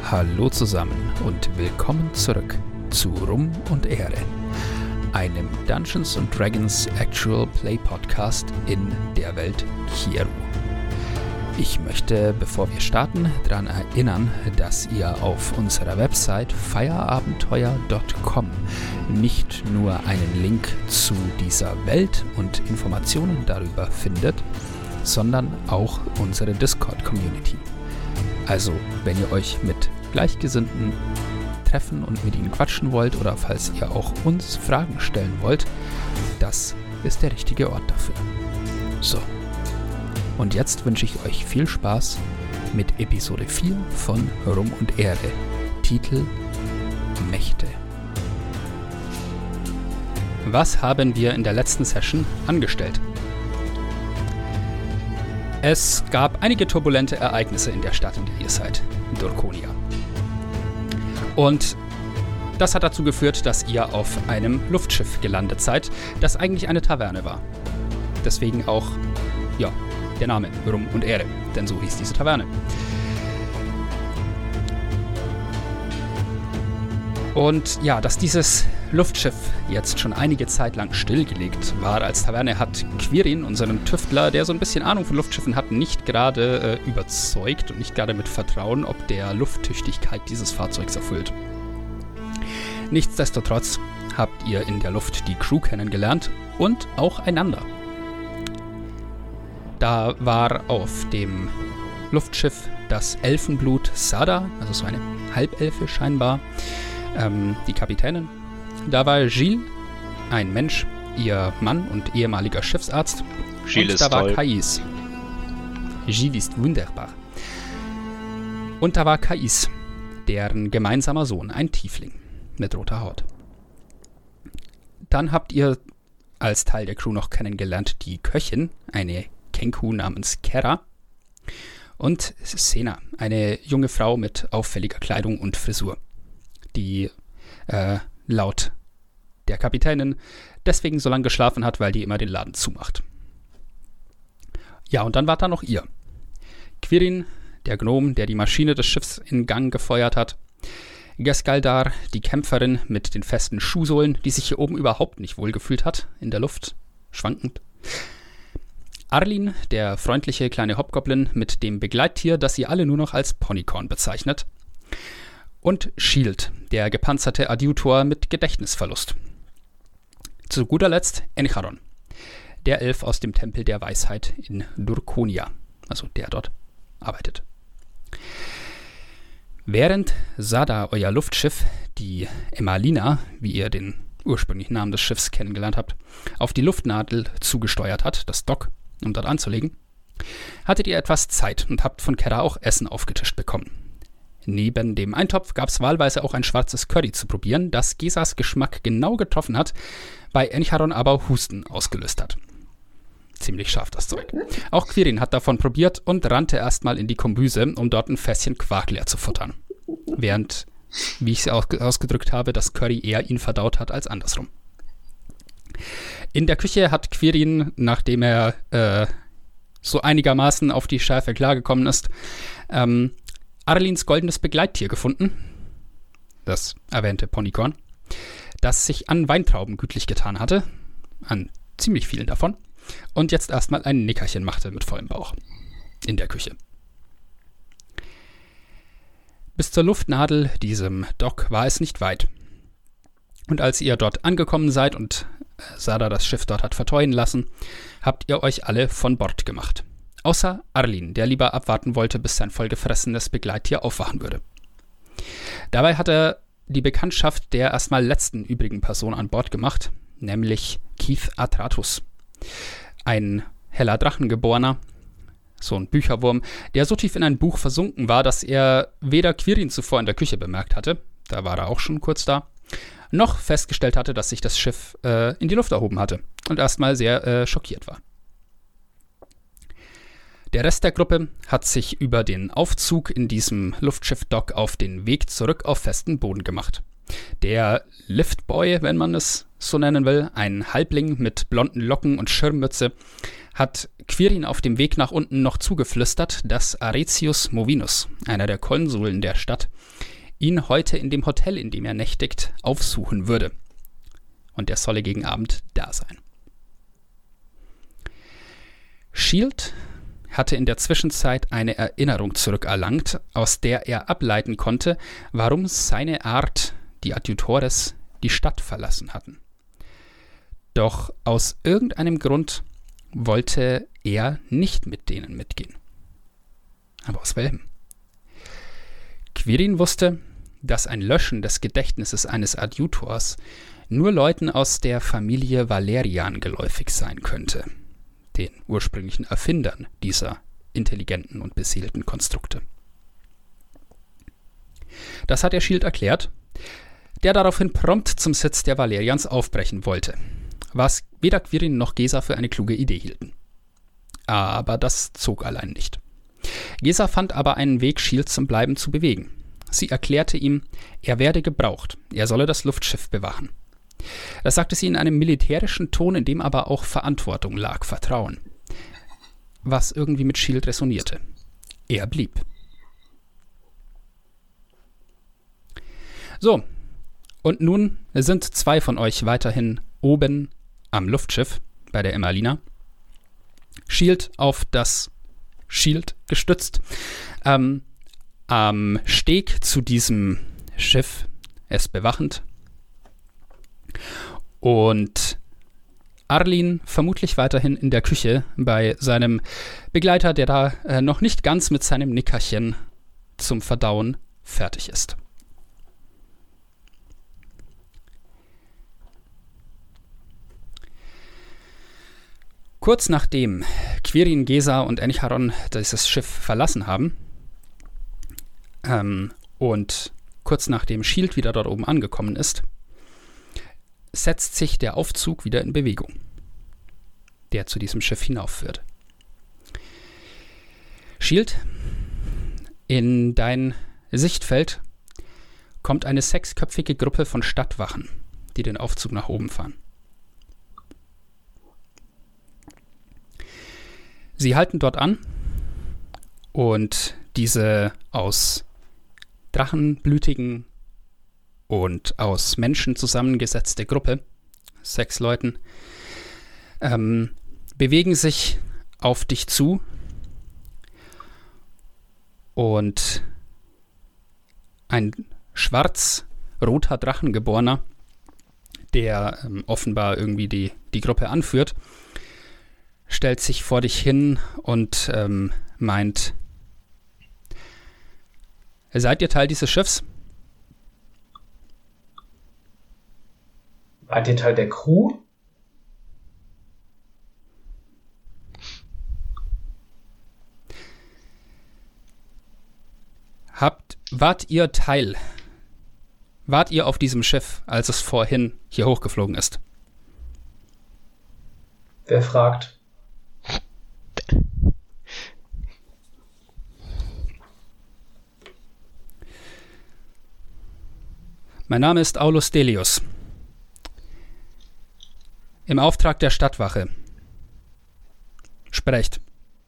Hallo zusammen und willkommen zurück zu Rum und Ehre, einem Dungeons & Dragons Actual Play Podcast in der Welt Kieru. Ich möchte, bevor wir starten, daran erinnern, dass ihr auf unserer Website feierabenteuer.com nicht nur einen Link zu dieser Welt und Informationen darüber findet, sondern auch unsere Discord-Community. Also, wenn ihr euch mit Gleichgesinnten treffen und mit ihnen quatschen wollt oder falls ihr auch uns Fragen stellen wollt, das ist der richtige Ort dafür. So, und jetzt wünsche ich euch viel Spaß mit Episode 4 von Rum und Ehre, Titel Mächte. Was haben wir in der letzten Session angestellt? Es gab einige turbulente Ereignisse in der Stadt, in der ihr seid, Dorkonia. Und das hat dazu geführt, dass ihr auf einem Luftschiff gelandet seid, das eigentlich eine Taverne war. Deswegen auch, ja, der Name Rum und Ehre, denn so hieß diese Taverne. Und ja, dass dieses Luftschiff jetzt schon einige Zeit lang stillgelegt war als Taverne, hat Quirin, unseren Tüftler, der so ein bisschen Ahnung von Luftschiffen hat, nicht gerade überzeugt und nicht gerade mit Vertrauen, ob der Lufttüchtigkeit dieses Fahrzeugs erfüllt. Nichtsdestotrotz habt ihr in der Luft die Crew kennengelernt und auch einander. Da war auf dem Luftschiff das Elfenblut Sada, also so eine Halbelfe scheinbar, die Kapitänin. Da war Gilles, ein Mensch, ihr Mann und ehemaliger Schiffsarzt. Gilles und da ist war toll. Kais. Gilles ist wunderbar. Und da war Kais, deren gemeinsamer Sohn, ein Tiefling mit roter Haut. Dann habt ihr als Teil der Crew noch kennengelernt die Köchin, eine Kenku namens Kera, und Sena, eine junge Frau mit auffälliger Kleidung und Frisur, die laut der Kapitänin deswegen so lange geschlafen hat, weil die immer den Laden zumacht. Ja, und dann war da noch ihr. Quirin, der Gnom, der die Maschine des Schiffs in Gang gefeuert hat. Geskaldar, die Kämpferin mit den festen Schuhsohlen, die sich hier oben überhaupt nicht wohlgefühlt hat, in der Luft, schwankend. Arlin, der freundliche kleine Hobgoblin mit dem Begleittier, das ihr alle nur noch als Ponycorn bezeichnet. Und Shield, der gepanzerte Adjutor mit Gedächtnisverlust. Zu guter Letzt Encharon, der Elf aus dem Tempel der Weisheit in Dorkonia, also der dort arbeitet. Während Sada, euer Luftschiff, die Emalina, wie ihr den ursprünglichen Namen des Schiffs kennengelernt habt, auf die Luftnadel zugesteuert hat, das Dock, um dort anzulegen, hattet ihr etwas Zeit und habt von Kera auch Essen aufgetischt bekommen. Neben dem Eintopf gab es wahlweise auch ein schwarzes Curry zu probieren, das Gesas Geschmack genau getroffen hat, bei Encharon aber Husten ausgelöst hat. Ziemlich scharf das Zeug. Auch Quirin hat davon probiert und rannte erstmal in die Kombüse, um dort ein Fässchen Quark leer zu futtern. Während, wie ich es ausgedrückt habe, das Curry eher ihn verdaut hat als andersrum. In der Küche hat Quirin, nachdem er so einigermaßen auf die Schärfe klargekommen ist, Arlins goldenes Begleittier gefunden, das erwähnte Ponycorn, das sich an Weintrauben gütlich getan hatte, an ziemlich vielen davon, und jetzt erstmal ein Nickerchen machte mit vollem Bauch in der Küche. Bis zur Luftnadel, diesem Dock, war es nicht weit. Und als ihr dort angekommen seid und Sada das Schiff dort hat verteuen lassen, habt ihr euch alle von Bord gemacht. Außer Arlin, der lieber abwarten wollte, bis sein vollgefressenes Begleittier aufwachen würde. Dabei hat er die Bekanntschaft der erstmal letzten übrigen Person an Bord gemacht, nämlich Keith Atratus. Ein heller Drachengeborener, so ein Bücherwurm, der so tief in ein Buch versunken war, dass er weder Quirin zuvor in der Küche bemerkt hatte, da war er auch schon kurz da, noch festgestellt hatte, dass sich das Schiff in die Luft erhoben hatte und erstmal sehr schockiert war. Der Rest der Gruppe hat sich über den Aufzug in diesem Luftschiff-Dock auf den Weg zurück auf festen Boden gemacht. Der Liftboy, wenn man es so nennen will, ein Halbling mit blonden Locken und Schirmmütze, hat Quirin auf dem Weg nach unten noch zugeflüstert, dass Aretius Movinus, einer der Konsuln der Stadt, ihn heute in dem Hotel, in dem er nächtigt, aufsuchen würde. Und er solle gegen Abend da sein. Shield hatte in der Zwischenzeit eine Erinnerung zurückerlangt, aus der er ableiten konnte, warum seine Art, die Adjutores, die Stadt verlassen hatten. Doch aus irgendeinem Grund wollte er nicht mit denen mitgehen. Aber aus welchem? Quirin wusste, dass ein Löschen des Gedächtnisses eines Adjutors nur Leuten aus der Familie Valerian geläufig sein könnte, den ursprünglichen Erfindern dieser intelligenten und beseelten Konstrukte. Das hat der Shield erklärt, der daraufhin prompt zum Sitz der Valerians aufbrechen wollte, was weder Quirin noch Gesa für eine kluge Idee hielten. Aber das zog allein nicht. Gesa fand aber einen Weg, Shield zum Bleiben zu bewegen. Sie erklärte ihm, er werde gebraucht, er solle das Luftschiff bewachen. Das sagte sie in einem militärischen Ton, in dem aber auch Verantwortung lag, Vertrauen. Was irgendwie mit Shield resonierte. Er blieb. So, und nun sind 2 von euch weiterhin oben am Luftschiff bei der Emmalina. Shield auf das Shield gestützt. Am Steg zu diesem Schiff, es bewachend. Und Arlin vermutlich weiterhin in der Küche bei seinem Begleiter, der da noch nicht ganz mit seinem Nickerchen zum Verdauen fertig ist. Kurz nachdem Quirin, Gesa und Encharon dieses Schiff verlassen haben und kurz nachdem Shield wieder dort oben angekommen ist, setzt sich der Aufzug wieder in Bewegung, der zu diesem Schiff hinaufführt. Shield, in dein Sichtfeld kommt eine 6-köpfige Gruppe von Stadtwachen, die den Aufzug nach oben fahren. Sie halten dort an und diese aus drachenblütigen und aus Menschen zusammengesetzte Gruppe, 6 Leuten, bewegen sich auf dich zu und ein schwarz-roter Drachengeborener, der offenbar irgendwie die Gruppe anführt, stellt sich vor dich hin und meint, seid ihr Teil dieses Schiffs? Seid ihr Teil der Crew? Wart ihr auf diesem Schiff, als es vorhin hier hochgeflogen ist? Wer fragt? Mein Name ist Aulus Delius. Im Auftrag der Stadtwache. Sprecht.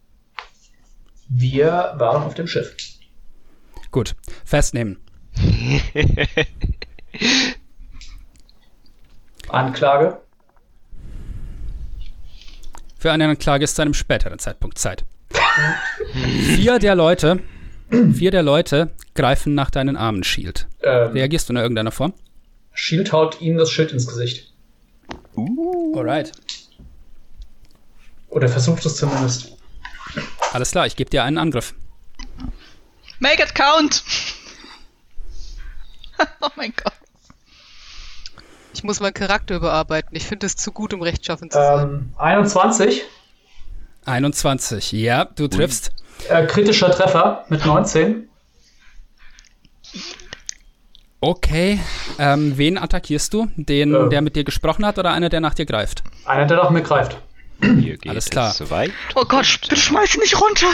Wir waren auf dem Schiff. Gut, festnehmen. Anklage? Für eine Anklage ist zu einem späteren Zeitpunkt Zeit. 4 der Leute greifen nach deinen Armen, Shield. Reagierst du in irgendeiner Form? Shield haut ihm das Schild ins Gesicht. Alright. Oder versucht es zumindest. Alles klar, ich gebe dir einen Angriff. Make it count! Oh mein Gott. Ich muss meinen Charakter überarbeiten. Ich finde es zu gut, um rechtschaffen zu sein. 21. 21, ja, du triffst. Kritischer Treffer mit 19. Okay, wen attackierst du? Den, der mit dir gesprochen hat oder einer, der nach dir greift? Einer, der nach mir greift. Hier geht Alles klar. es soweit. Oh Gott, bitte schmeiß ihn nicht runter!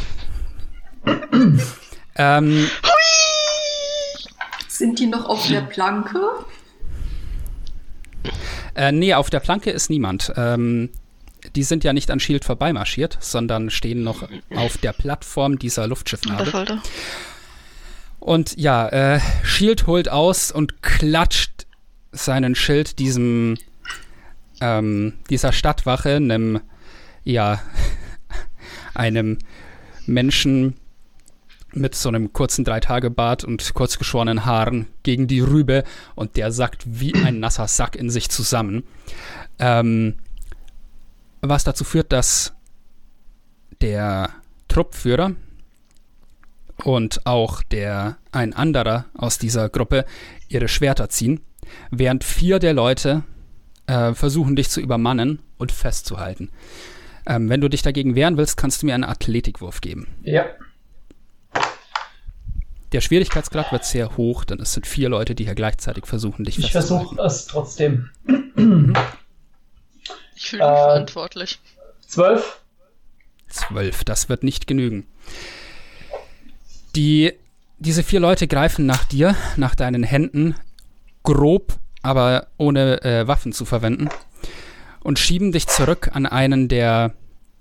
Sind die noch auf der Planke? Nee, auf der Planke ist niemand. die sind ja nicht an Shield vorbeimarschiert, sondern stehen noch auf der Plattform dieser Luftschiffnadel. Und ja, Shield holt aus und klatscht seinen Schild dieser Stadtwache, einem Menschen mit so einem kurzen 3-Tage-Bart und kurzgeschorenen Haaren gegen die Rübe, und der sackt wie ein nasser Sack in sich zusammen. Was dazu führt, dass der Truppführer und auch ein anderer aus dieser Gruppe ihre Schwerter ziehen, während 4 der Leute versuchen, dich zu übermannen und festzuhalten. Wenn du dich dagegen wehren willst, kannst du mir einen Athletikwurf geben. Ja. Der Schwierigkeitsgrad wird sehr hoch, denn es sind 4 Leute, die hier gleichzeitig versuchen, dich Ich festzuhalten. versuche es trotzdem. Ich fühle mich verantwortlich. 12. 12, das wird nicht genügen. Diese 4 Leute greifen nach dir, nach deinen Händen, grob, aber ohne Waffen zu verwenden, und schieben dich zurück an einen der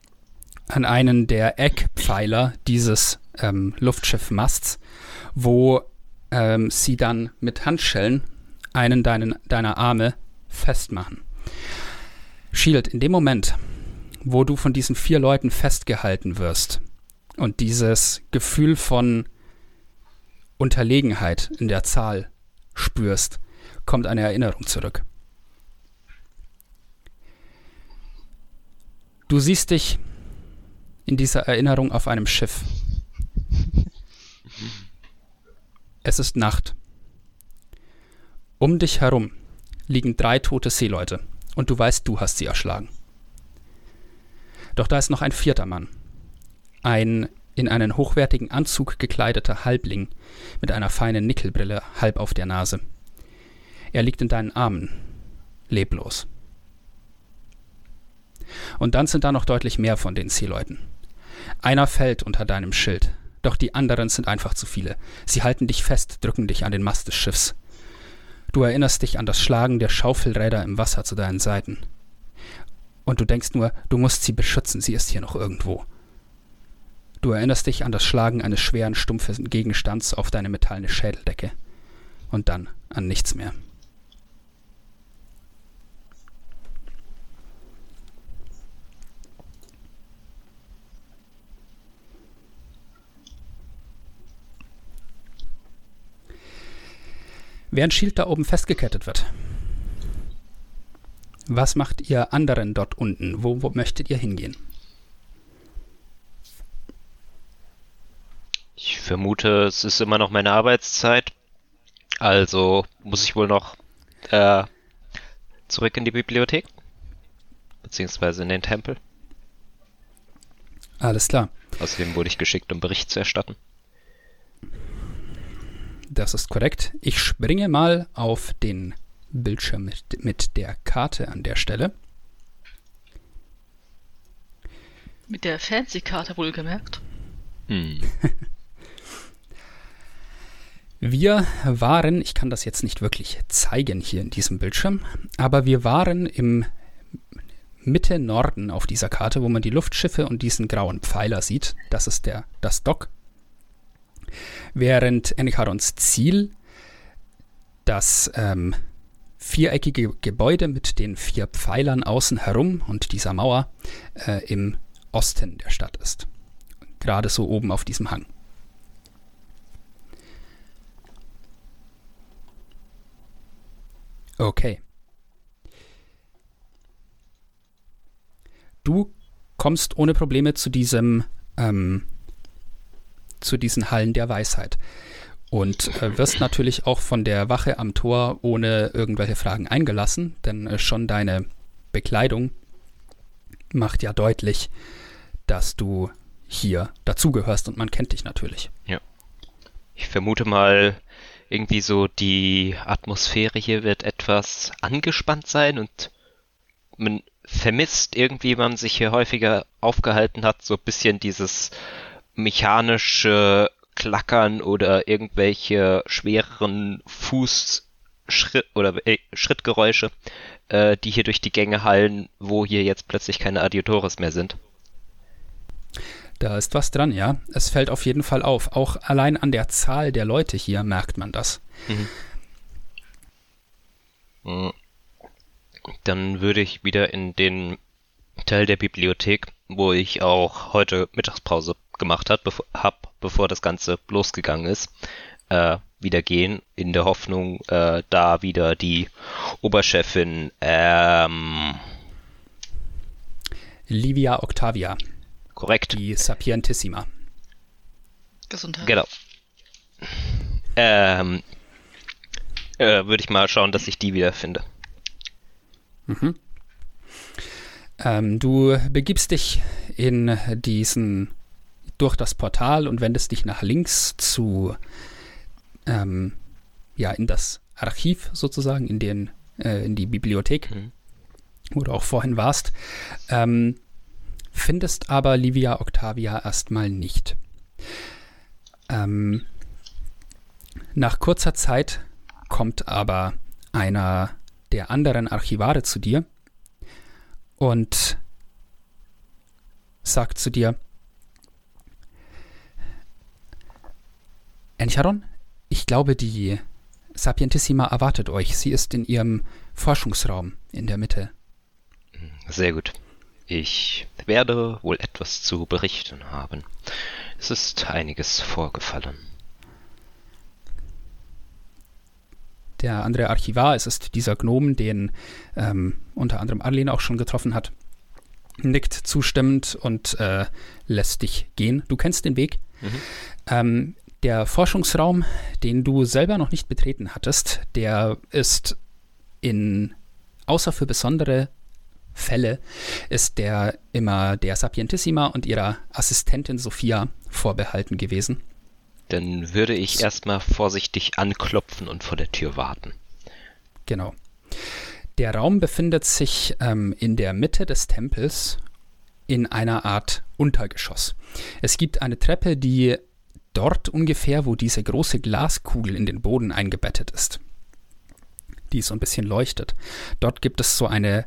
Eckpfeiler dieses Luftschiffmasts, wo sie dann mit Handschellen einen deiner Arme festmachen. Shield, in dem Moment, wo du von diesen 4 Leuten festgehalten wirst und dieses Gefühl von Unterlegenheit in der Zahl spürst, kommt eine Erinnerung zurück. Du siehst dich in dieser Erinnerung auf einem Schiff. Es ist Nacht. Um dich herum liegen 3 tote Seeleute, und du weißt, du hast sie erschlagen. Doch da ist noch ein 4. Mann. Ein in einen hochwertigen Anzug gekleideter Halbling mit einer feinen Nickelbrille halb auf der Nase. Er liegt in deinen Armen, leblos. Und dann sind da noch deutlich mehr von den Seeleuten. Einer fällt unter deinem Schild, doch die anderen sind einfach zu viele. Sie halten dich fest, drücken dich an den Mast des Schiffs. Du erinnerst dich an das Schlagen der Schaufelräder im Wasser zu deinen Seiten. Und du denkst nur, du musst sie beschützen, sie ist hier noch irgendwo. Du erinnerst dich an das Schlagen eines schweren, stumpfen Gegenstands auf deine metallene Schädeldecke. Und dann an nichts mehr. Während Shield da oben festgekettet wird, was macht ihr anderen dort unten? Wo möchtet ihr hingehen? Ich vermute, es ist immer noch meine Arbeitszeit. Also muss ich wohl noch zurück in die Bibliothek. Beziehungsweise in den Tempel. Alles klar. Außerdem wurde ich geschickt, um Bericht zu erstatten. Das ist korrekt. Ich springe mal auf den Bildschirm mit der Karte an der Stelle. Mit der Fancy-Karte wohlgemerkt. Wir waren, ich kann das jetzt nicht wirklich zeigen hier in diesem Bildschirm, aber wir waren im Mitte Norden auf dieser Karte, wo man die Luftschiffe und diesen grauen Pfeiler sieht. Das ist das Dock. Während Ennikarons Ziel das viereckige Gebäude mit den 4 Pfeilern außen herum und dieser Mauer im Osten der Stadt ist. Gerade so oben auf diesem Hang. Okay. Du kommst ohne Probleme zu diesen Hallen der Weisheit und wirst natürlich auch von der Wache am Tor ohne irgendwelche Fragen eingelassen, denn schon deine Bekleidung macht ja deutlich, dass du hier dazugehörst und man kennt dich natürlich. Ja. Ich vermute mal, irgendwie so die Atmosphäre hier wird etwas angespannt sein und man vermisst irgendwie, wenn man sich hier häufiger aufgehalten hat, so ein bisschen dieses mechanische Klackern oder irgendwelche schwereren Schrittgeräusche, die hier durch die Gänge hallen, wo hier jetzt plötzlich keine Adiotores mehr sind. Da ist was dran, ja. Es fällt auf jeden Fall auf. Auch allein an der Zahl der Leute hier merkt man das. Dann würde ich wieder in den Teil der Bibliothek, wo ich auch heute Mittagspause gemacht habe, bevor das Ganze losgegangen ist, wieder gehen, in der Hoffnung, da wieder die Oberchefin Livia Octavia, korrekt. die Sapientissima. Gesundheit. Genau. Würde ich mal schauen, dass ich die wiederfinde. Du begibst dich durch das Portal und wendest dich nach links in das Archiv sozusagen, in die Bibliothek, wo du auch vorhin warst. Findest aber Livia Octavia erstmal nicht. Nach kurzer Zeit kommt aber einer der anderen Archivare zu dir und sagt zu dir: Encharon, ich glaube, die Sapientissima erwartet euch. Sie ist in ihrem Forschungsraum in der Mitte. Sehr gut. Ich werde wohl etwas zu berichten haben. Es ist einiges vorgefallen. Der andere Archivar, es ist dieser Gnom, den unter anderem Arlene auch schon getroffen hat, nickt zustimmend und lässt dich gehen. Du kennst den Weg. Der Forschungsraum, den du selber noch nicht betreten hattest, der ist außer für besondere Fälle, ist der immer der Sapientissima und ihrer Assistentin Sophia vorbehalten gewesen. Dann würde ich erstmal vorsichtig anklopfen und vor der Tür warten. Genau. Der Raum befindet sich in der Mitte des Tempels in einer Art Untergeschoss. Es gibt eine Treppe, die dort ungefähr, wo diese große Glaskugel in den Boden eingebettet ist, die so ein bisschen leuchtet. Dort gibt es so eine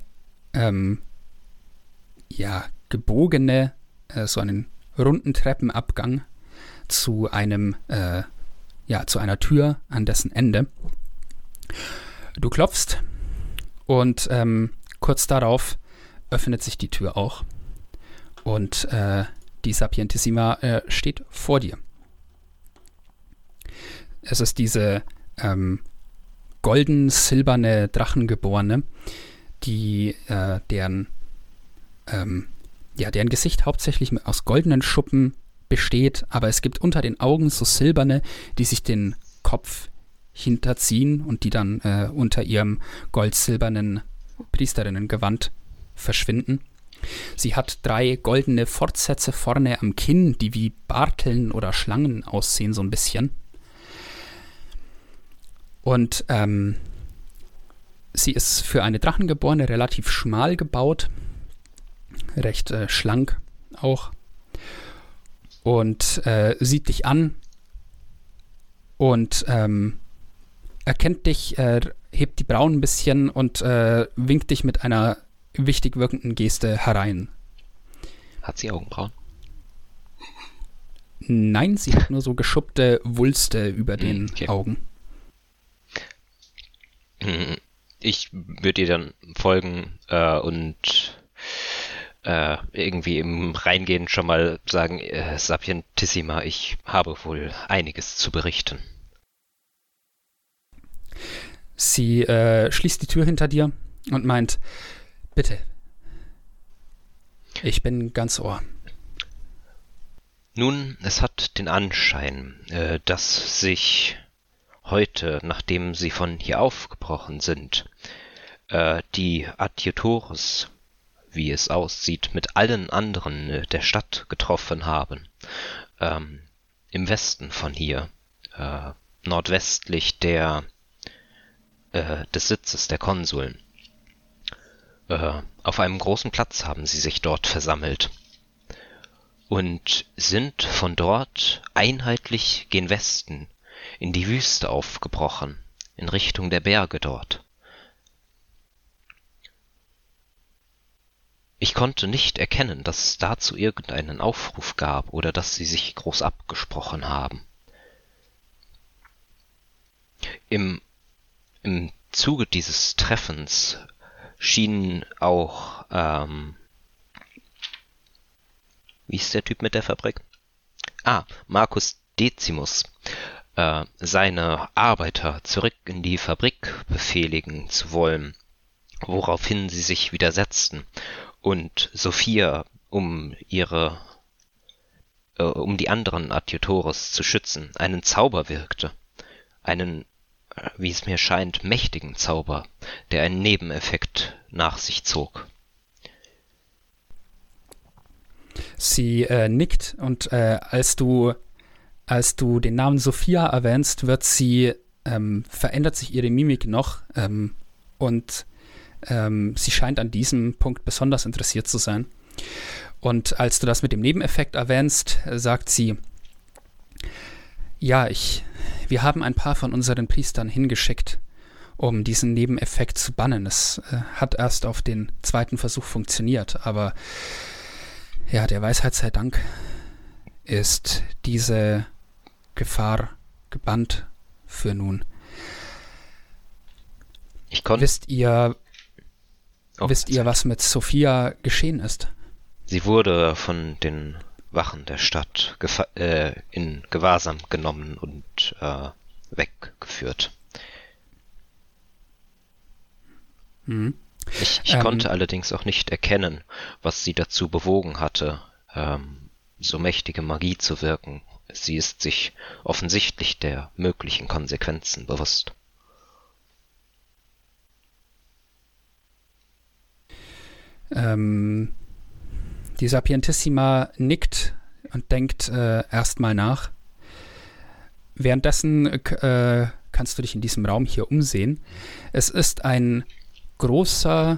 gebogene, so einen runden Treppenabgang zu einer Tür an dessen Ende. Du klopfst und kurz darauf öffnet sich die Tür auch und die Sapientissima steht vor dir. Es ist diese golden-silberne Drachengeborene, deren Gesicht hauptsächlich aus goldenen Schuppen besteht, aber es gibt unter den Augen so silberne, die sich den Kopf hinterziehen und die dann unter ihrem gold-silbernen Priesterinnengewand verschwinden. Sie hat 3 goldene Fortsätze vorne am Kinn, die wie Barteln oder Schlangen aussehen, so ein bisschen. Und sie ist für eine Drachengeborene relativ schmal gebaut, recht schlank auch. Und sieht dich an und erkennt dich, hebt die Brauen ein bisschen und winkt dich mit einer wichtig wirkenden Geste herein. Hat sie Augenbrauen? Nein, sie hat nur so geschuppte Wulste über den Augen. Ich würde ihr dann folgen und irgendwie im Reingehen schon mal sagen, Sapientissima, ich habe wohl einiges zu berichten. Sie schließt die Tür hinter dir und meint: Bitte, ich bin ganz Ohr. Nun, es hat den Anschein, dass sich heute, nachdem sie von hier aufgebrochen sind, die Adiotores, wie es aussieht, mit allen anderen der Stadt getroffen haben. Im Westen von hier, nordwestlich des Sitzes der Konsuln. Auf einem großen Platz haben sie sich dort versammelt und sind von dort einheitlich gen Westen in die Wüste aufgebrochen, in Richtung der Berge dort. Ich konnte nicht erkennen, dass es dazu irgendeinen Aufruf gab oder dass sie sich groß abgesprochen haben. Im Zuge dieses Treffens schienen auch, wie ist der Typ mit der Fabrik? Marcus Decimus, seine Arbeiter zurück in die Fabrik befehligen zu wollen, woraufhin sie sich widersetzten und Sophia, um die anderen Adjutores zu schützen, einen Zauber wirkte. Einen, wie es mir scheint, mächtigen Zauber, der einen Nebeneffekt nach sich zog. Sie nickt und als du den Namen Sophia erwähnst, verändert sich ihre Mimik noch und sie scheint an diesem Punkt besonders interessiert zu sein. Und als du das mit dem Nebeneffekt erwähnst, sagt sie, ja, wir haben ein paar von unseren Priestern hingeschickt, um diesen Nebeneffekt zu bannen. Es hat erst auf den zweiten Versuch funktioniert, aber ja, der Weisheit sei Dank ist diese Gefahr gebannt für nun. Wisst ihr, was mit Sophia geschehen ist? Sie wurde von den Wachen der Stadt in Gewahrsam genommen und weggeführt. Mhm. Ich konnte allerdings auch nicht erkennen, was sie dazu bewogen hatte, so mächtige Magie zu wirken. Sie ist sich offensichtlich der möglichen Konsequenzen bewusst. Die Sapientissima nickt und denkt erstmal nach. Währenddessen kannst du dich in diesem Raum hier umsehen. Es ist ein großer,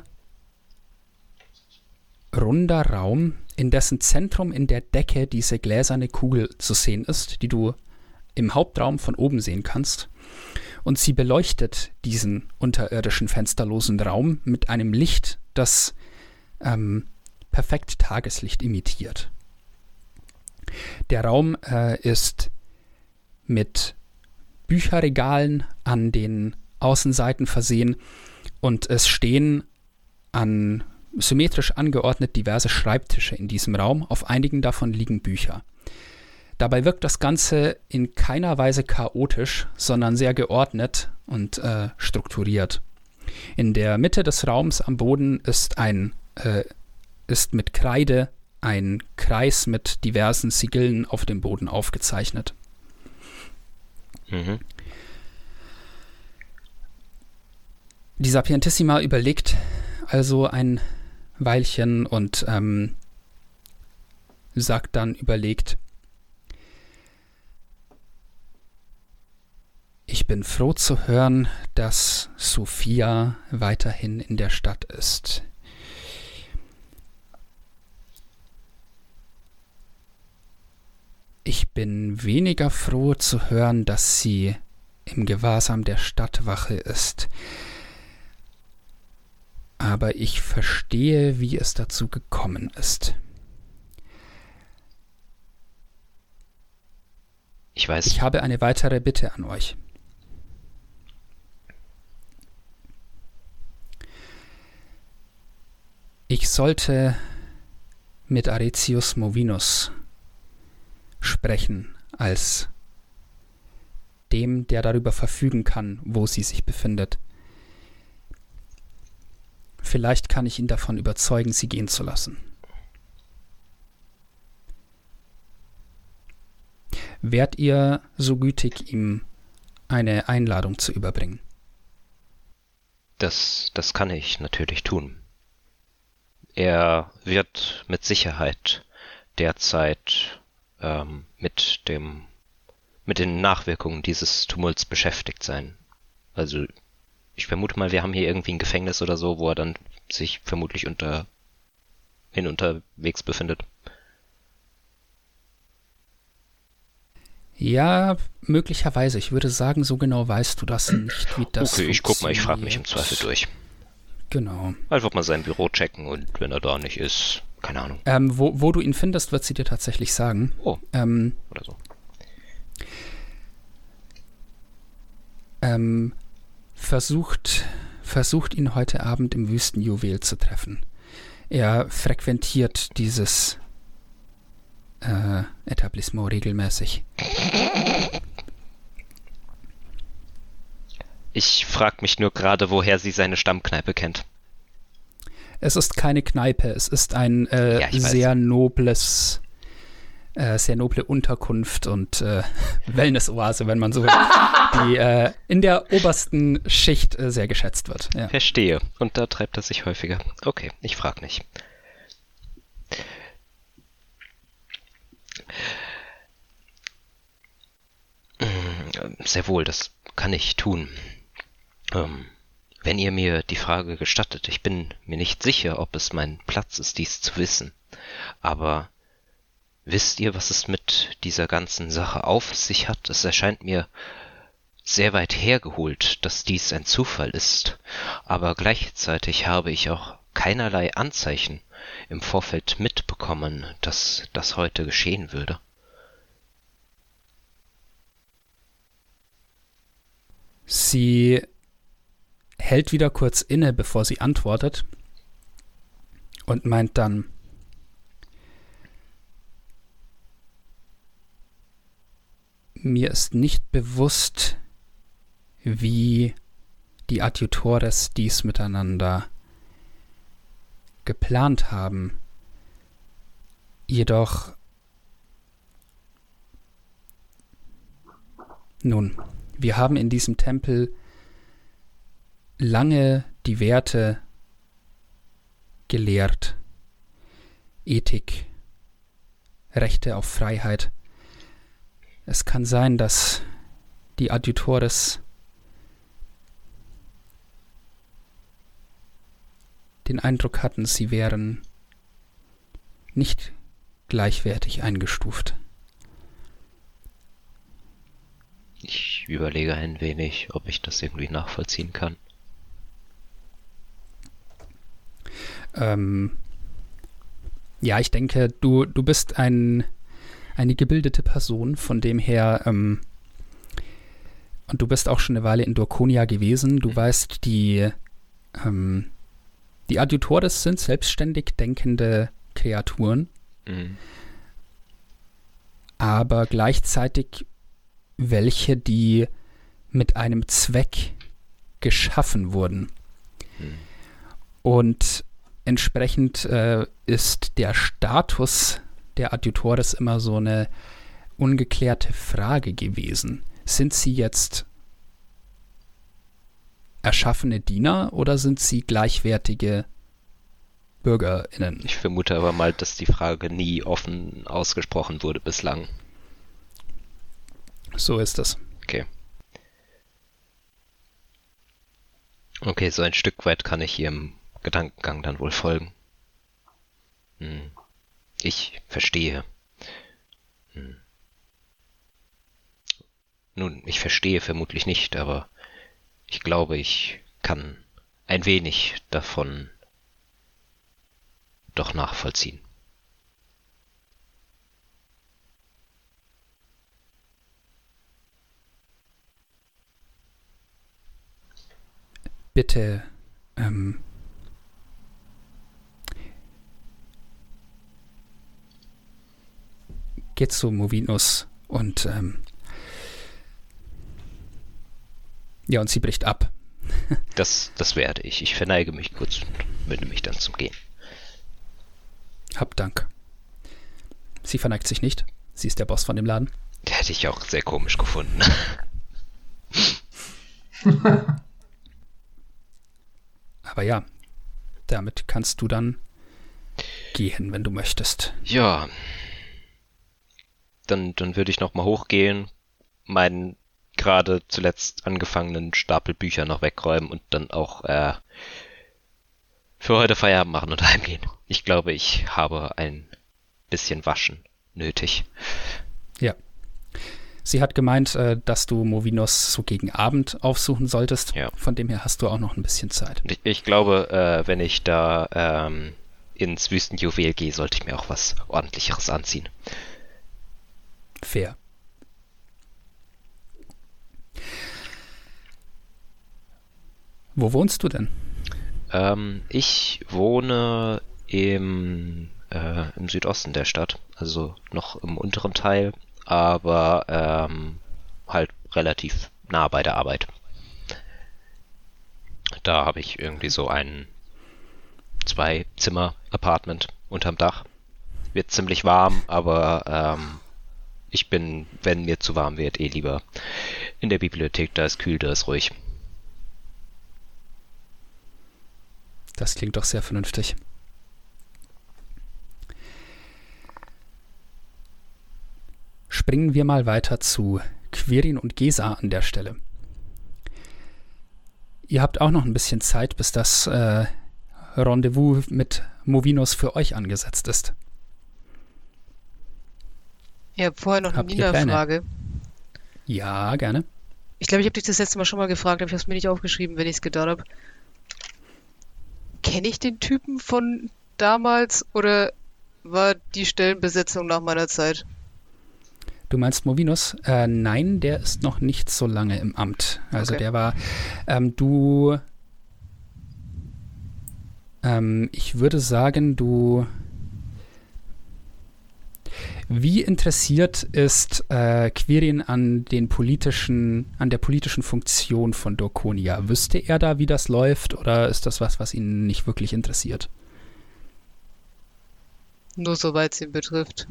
runder Raum, in dessen Zentrum in der Decke diese gläserne Kugel zu sehen ist, die du im Hauptraum von oben sehen kannst. Und sie beleuchtet diesen unterirdischen, fensterlosen Raum mit einem Licht, das perfekt Tageslicht imitiert. Der Raum ist mit Bücherregalen an den Außenseiten versehen und es stehen symmetrisch angeordnet diverse Schreibtische in diesem Raum. Auf einigen davon liegen Bücher. Dabei wirkt das Ganze in keiner Weise chaotisch, sondern sehr geordnet und strukturiert. In der Mitte des Raums am Boden ist mit Kreide ein Kreis mit diversen Sigillen auf dem Boden aufgezeichnet. Mhm. Die Sapientissima überlegt also ein Weilchen und sagt dann überlegt, ich bin froh zu hören, dass Sophia weiterhin in der Stadt ist. Ich bin weniger froh zu hören, dass sie im Gewahrsam der Stadtwache ist. Aber ich verstehe, wie es dazu gekommen ist. Ich weiß. Ich habe eine weitere Bitte an euch. Ich sollte mit Aretius Movinus sprechen, als dem, der darüber verfügen kann, wo sie sich befindet. Vielleicht kann ich ihn davon überzeugen, sie gehen zu lassen. Wärt ihr so gütig, ihm eine Einladung zu überbringen? Das kann ich natürlich tun. Er wird mit Sicherheit derzeit mit den Nachwirkungen dieses Tumults beschäftigt sein. Also ich vermute mal, wir haben hier irgendwie ein Gefängnis oder so, wo er dann sich vermutlich unterwegs befindet. Ja, möglicherweise. Ich würde sagen, so genau weißt du das nicht, wie das Okay, ich guck mal, ich frage mich funktioniert. im Zweifel durch. Genau. Einfach mal sein Büro checken und wenn er da nicht ist, keine Ahnung. Wo du ihn findest, wird sie dir tatsächlich sagen. Oh, Ähm, oder so. versucht ihn heute Abend im Wüstenjuwel zu treffen. Er frequentiert dieses Etablissement regelmäßig. Ich frage mich nur gerade, woher sie seine Stammkneipe kennt. Es ist keine Kneipe, es ist ein ich weiß. sehr noble Unterkunft und Wellness-Oase, wenn man so will, die in der obersten Schicht sehr geschätzt wird. Ja. Verstehe. Und da treibt er sich häufiger. Okay, ich frage nicht. Sehr wohl, das kann ich tun. Wenn ihr mir die Frage gestattet, ich bin mir nicht sicher, ob es mein Platz ist, dies zu wissen. Aber wisst ihr, was es mit dieser ganzen Sache auf sich hat? Es erscheint mir sehr weit hergeholt, dass dies ein Zufall ist. Aber gleichzeitig habe ich auch keinerlei Anzeichen im Vorfeld mitbekommen, dass das heute geschehen würde. Sie hält wieder kurz inne, bevor sie antwortet und meint dann: Mir ist nicht bewusst, wie die Adjutores dies miteinander geplant haben. Jedoch, nun, wir haben in diesem Tempel lange die Werte gelehrt. Ethik, Rechte auf Freiheit. Es kann sein, dass die Adjutores den Eindruck hatten, sie wären nicht gleichwertig eingestuft. Ich überlege ein wenig, ob ich das irgendwie nachvollziehen kann. Ja, ich denke, du bist eine gebildete Person, von dem her, und du bist auch schon eine Weile in Dorkonia gewesen. Du weißt, die Adjutores sind selbstständig denkende Kreaturen, aber gleichzeitig welche, die mit einem Zweck geschaffen wurden. Und entsprechend ist der Status der Adjutores immer so eine ungeklärte Frage gewesen. Sind sie jetzt erschaffene Diener oder sind sie gleichwertige BürgerInnen? Ich vermute aber mal, dass die Frage nie offen ausgesprochen wurde bislang. So ist es. Okay. Okay, so ein Stück weit kann ich Ihrem Gedankengang dann wohl folgen. Ich verstehe. Nun, ich verstehe vermutlich nicht, aber ich glaube, ich kann ein wenig davon doch nachvollziehen. Bitte, geht zu Movinus und ja, und sie bricht ab. Das werde ich. Ich verneige mich kurz und wende mich dann zum Gehen. Hab Dank. Sie verneigt sich nicht. Sie ist der Boss von dem Laden. Hätte ich auch sehr komisch gefunden. Aber ja, damit kannst du dann gehen, wenn du möchtest. Ja. Dann würde ich nochmal hochgehen, meinen gerade zuletzt angefangenen Stapel Bücher noch wegräumen und dann auch für heute Feierabend machen und heimgehen. Ich glaube, ich habe ein bisschen Waschen nötig. Ja. Sie hat gemeint, dass du Movinos so gegen Abend aufsuchen solltest. Ja. Von dem her hast du auch noch ein bisschen Zeit. Ich glaube, wenn ich da ins Wüstenjuwel gehe, sollte ich mir auch was Ordentlicheres anziehen. Fair. Wo wohnst du denn? Ich wohne im Südosten der Stadt, also noch im unteren Teil, aber halt relativ nah bei der Arbeit. Da habe ich irgendwie so ein 2-Zimmer-Apartment unterm Dach. Wird ziemlich warm, aber ich bin, wenn mir zu warm wird, lieber in der Bibliothek. Da ist kühl, da ist ruhig. Das klingt doch sehr vernünftig. Springen wir mal weiter zu Quirin und Gesa an der Stelle. Ihr habt auch noch ein bisschen Zeit, bis das Rendezvous mit Movinos für euch angesetzt ist. Ich habe vorher noch eine Habt ihr Pläne? Nina-Frage. Ja, gerne. Ich glaube, ich habe dich das letzte Mal schon mal gefragt, aber ich habe es mir nicht aufgeschrieben, wenn ich es getan habe. Kenne ich den Typen von damals oder war die Stellenbesetzung nach meiner Zeit? Du meinst Movinus? Nein, der ist noch nicht so lange im Amt. Also Okay. der war, ich würde sagen, wie interessiert ist Quirin an der politischen Funktion von Dorkonia? Wüsste er da, wie das läuft, oder ist das was ihn nicht wirklich interessiert? Nur soweit es ihn betrifft.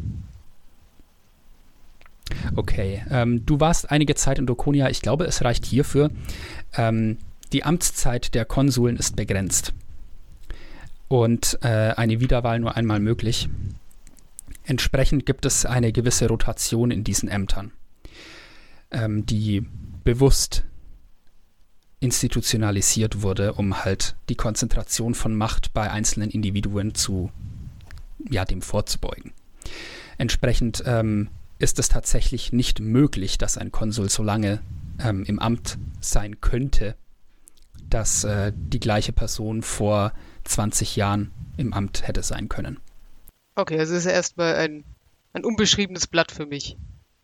Okay, du warst einige Zeit in Dorkonia. Ich glaube, es reicht hierfür. Die Amtszeit der Konsuln ist begrenzt und eine Wiederwahl nur einmal möglich. Entsprechend gibt es eine gewisse Rotation in diesen Ämtern, die bewusst institutionalisiert wurde, um halt die Konzentration von Macht bei einzelnen Individuen dem vorzubeugen. Entsprechend ist es tatsächlich nicht möglich, dass ein Konsul so lange im Amt sein könnte, dass die gleiche Person vor 20 Jahren im Amt hätte sein können. Okay, also ist er erstmal ein unbeschriebenes Blatt für mich.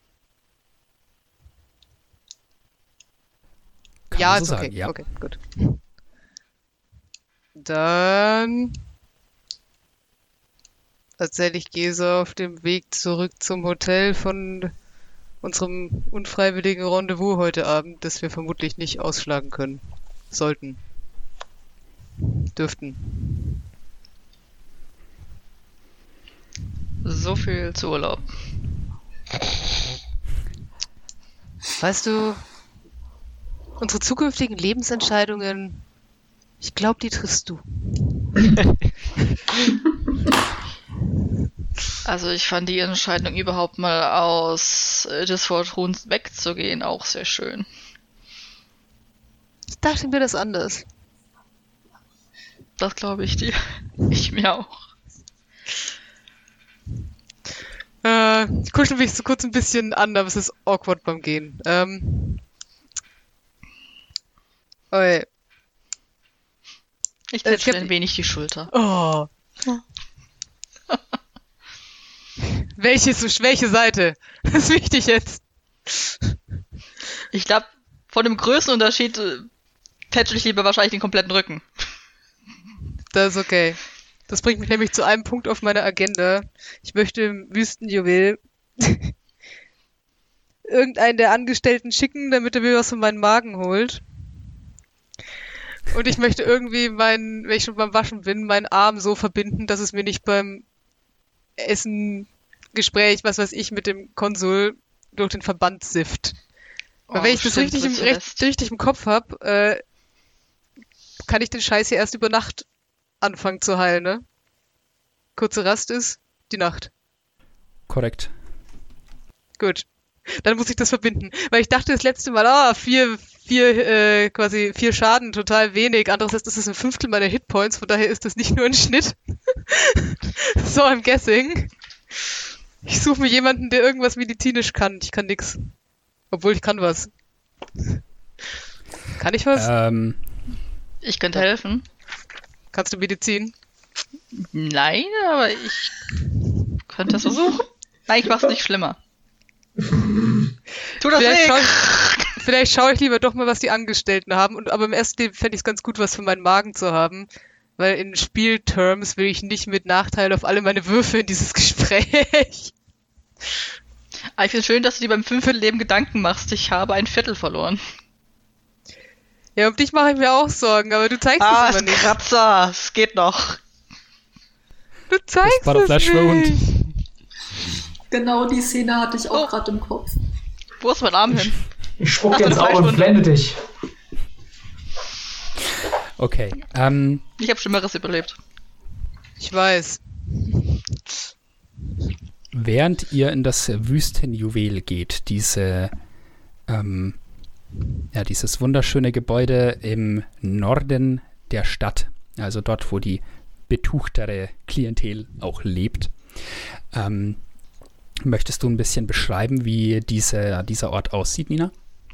Kann Ja, man ist so okay. sagen, ja. Okay, gut. Dann erzähle ich Gesa auf dem Weg zurück zum Hotel von unserem unfreiwilligen Rendezvous heute Abend, das wir vermutlich nicht ausschlagen können. Sollten. Dürften. So viel zu Urlaub. Weißt du, unsere zukünftigen Lebensentscheidungen, ich glaube, die triffst du. Also ich fand die Entscheidung überhaupt mal aus des Fortuns wegzugehen auch sehr schön. Ich dachte mir das anders. Das glaube ich dir. Ich mir auch. Ich kuschel mich so kurz ein bisschen an, aber es ist awkward beim Gehen. Okay. Ich Es tätschle gibt- ein wenig die Schulter. Oh. Welche Seite? Das ist wichtig jetzt. Ich glaube, von dem Größenunterschied tätschle ich lieber wahrscheinlich den kompletten Rücken. Das ist okay. Das bringt mich nämlich zu einem Punkt auf meiner Agenda. Ich möchte im Wüstenjuwel irgendeinen der Angestellten schicken, damit er mir was von meinem Magen holt. Und ich möchte irgendwie wenn ich schon beim Waschen bin, meinen Arm so verbinden, dass es mir nicht beim Essen, Gespräch, was weiß ich, mit dem Konsul durch den Verband sifft. Weil wenn ich das stimmt, richtig im Kopf habe, kann ich den Scheiß hier erst über Nacht anfangen zu heilen, ne? Kurze Rast ist die Nacht. Korrekt. Gut. Dann muss ich das verbinden. Weil ich dachte das letzte Mal, quasi 4 Schaden, total wenig. Andererseits ist es ein Fünftel meiner Hitpoints, von daher ist das nicht nur ein Schnitt. So, I'm guessing. Ich suche mir jemanden, der irgendwas medizinisch kann. Ich kann nix. Obwohl ich kann was. Kann ich was? Ich könnte helfen. Kannst du Medizin? Nein, aber ich könnte es versuchen. Nein, ich mach's nicht schlimmer. Tu das Vielleicht schaue ich lieber doch mal, was die Angestellten haben. Aber im ersten Leben fände ich es ganz gut, was für meinen Magen zu haben. Weil in Spielterms will ich nicht mit Nachteil auf alle meine Würfe in dieses Gespräch. Aber ich finde es schön, dass du dir beim 5. Leben Gedanken machst. Ich habe ein Viertel verloren. Ja, um dich mache ich mir auch Sorgen, aber du zeigst es immer nicht. Kratzer, es geht noch. Du zeigst es nicht. Genau die Szene hatte ich auch gerade im Kopf. Wo ist mein Arm hin? Ich spuck jetzt auf und blende dich. Okay. Ich habe Schlimmeres überlebt. Ich weiß. Während ihr in das Wüstenjuwel geht, dieses wunderschöne Gebäude im Norden der Stadt, also dort, wo die betuchtere Klientel auch lebt, möchtest du ein bisschen beschreiben, wie dieser Ort aussieht, Nina?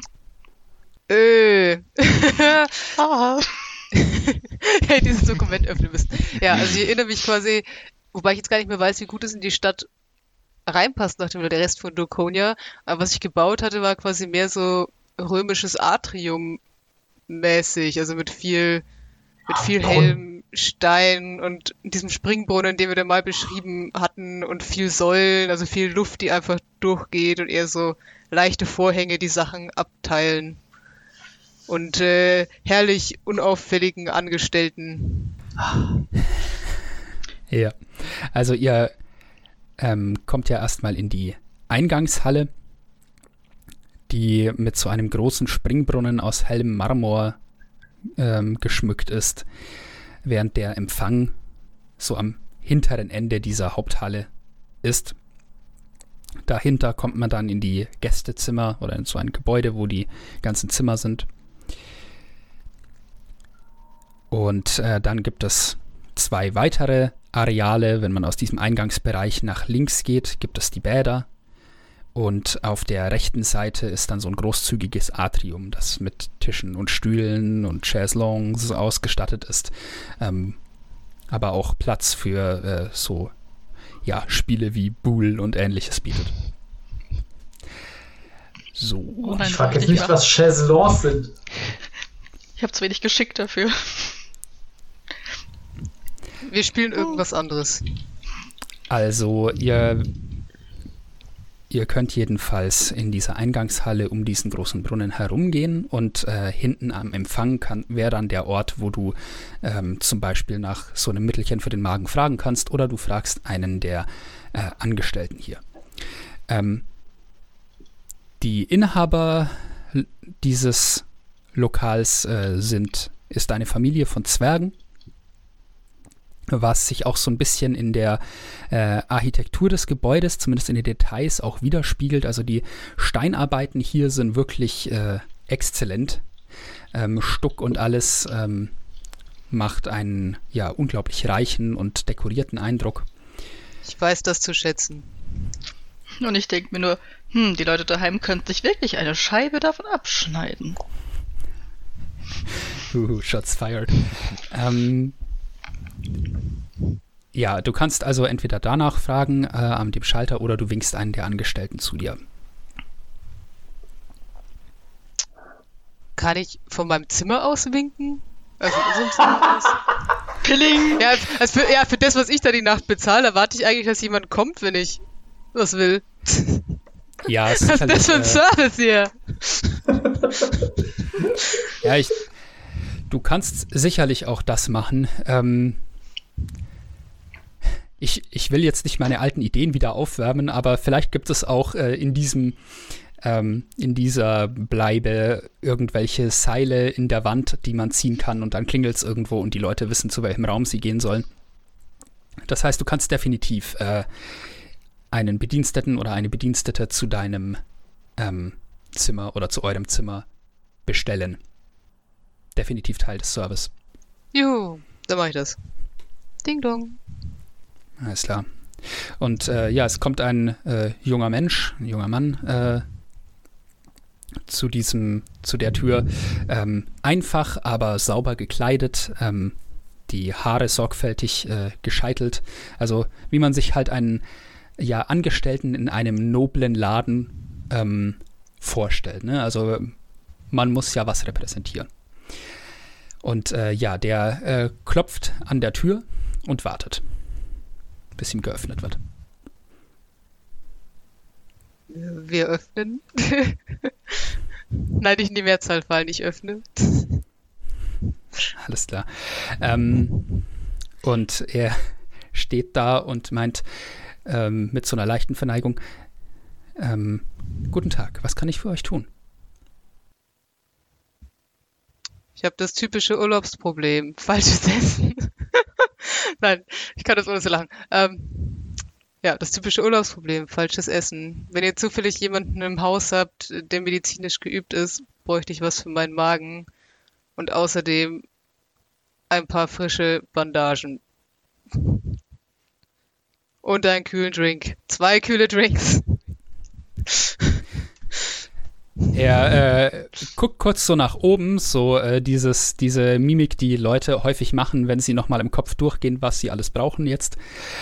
Hey, dieses Dokument öffnen müssen. Ja, also ich erinnere mich quasi, wobei ich jetzt gar nicht mehr weiß, wie gut es in die Stadt reinpasst, nachdem der Rest von Draconia. Aber was ich gebaut hatte, war quasi mehr so römisches Atrium-mäßig, also mit viel hellem Stein und diesem Springbrunnen, den wir da mal beschrieben hatten, und viel Säulen, also viel Luft, die einfach durchgeht und eher so leichte Vorhänge, die Sachen abteilen. Und herrlich unauffälligen Angestellten. Ja, also ihr kommt ja erstmal in die Eingangshalle, die mit so einem großen Springbrunnen aus hellem Marmor geschmückt ist, während der Empfang so am hinteren Ende dieser Haupthalle ist. Dahinter kommt man dann in die Gästezimmer oder in so ein Gebäude, wo die ganzen Zimmer sind. Und dann gibt es 2 weitere Areale. Wenn man aus diesem Eingangsbereich nach links geht, gibt es die Bäder. Und auf der rechten Seite ist dann so ein großzügiges Atrium, das mit Tischen und Stühlen und Chaiselongs ausgestattet ist. Aber auch Platz für Spiele wie Boule und Ähnliches bietet. So. Ich frage jetzt nicht, was Chaiselongs sind. Ich habe zu wenig Geschick dafür. Wir spielen irgendwas anderes. Also, ihr könnt jedenfalls in dieser Eingangshalle um diesen großen Brunnen herumgehen und hinten am Empfang wäre dann der Ort, wo du zum Beispiel nach so einem Mittelchen für den Magen fragen kannst oder du fragst einen der Angestellten hier. Die Inhaber dieses Lokals ist eine Familie von Zwergen, was sich auch so ein bisschen in der Architektur des Gebäudes, zumindest in den Details, auch widerspiegelt. Also die Steinarbeiten hier sind wirklich exzellent. Stuck und alles macht einen unglaublich reichen und dekorierten Eindruck. Ich weiß das zu schätzen. Und ich denke mir nur, die Leute daheim könnten sich wirklich eine Scheibe davon abschneiden. Shots fired. Ja, du kannst also entweder danach fragen an dem Schalter oder du winkst einen der Angestellten zu dir. Kann ich von meinem Zimmer aus winken? Also in unserem Zimmer aus? Pilling! Ja, für das, was ich da die Nacht bezahle, erwarte ich eigentlich, dass jemand kommt, wenn ich was will. Ja, was ist das für ein Service hier? Ja, du kannst sicherlich auch das machen. Ich will jetzt nicht meine alten Ideen wieder aufwärmen, aber vielleicht gibt es auch in dieser Bleibe irgendwelche Seile in der Wand, die man ziehen kann und dann klingelt es irgendwo und die Leute wissen, zu welchem Raum sie gehen sollen. Das heißt, du kannst definitiv einen Bediensteten oder eine Bedienstete zu deinem Zimmer oder zu eurem Zimmer bestellen. Definitiv Teil des Service. Juhu, dann mache ich das. Ding dong. Alles klar. Und es kommt ein junger Mann zu der Tür. Einfach, aber sauber gekleidet. Die Haare sorgfältig gescheitelt. Also wie man sich halt einen Angestellten in einem noblen Laden vorstellt. Ne? Also man muss ja was repräsentieren. Und der klopft an der Tür und wartet, bis ihm geöffnet wird. Wir öffnen. Nein, nicht in die Mehrzahl fallen, ich öffne. Alles klar. Und er steht da und meint mit so einer leichten Verneigung, guten Tag, was kann ich für euch tun? Ich habe das typische Urlaubsproblem. Falsches Essen. Nein, ich kann das ohne zu lachen. Das typische Urlaubsproblem. Falsches Essen. Wenn ihr zufällig jemanden im Haus habt, der medizinisch geübt ist, bräuchte ich was für meinen Magen. Und außerdem ein paar frische Bandagen. Und einen kühlen Drink. 2 kühle Drinks. Er guckt kurz so nach oben, so diese Mimik, die Leute häufig machen, wenn sie nochmal im Kopf durchgehen, was sie alles brauchen jetzt.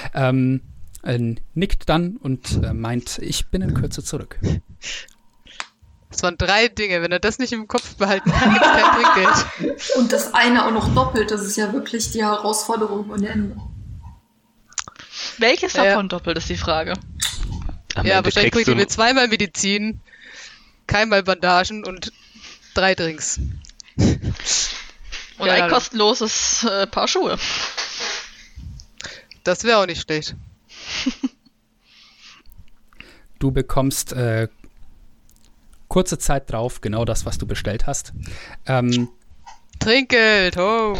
Nickt dann und meint, ich bin in Kürze zurück. Das waren 3 Dinge. Wenn er das nicht im Kopf behalten kann, gibt es kein Trinkgeld. Und das eine auch noch doppelt, das ist ja wirklich die Herausforderung ohne Ende. Welches davon doppelt, ist die Frage. Wahrscheinlich kriegt ihr mir 2-mal Medizin, keinmal Bandagen und 3 Drinks. Und ein kostenloses Paar Schuhe. Das wäre auch nicht schlecht. Du bekommst kurze Zeit drauf genau das, was du bestellt hast. Trinkgeld, oh!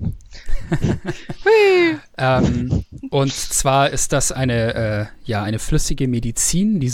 Und zwar ist das eine flüssige Medizin, die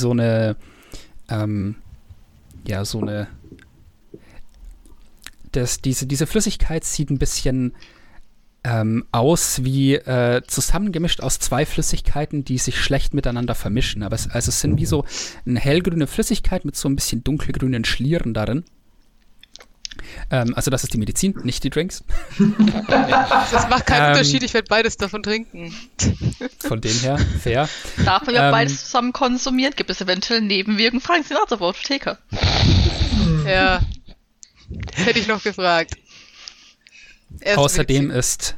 diese Flüssigkeit sieht ein bisschen aus wie zusammengemischt aus 2 Flüssigkeiten, die sich schlecht miteinander vermischen. Aber es sind wie so eine hellgrüne Flüssigkeit mit so ein bisschen dunkelgrünen Schlieren darin. Also das ist die Medizin, nicht die Drinks. Das macht keinen Unterschied, ich werde beides davon trinken. Von dem her, fair. Darf man ja beides zusammen konsumieren? Gibt es eventuell Nebenwirkungen? Fragen Sie den Arzt auf der Apotheke. Ja, hätte ich noch gefragt. Außerdem ist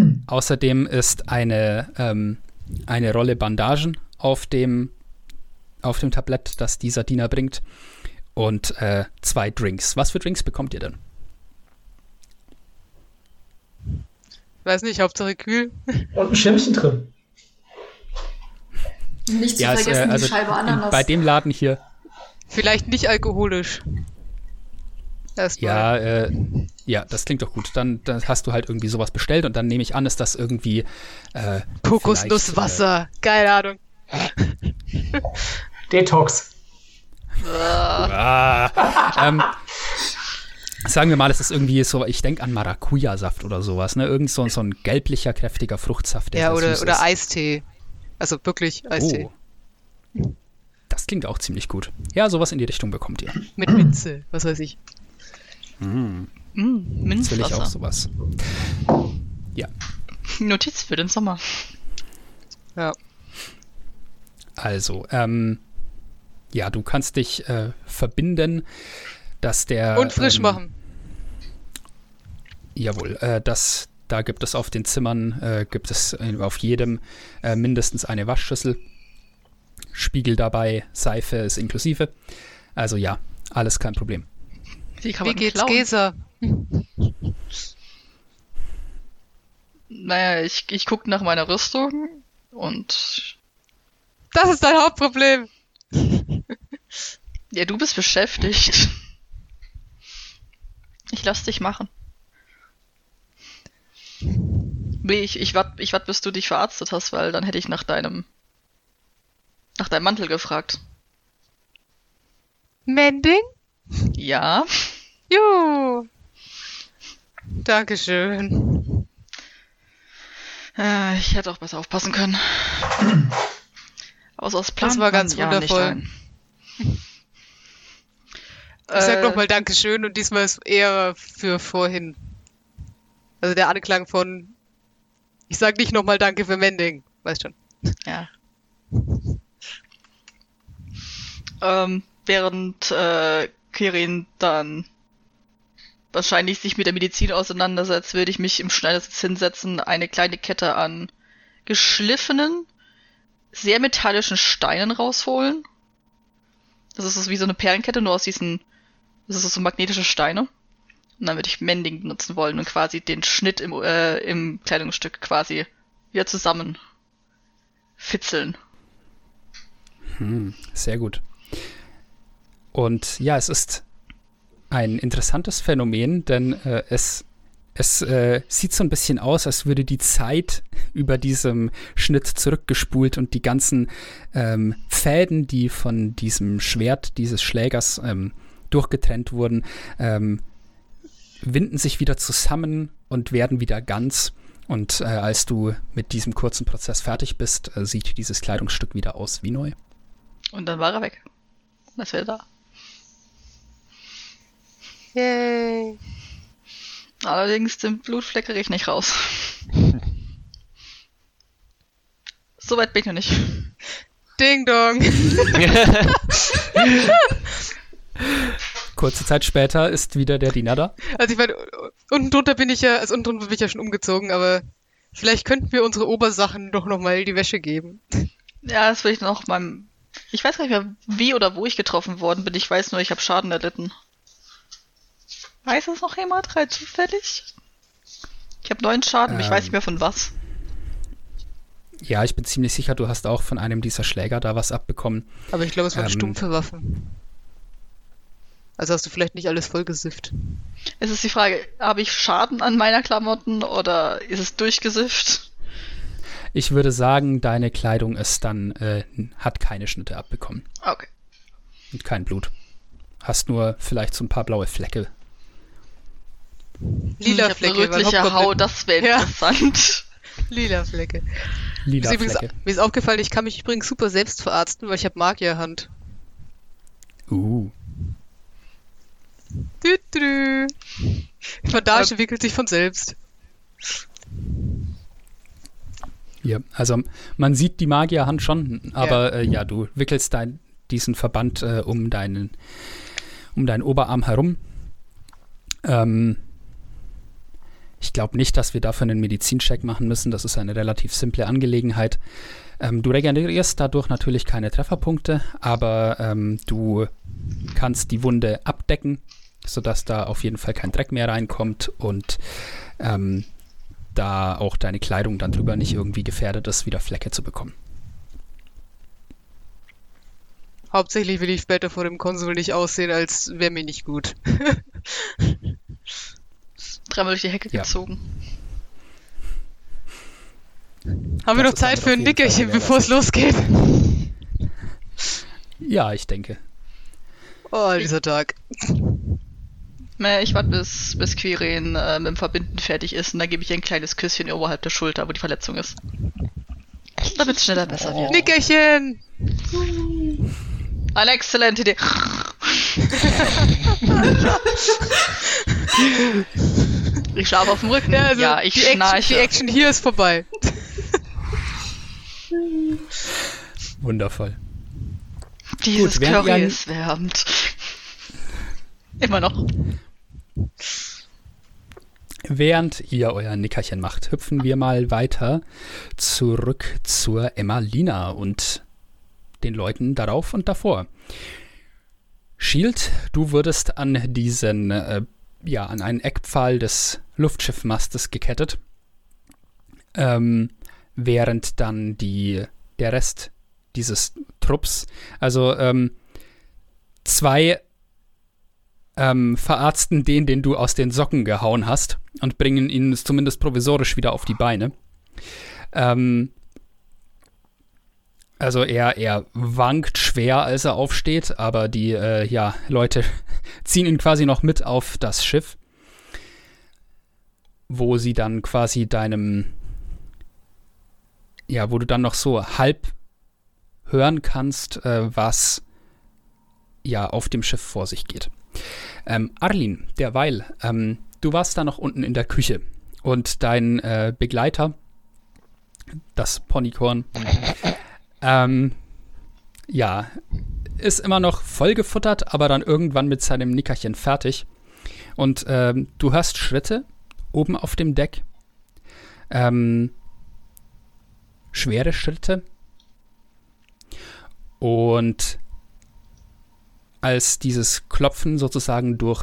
eine Rolle Bandagen auf dem Tablett, das dieser Diener bringt. Und 2 Drinks. Was für Drinks bekommt ihr denn? Weiß nicht, Hauptsache kühl. Und ein Schirmchen drin. Nicht zu vergessen, die Scheibe Ananas. Bei dem Laden hier. Vielleicht nicht alkoholisch. Ja, das klingt doch gut. Dann hast du halt irgendwie sowas bestellt und dann nehme ich an, ist das irgendwie Kokosnusswasser. Keine Ahnung. Detox. Sagen wir mal, es ist irgendwie so, ich denke an Maracuja-Saft oder sowas, ne? Irgend so ein gelblicher, kräftiger Fruchtsaft, der sehr süß oder ist. Eistee. Also wirklich Eistee. Oh. Das klingt auch ziemlich gut. Ja, sowas in die Richtung bekommt ihr. Mit Minze, was weiß ich. Jetzt will ich auch sowas. Ja. Notiz für den Sommer. Ja. Also, du kannst dich verbinden, dass der... Und frisch machen. Jawohl, da gibt es auf den Zimmern, gibt es auf jedem mindestens eine Waschschüssel. Spiegel dabei, Seife ist inklusive. Also ja, alles kein Problem. Wie geht's, Gesa? Naja, ich gucke nach meiner Rüstung und... Das ist dein Hauptproblem! Ja, du bist beschäftigt. Ich lass dich machen. Ich warte, bis du dich verarztet hast, weil dann hätte ich nach deinem Mantel gefragt. Mending? Ja. Juhu. Dankeschön. Ich hätte auch besser aufpassen können. Aber so aus Plan das war ganz ja wundervoll. Ich sag nochmal Dankeschön und diesmal ist eher für vorhin. Also der Anklang von ich sag nicht nochmal Danke für Mending. Weißt schon. Ja. Während Kirin dann wahrscheinlich sich mit der Medizin auseinandersetzt, würde ich mich im Schneidersitz hinsetzen, eine kleine Kette an geschliffenen, sehr metallischen Steinen rausholen. Das ist wie so eine Perlenkette, nur aus diesen, das ist so magnetische Steine. Und dann würde ich Mending benutzen wollen und quasi den Schnitt im Kleidungsstück quasi wieder zusammen fitzeln. Sehr gut. Und ja, es ist ein interessantes Phänomen, denn es sieht so ein bisschen aus, als würde die Zeit über diesem Schnitt zurückgespult und die ganzen Fäden, die von diesem Schwert dieses Schlägers durchgetrennt wurden, winden sich wieder zusammen und werden wieder ganz. Und als du mit diesem kurzen Prozess fertig bist, sieht dieses Kleidungsstück wieder aus wie neu. Und dann war er weg. Und ist wieder da. Yay. Allerdings den Blutfleck kriege ich nicht raus. Soweit bin ich noch nicht. Ding dong. Kurze Zeit später ist wieder der Diener da. Also ich meine, unten drunter bin ich ja schon umgezogen, aber vielleicht könnten wir unsere Obersachen doch nochmal die Wäsche geben. Ja, das will ich noch mal. Ich weiß gar nicht mehr, wie oder wo ich getroffen worden bin. Ich weiß nur, ich habe Schaden erlitten. Weiß es noch jemand rein zufällig? Ich habe 9 Schaden, aber ich weiß nicht mehr von was. Ja, ich bin ziemlich sicher, du hast auch von einem dieser Schläger da was abbekommen. Aber ich glaube, es waren stumpfe Waffen. Also hast du vielleicht nicht alles vollgesifft. Es ist die Frage, habe ich Schaden an meiner Klamotten oder ist es durchgesifft? Ich würde sagen, deine Kleidung ist dann, hat keine Schnitte abbekommen. Okay. Und kein Blut. Hast nur vielleicht so ein paar blaue Flecke. Lila Ich Flecke. habe eine rötliche Haut, das wäre interessant. Lila Flecke. Lila Mir Flecke. ist aufgefallen, ich kann mich übrigens super selbst verarzten, weil ich habe Magierhand. Die Bandage wickelt sich von selbst. Ja, also man sieht die Magierhand schon, aber ja, du wickelst diesen Verband um deinen Oberarm herum. Ich glaube nicht, dass wir dafür einen Medizincheck machen müssen. Das ist eine relativ simple Angelegenheit. Du regenerierst dadurch natürlich keine Trefferpunkte, aber du kannst die Wunde abdecken, sodass da auf jeden Fall kein Dreck mehr reinkommt und da auch deine Kleidung dann drüber nicht irgendwie gefährdet ist, wieder Flecke zu bekommen. Hauptsächlich will ich später vor dem Konsul nicht aussehen, als wäre mir nicht gut. Dreimal durch die Hecke gezogen. Haben wir noch Zeit für ein Nickerchen, bevor es losgeht? Ja, ich denke. Oh, dieser Tag. Ich warte, bis Quirin mit dem Verbinden fertig ist und dann gebe ich ihr ein kleines Küsschen oberhalb der Schulter, wo die Verletzung ist. Damit es schneller besser wird. Nickerchen! Eine exzellente Idee. Ich schlafe auf dem Rücken. Ja, also ja, ich die schnarche. Die Action hier ist vorbei. Wundervoll. Dieses Gut, Curry ist wärmend. Immer noch. Während ihr euer Nickerchen macht, hüpfen wir mal weiter zurück zur Emmalina und den Leuten darauf und davor. Shield, du wurdest an diesen, an einen Eckpfahl des Luftschiffmastes gekettet, während dann der Rest dieses Trupps, also 2 verarzten den du aus den Socken gehauen hast und bringen ihn zumindest provisorisch wieder auf die Beine. Also er wankt schwer, als er aufsteht, aber die Leute ziehen ihn quasi noch mit auf das Schiff, wo sie dann quasi wo du dann noch so halb hören kannst, was auf dem Schiff vor sich geht. Arlin, derweil, du warst da noch unten in der Küche und dein Begleiter, das Ponykorn, ist immer noch vollgefuttert, aber dann irgendwann mit seinem Nickerchen fertig. Und du hörst Schritte oben auf dem Deck. Schwere Schritte. Und als dieses Klopfen sozusagen durch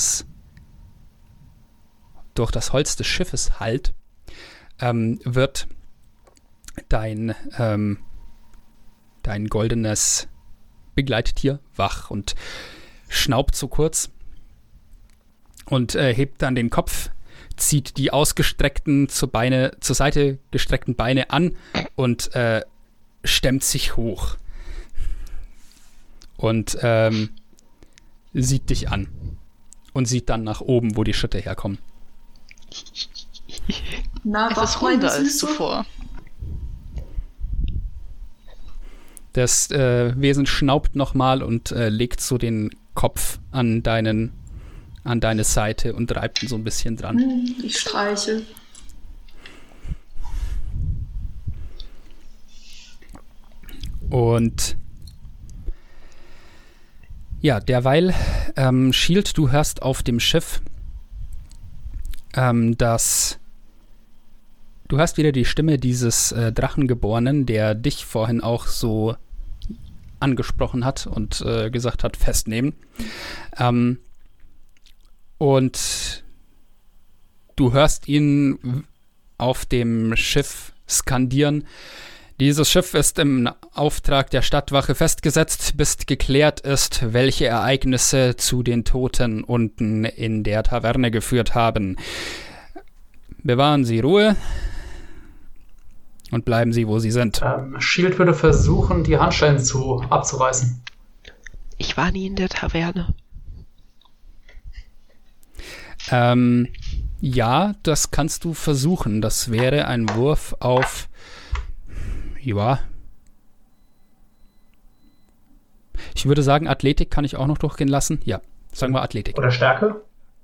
das Holz des Schiffes hallt, wird dein goldenes Begleittier wach und schnaubt so kurz und hebt dann den Kopf, zieht die ausgestreckten zur Seite gestreckten Beine an und stemmt sich hoch und sieht dich an und sieht dann nach oben, wo die Schritte herkommen. Na, Es was ist runder meinst du als so? zuvor. Das Wesen schnaubt nochmal und legt so den Kopf an deine Seite und reibt ihn so ein bisschen dran. Ich streiche. Und ja, derweil, Shield, du hörst auf dem Schiff, dass du hörst wieder die Stimme dieses Drachengeborenen, der dich vorhin auch so angesprochen hat und gesagt hat, festnehmen. Und du hörst ihn auf dem Schiff skandieren: Dieses Schiff ist im Auftrag der Stadtwache festgesetzt, bis geklärt ist, welche Ereignisse zu den Toten unten in der Taverne geführt haben. Bewahren Sie Ruhe und bleiben Sie, wo Sie sind. Shield würde versuchen, die Handschellen abzureißen. Ich war nie in der Taverne. Ja, das kannst du versuchen. Das wäre ein Wurf auf... Ja. Ich würde sagen, Athletik kann ich auch noch durchgehen lassen. Ja, sagen wir Athletik. Oder Stärke?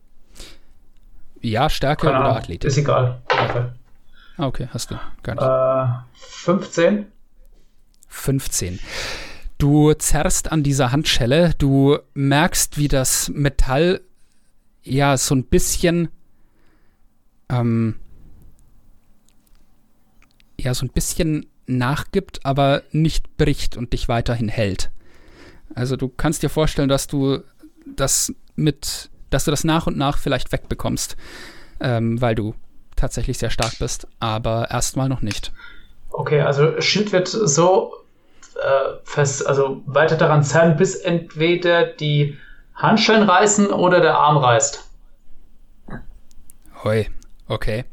Ja, Stärke Keine oder Ahnung. Athletik. Ist egal. Okay. Okay, hast du. Gar nicht. 15. 15. Du zerrst an dieser Handschelle. Du merkst, wie das Metall ja so ein bisschen nachgibt, aber nicht bricht und dich weiterhin hält. Also du kannst dir vorstellen, dass du das nach und nach vielleicht wegbekommst, weil du tatsächlich sehr stark bist, aber erstmal noch nicht. Okay, also Shield wird so weiter daran zerren, bis entweder die Handschellen reißen oder der Arm reißt. Hoi, okay.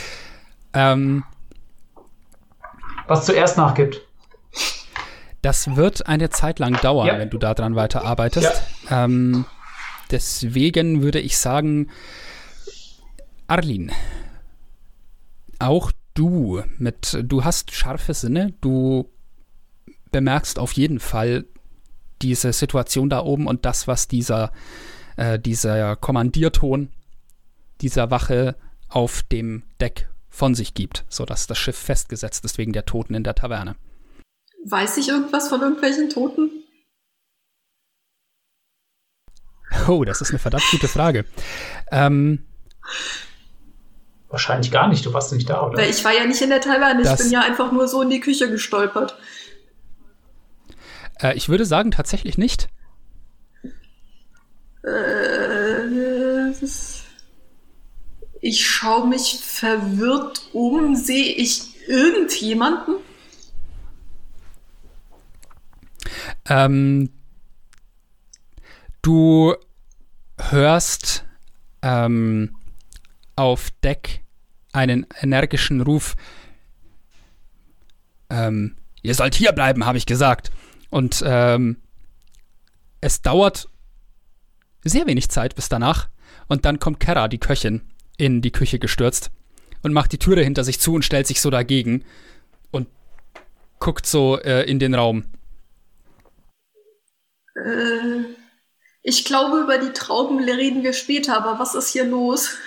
Was zuerst nachgibt. Das wird eine Zeit lang dauern, Ja. wenn du daran weiterarbeitest. Ja. Deswegen würde ich sagen, Arlin, auch du hast scharfe Sinne, du bemerkst auf jeden Fall diese Situation da oben und das, was dieser Kommandierton dieser Wache auf dem Deck von sich gibt, sodass das Schiff festgesetzt ist wegen der Toten in der Taverne. Weiß ich irgendwas von irgendwelchen Toten? Oh, das ist eine verdammt gute Frage. Wahrscheinlich gar nicht, du warst nicht da, oder? Weil ich war ja nicht in der Taverne, ich Das- bin ja einfach nur so in die Küche gestolpert. Ich würde sagen, tatsächlich nicht. Ich schaue mich verwirrt um. Sehe ich irgendjemanden? Du hörst auf Deck einen energischen Ruf. Ihr sollt hier bleiben, habe ich gesagt. Und es dauert sehr wenig Zeit bis danach. Und dann kommt Kara, die Köchin, in die Küche gestürzt und macht die Türe hinter sich zu und stellt sich so dagegen und guckt so in den Raum. Ich glaube, über die Trauben reden wir später, aber was ist hier los?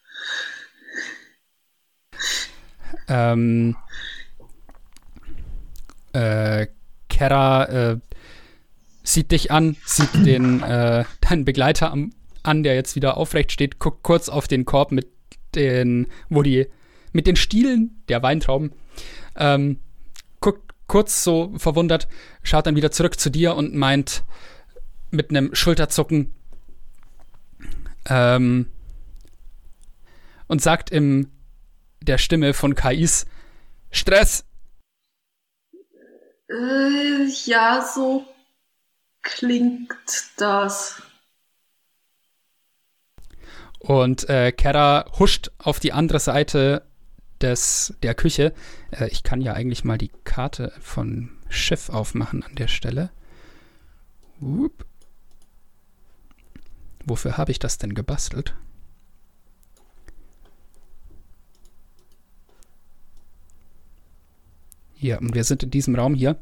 Kera sieht dich an, sieht deinen Begleiter an, der jetzt wieder aufrecht steht, guckt kurz auf den Korb mit den Stielen der Weintrauben, guckt kurz so verwundert, schaut dann wieder zurück zu dir und meint mit einem Schulterzucken und sagt in der Stimme von Kais: Stress! Ja, so klingt das. Und Kera huscht auf die andere Seite der Küche. Ich kann ja eigentlich mal die Karte von Schiff aufmachen an der Stelle. Wofür habe ich das denn gebastelt? Hier, und wir sind in diesem Raum hier.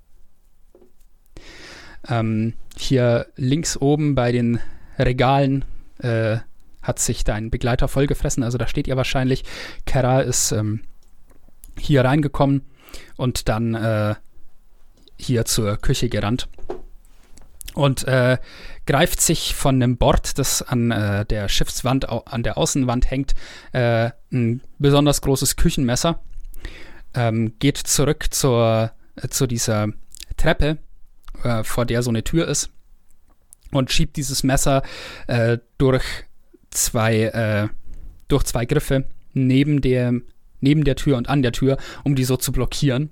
Hier links oben bei den Regalen hat sich dein Begleiter vollgefressen. Also da steht ihr wahrscheinlich. Kera ist hier reingekommen und dann hier zur Küche gerannt. Und greift sich von einem Bord, das an der Schiffswand, an der Außenwand hängt, ein besonders großes Küchenmesser. Geht zurück zu dieser Treppe, vor der so eine Tür ist, und schiebt dieses Messer durch zwei Griffe neben der Tür und an der Tür, um die so zu blockieren.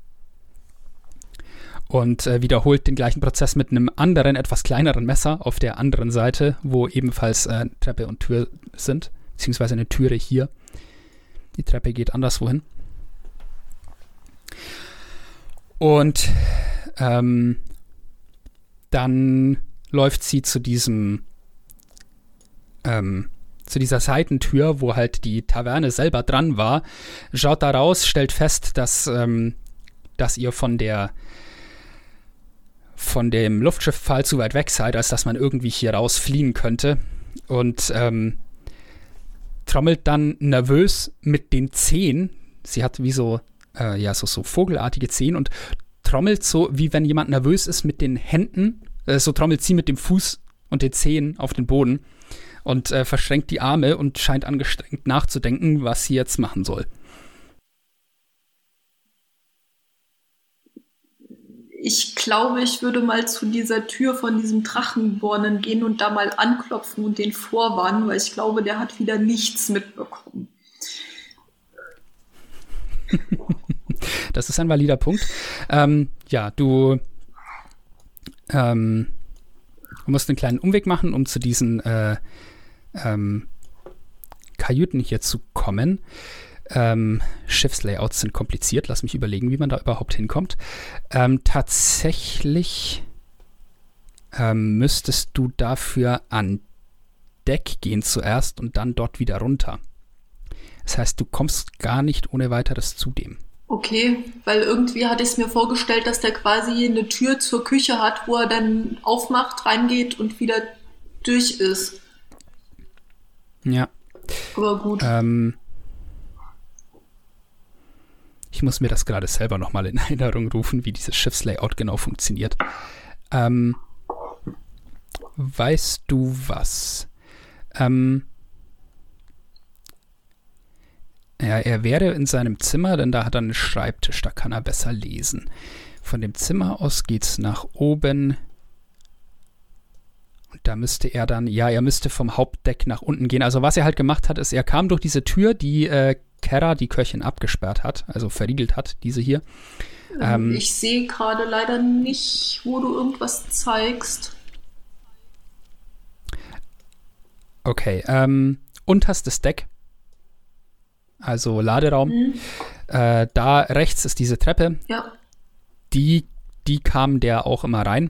Und wiederholt den gleichen Prozess mit einem anderen, etwas kleineren Messer auf der anderen Seite, wo ebenfalls Treppe und Tür sind, beziehungsweise eine Türe hier. Die Treppe geht anderswo hin. Und dann läuft sie zu dieser Seitentür, wo halt die Taverne selber dran war, schaut da raus, stellt fest, dass ihr von dem Luftschifffall zu weit weg seid, als dass man irgendwie hier raus fliehen könnte. Und trommelt dann nervös mit den Zehen. Sie hat wie so vogelartige Zehen und trommelt so, wie wenn jemand nervös ist mit den Händen. So trommelt sie mit dem Fuß und den Zehen auf den Boden und verschränkt die Arme und scheint angestrengt nachzudenken, was sie jetzt machen soll. Ich glaube, ich würde mal zu dieser Tür von diesem Drachenbornen gehen und da mal anklopfen und den vorwarnen, weil ich glaube, der hat wieder nichts mitbekommen. Das ist ein valider Punkt. Du musst einen kleinen Umweg machen, um zu diesen Kajüten hier zu kommen. Schiffslayouts sind kompliziert. Lass mich überlegen, wie man da überhaupt hinkommt. Tatsächlich müsstest du dafür an Deck gehen zuerst und dann dort wieder runter. Das heißt, du kommst gar nicht ohne weiteres zu dem. Okay, weil irgendwie hatte ich es mir vorgestellt, dass der quasi eine Tür zur Küche hat, wo er dann aufmacht, reingeht und wieder durch ist. Ja. Aber gut. Ich muss mir das gerade selber nochmal in Erinnerung rufen, wie dieses Schiffslayout genau funktioniert. Weißt du was? Er wäre in seinem Zimmer, denn da hat er einen Schreibtisch, da kann er besser lesen. Von dem Zimmer aus geht's nach oben. Und da müsste er dann, er müsste vom Hauptdeck nach unten gehen. Also was er halt gemacht hat, ist, er kam durch diese Tür, die Kera, die Köchin, abgesperrt hat, also verriegelt hat, diese hier. Ich sehe gerade leider nicht, wo du irgendwas zeigst. Okay, unterstes Deck. Also Laderaum. Da rechts ist diese Treppe. Ja. Die kam der auch immer rein.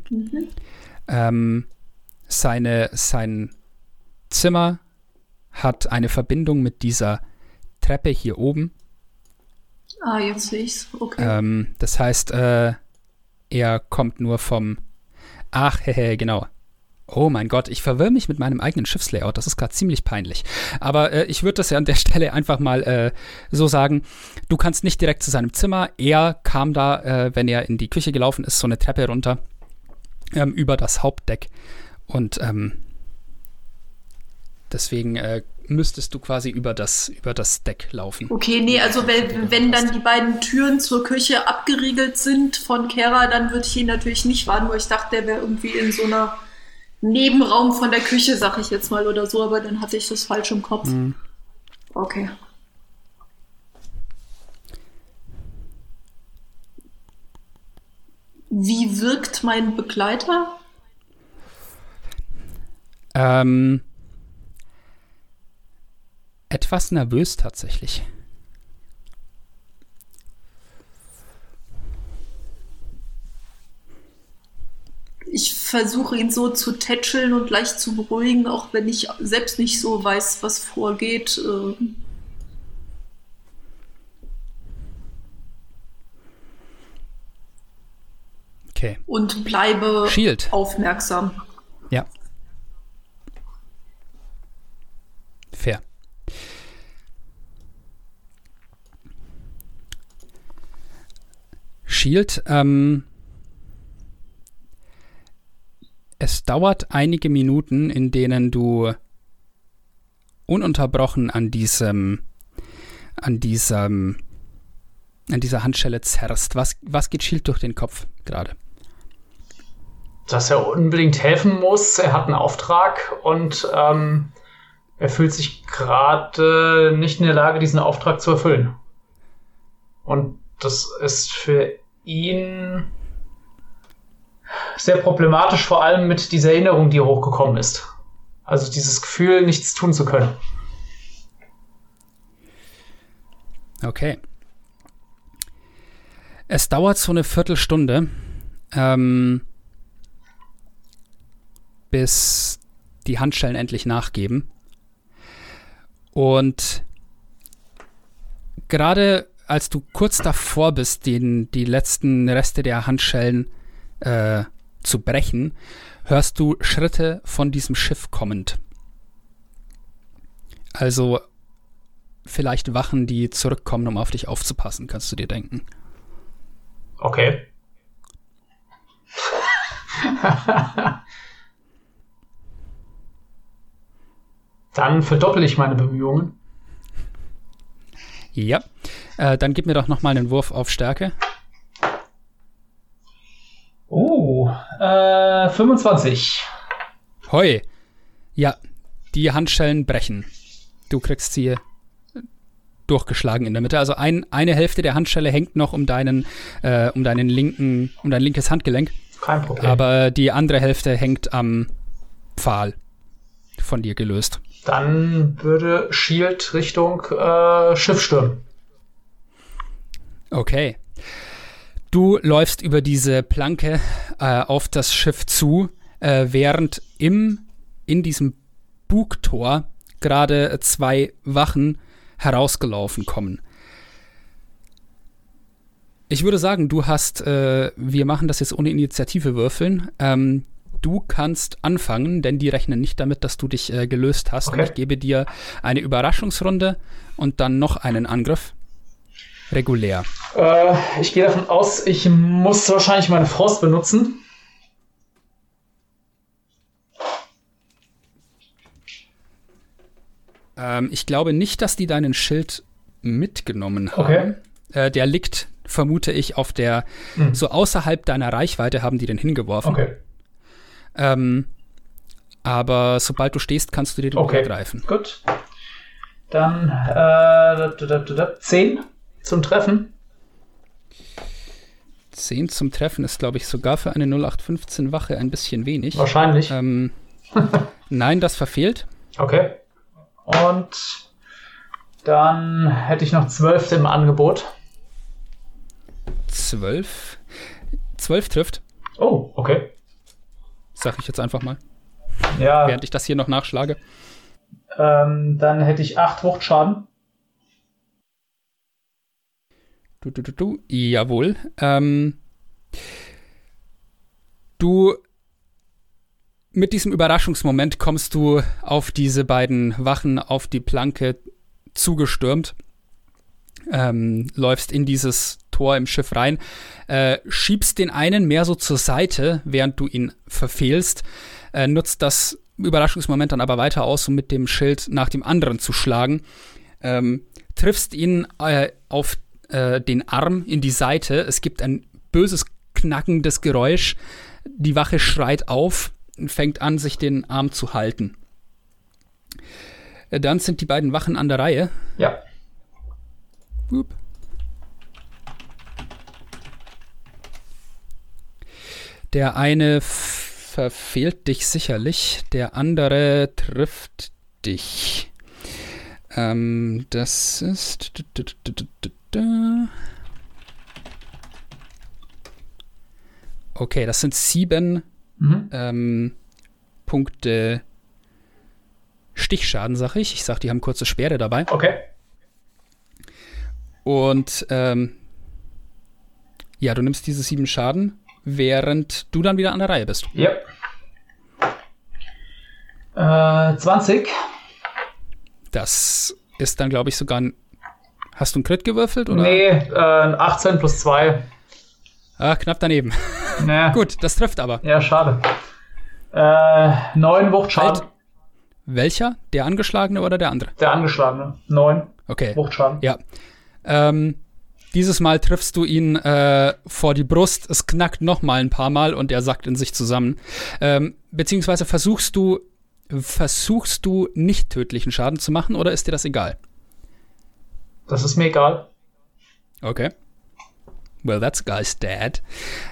Sein Zimmer hat eine Verbindung mit dieser Treppe hier oben. Ah, jetzt sehe ich's. Okay. Das heißt, er kommt nur vom... genau. Oh mein Gott, ich verwirre mich mit meinem eigenen Schiffslayout. Das ist gerade ziemlich peinlich. Aber ich würde das ja an der Stelle einfach mal so sagen. Du kannst nicht direkt zu seinem Zimmer. Er kam da, wenn er in die Küche gelaufen ist, so eine Treppe runter über das Hauptdeck. Und deswegen müsstest du quasi über das Deck laufen. Okay, nee, also wenn dann die beiden Türen zur Küche abgeriegelt sind von Kara, dann würde ich ihn natürlich nicht warten, weil ich dachte, der wäre irgendwie in so einer Nebenraum von der Küche, sag ich jetzt mal oder so, aber dann hatte ich das falsch im Kopf. Mhm. Okay. Wie wirkt mein Begleiter? Etwas nervös tatsächlich. Ich versuche ihn so zu tätscheln und leicht zu beruhigen, auch wenn ich selbst nicht so weiß, was vorgeht. Okay. Und bleibe Shield. Aufmerksam. Ja. Fair. Shield, es dauert einige Minuten, in denen du ununterbrochen an dieser Handschelle zerrst. Was geht Shield durch den Kopf gerade? Dass er unbedingt helfen muss. Er hat einen Auftrag und er fühlt sich gerade nicht in der Lage, diesen Auftrag zu erfüllen. Und das ist für ihn sehr problematisch, vor allem mit dieser Erinnerung, die hochgekommen ist. Also dieses Gefühl, nichts tun zu können. Okay. Es dauert so eine Viertelstunde, bis die Handschellen endlich nachgeben. Und gerade als du kurz davor bist, die letzten Reste der Handschellen zu brechen, hörst du Schritte von diesem Schiff kommend. Also vielleicht Wachen, die zurückkommen, um auf dich aufzupassen, kannst du dir denken. Okay. Dann verdoppel ich meine Bemühungen. Ja, dann gib mir doch noch mal einen Wurf auf Stärke. 25. Hoi. Ja, die Handschellen brechen. Du kriegst sie durchgeschlagen in der Mitte. Also eine Hälfte der Handschelle hängt noch um dein linkes Handgelenk. Kein Problem. Aber die andere Hälfte hängt am Pfahl von dir gelöst. Dann würde Shield Richtung Schiff stürmen. Okay. Du läufst über diese Planke auf das Schiff zu, während in diesem Bugtor gerade 2 Wachen herausgelaufen kommen. Ich würde sagen, du hast, wir machen das jetzt ohne Initiative würfeln. Du kannst anfangen, denn die rechnen nicht damit, dass du dich gelöst hast. Okay. Und ich gebe dir eine Überraschungsrunde und dann noch einen Angriff. Regulär. Ich gehe davon aus, ich muss wahrscheinlich meine Faust benutzen. Ich glaube nicht, dass die deinen Schild mitgenommen haben. Okay. Der liegt, vermute ich, auf der, so außerhalb deiner Reichweite haben die den hingeworfen. Okay. Aber sobald du stehst, kannst du dir den greifen. Gut. Dann 10 zum Treffen. 10 zum Treffen ist, glaube ich, sogar für eine 0815 Wache ein bisschen wenig. Wahrscheinlich. Nein, das verfehlt. Okay. Und dann hätte ich noch 12 im Angebot. 12? 12 trifft. Oh, okay. Sag ich jetzt einfach mal. Ja. Während ich das hier noch nachschlage. Dann hätte ich 8 Wuchtschaden. Jawohl. Du mit diesem Überraschungsmoment kommst du auf diese beiden Wachen auf die Planke zugestürmt, läufst in dieses Tor im Schiff rein, schiebst den einen mehr so zur Seite, während du ihn verfehlst, nutzt das Überraschungsmoment dann aber weiter aus, um mit dem Schild nach dem anderen zu schlagen, triffst ihn auf den Arm in die Seite, es gibt ein böses, knackendes Geräusch, die Wache schreit auf und fängt an, sich den Arm zu halten. Dann sind die beiden Wachen an der Reihe. Ja. Boop. Der eine verfehlt dich sicherlich, der andere trifft dich. Das ist... Okay, das sind 7 Punkte Stichschaden, sag ich. Ich sag, die haben kurze Speere dabei. Okay. Und ja, du nimmst diese 7 Schaden, während du dann wieder an der Reihe bist. Ja. 20. Das ist dann, glaube ich, sogar ein... Hast du einen Crit gewürfelt? Oder? Nee, 18 plus 2. Ah, knapp daneben. Nee. Gut, das trifft aber. Ja, schade. 9 Wuchtschaden. Halt. Welcher? Der Angeschlagene oder der andere? Der Angeschlagene. 9 Okay. Wuchtschaden. Ja. Dieses Mal triffst du ihn vor die Brust. Es knackt noch mal ein paar Mal und er sackt in sich zusammen. Beziehungsweise versuchst du nicht tödlichen Schaden zu machen oder ist dir das egal? Das ist mir egal. Okay. Well, that's guy's dad.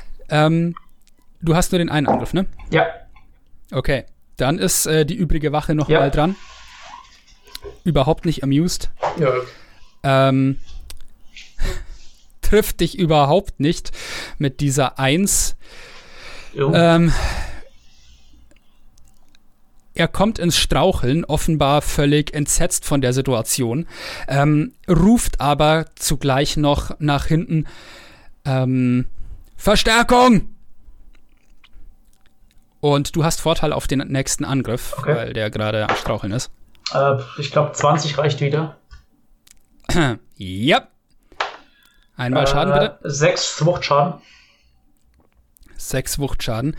Du hast nur den einen Angriff, ne? Ja. Okay. Dann ist die übrige Wache noch mal dran. Überhaupt nicht amused. Ja. Trifft dich überhaupt nicht mit dieser 1. Er kommt ins Straucheln, offenbar völlig entsetzt von der Situation, ruft aber zugleich noch nach hinten, Verstärkung! Und du hast Vorteil auf den nächsten Angriff, weil der gerade am Straucheln ist. Ich glaube, 20 reicht wieder. Ja. Einmal Schaden, bitte. 6 Wuchtschaden. 6 Wuchtschaden.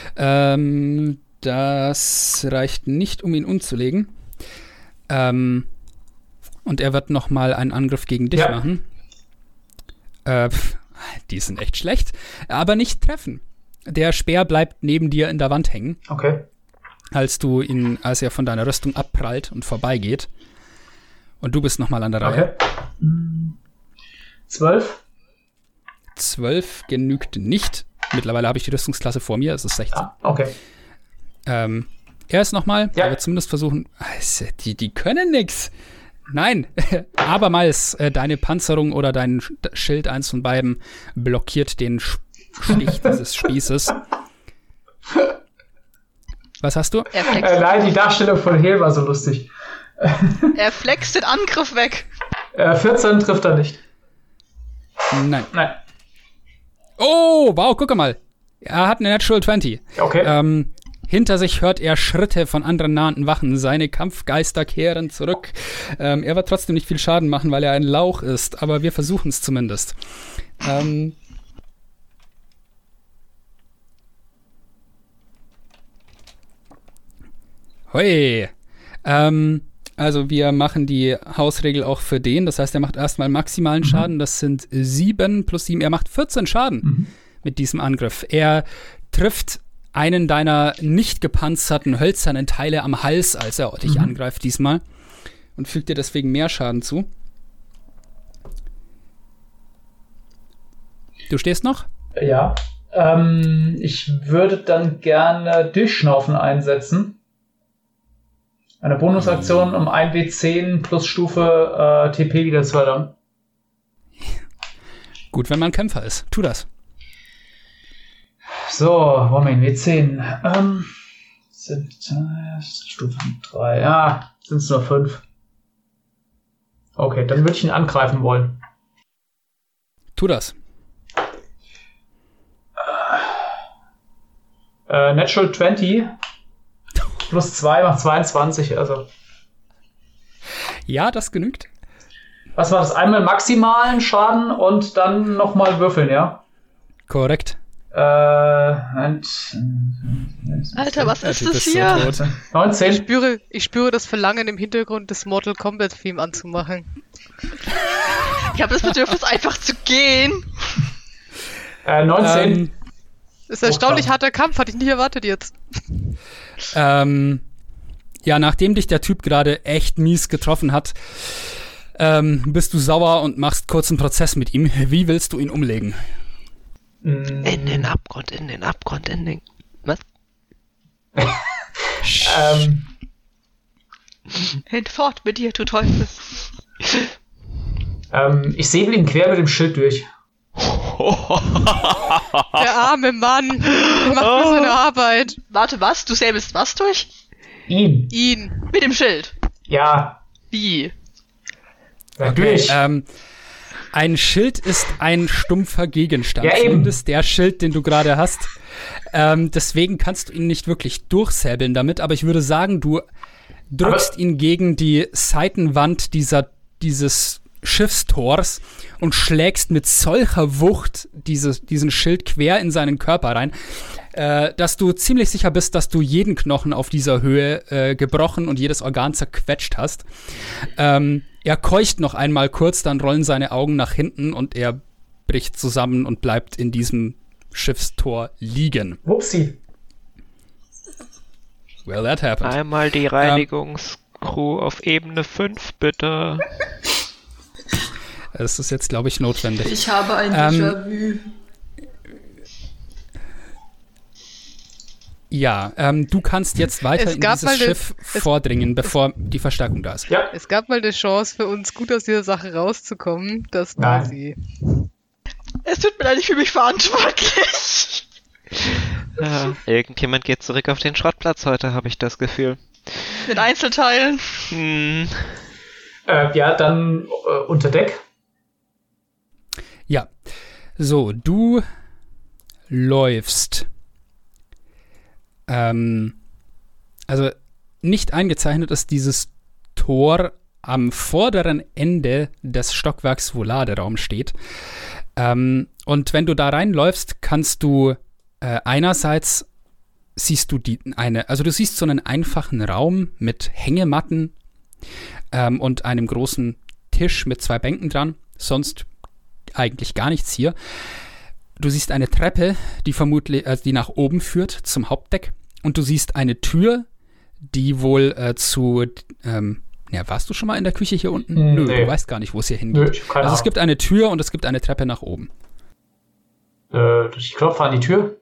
Das reicht nicht, um ihn umzulegen. Und er wird noch mal einen Angriff gegen dich machen. Die sind echt schlecht, aber nicht treffen. Der Speer bleibt neben dir in der Wand hängen. Okay. Als er von deiner Rüstung abprallt und vorbeigeht. Und du bist noch mal an der Reihe. Okay. 12. 12 genügt nicht. Mittlerweile habe ich die Rüstungsklasse vor mir, es ist 16. Okay. Er ist nochmal, Ja. er wird zumindest versuchen, die können nix. Nein, abermals deine Panzerung oder dein Schild, eins von beiden, blockiert den Stich dieses Spießes. Was hast du? Nein, die Darstellung von Hel war so lustig. Er flext den Angriff weg. 14 trifft er nicht. Nein. Nein. Oh, wow, guck mal. Er hat eine Natural 20. Okay. Hinter sich hört er Schritte von anderen nahenden Wachen. Seine Kampfgeister kehren zurück. Er wird trotzdem nicht viel Schaden machen, weil er ein Lauch ist. Aber wir versuchen es zumindest. Hoi. Also wir machen die Hausregel auch für den. Das heißt, er macht erstmal maximalen Schaden. Das sind 7 plus 7. Er macht 14 Schaden mit diesem Angriff. Er trifft einen deiner nicht gepanzerten hölzernen Teile am Hals, als er dich angreift diesmal. Und fügt dir deswegen mehr Schaden zu. Du stehst noch? Ja. Ich würde dann gerne Durchschnaufen einsetzen. Eine Bonusaktion, um 1W10 plus Stufe TP wieder zu erlangen. Gut, wenn man Kämpfer ist. Tu das. So, wollen wir in W10? Sind Stufe 3. Ja, sind es nur 5. Okay, dann würde ich ihn angreifen wollen. Tu das. Natural 20 plus 2 macht 22, also. Ja, das genügt. Was war das? Einmal maximalen Schaden und dann nochmal würfeln, ja? Korrekt. Alter, was ist Du das bist hier? so tot. 19. Ich spüre das Verlangen im Hintergrund, das Mortal Kombat Theme anzumachen. Ich habe das Bedürfnis, einfach zu gehen. 19. Das ist ein erstaunlich harter Kampf, hatte ich nicht erwartet jetzt. Ja, nachdem dich der Typ gerade echt mies getroffen hat, bist du sauer und machst kurzen Prozess mit ihm. Wie willst du ihn umlegen? In den Abgrund, Was? Hinfort mit dir, du Teufel. Ich säbel ihn quer mit dem Schild durch. Der arme Mann, der macht nur seine Arbeit. Warte, was? Du säbelst was durch? Ihn. Mit dem Schild. Ja. Wie? Durch. Ein Schild ist ein stumpfer Gegenstand. Ja, eben. Zumindest der Schild, den du gerade hast. Deswegen kannst du ihn nicht wirklich durchsäbeln damit, aber ich würde sagen, du drückst ihn gegen die Seitenwand dieses Schiffstors und schlägst mit solcher Wucht diesen Schild quer in seinen Körper rein, dass du ziemlich sicher bist, dass du jeden Knochen auf dieser Höhe gebrochen und jedes Organ zerquetscht hast. Er keucht noch einmal kurz, dann rollen seine Augen nach hinten und er bricht zusammen und bleibt in diesem Schiffstor liegen. Upsi. Well, that happened. Einmal die Reinigungscrew auf Ebene 5, bitte. Das ist jetzt, glaube ich, notwendig. Ich habe ein Déjà-vu. Ja, du kannst jetzt weiter in dieses Schiff vordringen, bevor die Verstärkung da ist. Ja. Es gab mal eine Chance für uns, gut aus dieser Sache rauszukommen. Das war sie. Es tut mir leid, ich fühle mich verantwortlich. Ja, irgendjemand geht zurück auf den Schrottplatz heute, habe ich das Gefühl. Mit Einzelteilen. Ja, dann unter Deck. Ja, so, du läufst. Also nicht eingezeichnet ist dieses Tor am vorderen Ende des Stockwerks, wo Laderaum steht. Und wenn du da reinläufst, kannst du einerseits siehst du du siehst so einen einfachen Raum mit Hängematten und einem großen Tisch mit 2 Bänken dran. Sonst eigentlich gar nichts hier. Du siehst eine Treppe, die nach oben führt zum Hauptdeck. Und du siehst eine Tür, die wohl warst du schon mal in der Küche hier unten? Nö, du weißt gar nicht, wo es hier hingeht. Nö, Also es gibt eine Tür und es gibt eine Treppe nach oben. Ich klopfe an die Tür.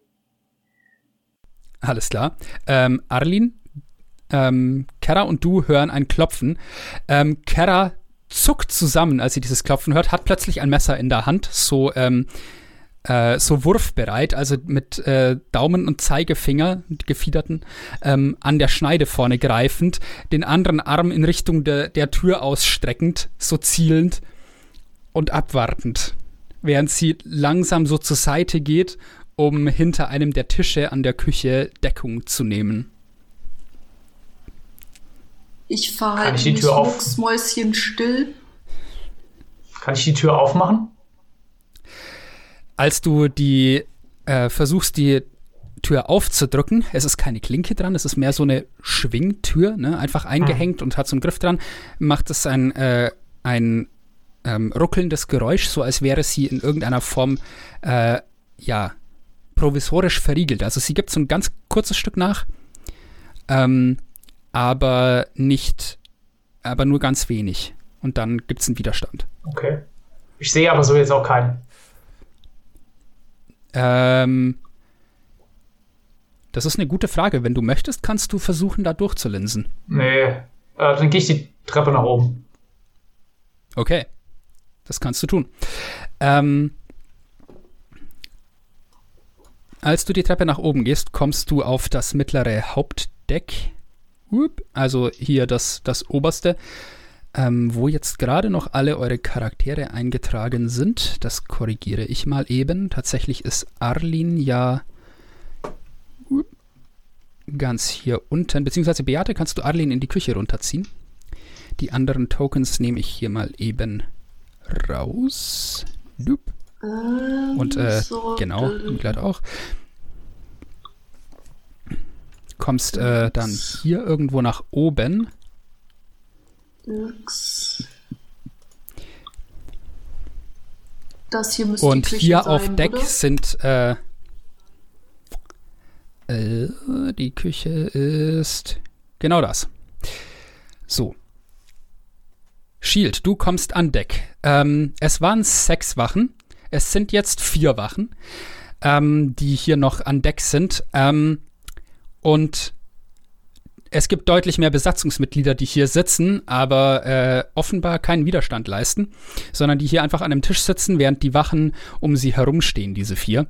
Alles klar. Arlin, Kera und du hören ein Klopfen. Kera zuckt zusammen, als sie dieses Klopfen hört, hat plötzlich ein Messer in der Hand, so wurfbereit, also mit Daumen und Zeigefinger, die gefiederten, an der Schneide vorne greifend, den anderen Arm in Richtung der Tür ausstreckend, so zielend und abwartend, während sie langsam so zur Seite geht, um hinter einem der Tische an der Küche Deckung zu nehmen. Ich verhalte mich mucksmäuschenstill. Kann ich die Tür aufmachen? Als du versuchst, die Tür aufzudrücken, es ist keine Klinke dran, es ist mehr so eine Schwingtür, ne? Einfach eingehängt und hat so einen Griff dran, macht es ein ruckelndes Geräusch, so als wäre sie in irgendeiner Form, provisorisch verriegelt. Also sie gibt so ein ganz kurzes Stück nach, aber nur ganz wenig. Und dann gibt es einen Widerstand. Okay. Ich sehe aber so jetzt auch keinen. Das ist eine gute Frage. Wenn du möchtest, kannst du versuchen, da durchzulinsen. Nee, dann gehe ich die Treppe nach oben. Okay, das kannst du tun. Als du die Treppe nach oben gehst, kommst du auf das mittlere Hauptdeck. Also hier das oberste, wo jetzt gerade noch alle eure Charaktere eingetragen sind. Das korrigiere ich mal eben. Tatsächlich ist Arlin ja ganz hier unten, beziehungsweise Beate, kannst du Arlene in die Küche runterziehen? Die anderen Tokens nehme ich hier mal eben raus. Dup. Und so, genau, Glad auch. Kommst dann hier irgendwo nach oben. Das hier müsste Und die Küche hier sein, auf Deck oder? sind die Küche ist genau das. So. Shield, du kommst an Deck. Es waren 6 Wachen. Es sind jetzt 4 Wachen, die hier noch an Deck sind. Und es gibt deutlich mehr Besatzungsmitglieder, die hier sitzen, aber offenbar keinen Widerstand leisten, sondern die hier einfach an einem Tisch sitzen, während die Wachen um sie herumstehen, diese 4.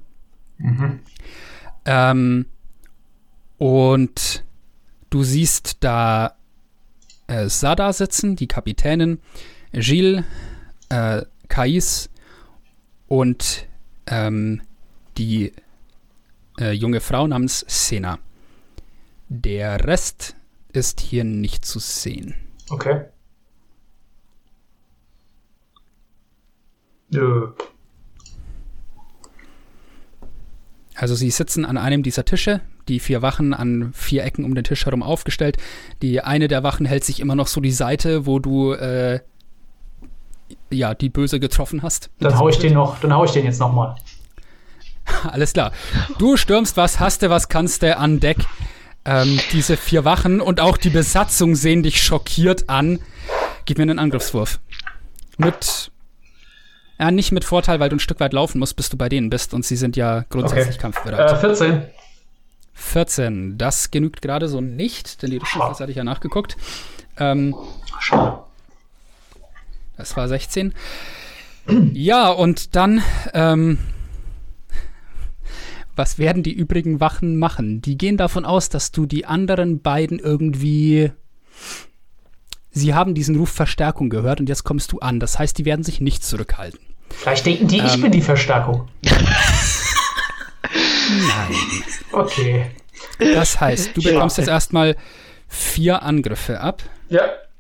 Und du siehst da Sada sitzen, die Kapitänin, Gilles, Kais und die junge Frau namens Sena. Der Rest ist hier nicht zu sehen. Okay. Also sie sitzen an einem dieser Tische, die 4 Wachen an 4 Ecken um den Tisch herum aufgestellt. Die eine der Wachen hält sich immer noch so die Seite, wo du die Böse getroffen hast. Dann hau ich den jetzt nochmal. Alles klar. Du stürmst was kannst du an Deck. Diese 4 Wachen und auch die Besatzung sehen dich schockiert an. Gib mir einen Angriffswurf. Nicht mit Vorteil, weil du ein Stück weit laufen musst, bis du bei denen bist. Und sie sind ja grundsätzlich kampfbereit. 14. 14. Das genügt gerade so nicht, denn die Rüstungsklasse hatte ich ja nachgeguckt. Schade. Das war 16. Ja, und dann was werden die übrigen Wachen machen? Die gehen davon aus, dass du die anderen beiden irgendwie... Sie haben diesen Ruf Verstärkung gehört und jetzt kommst du an. Das heißt, die werden sich nicht zurückhalten. Vielleicht denken die, ich bin die Verstärkung. Nein. Okay. Das heißt, du bekommst jetzt erstmal 4 Angriffe ab. Ja.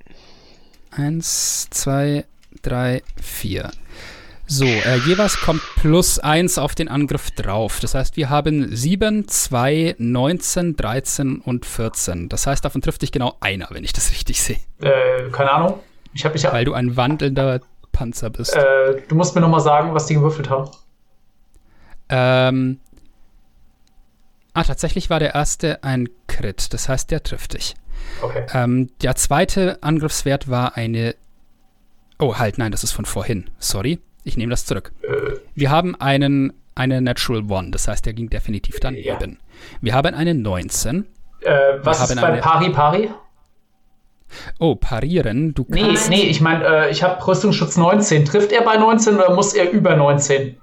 1, 2, 3, 4. So, jeweils kommt +1 auf den Angriff drauf. Das heißt, wir haben 7, 2, 19, 13 und 14. Das heißt, davon trifft dich genau einer, wenn ich das richtig sehe. Keine Ahnung. Weil du ein wandelnder Panzer bist. Du musst mir nochmal sagen, was die gewürfelt haben. Tatsächlich war der erste ein Crit. Das heißt, der trifft dich. Okay. Der zweite Angriffswert war eine... Oh, halt, nein, das ist von vorhin. Sorry. Ich nehme das zurück. Wir haben eine Natural One, das heißt, der ging definitiv daneben. Ja. Wir haben eine 19. Was ist bei Pari? Oh, parieren. Du kannst... Nee, ich meine, ich habe Rüstungsschutz 19. Trifft er bei 19 oder muss er über 19?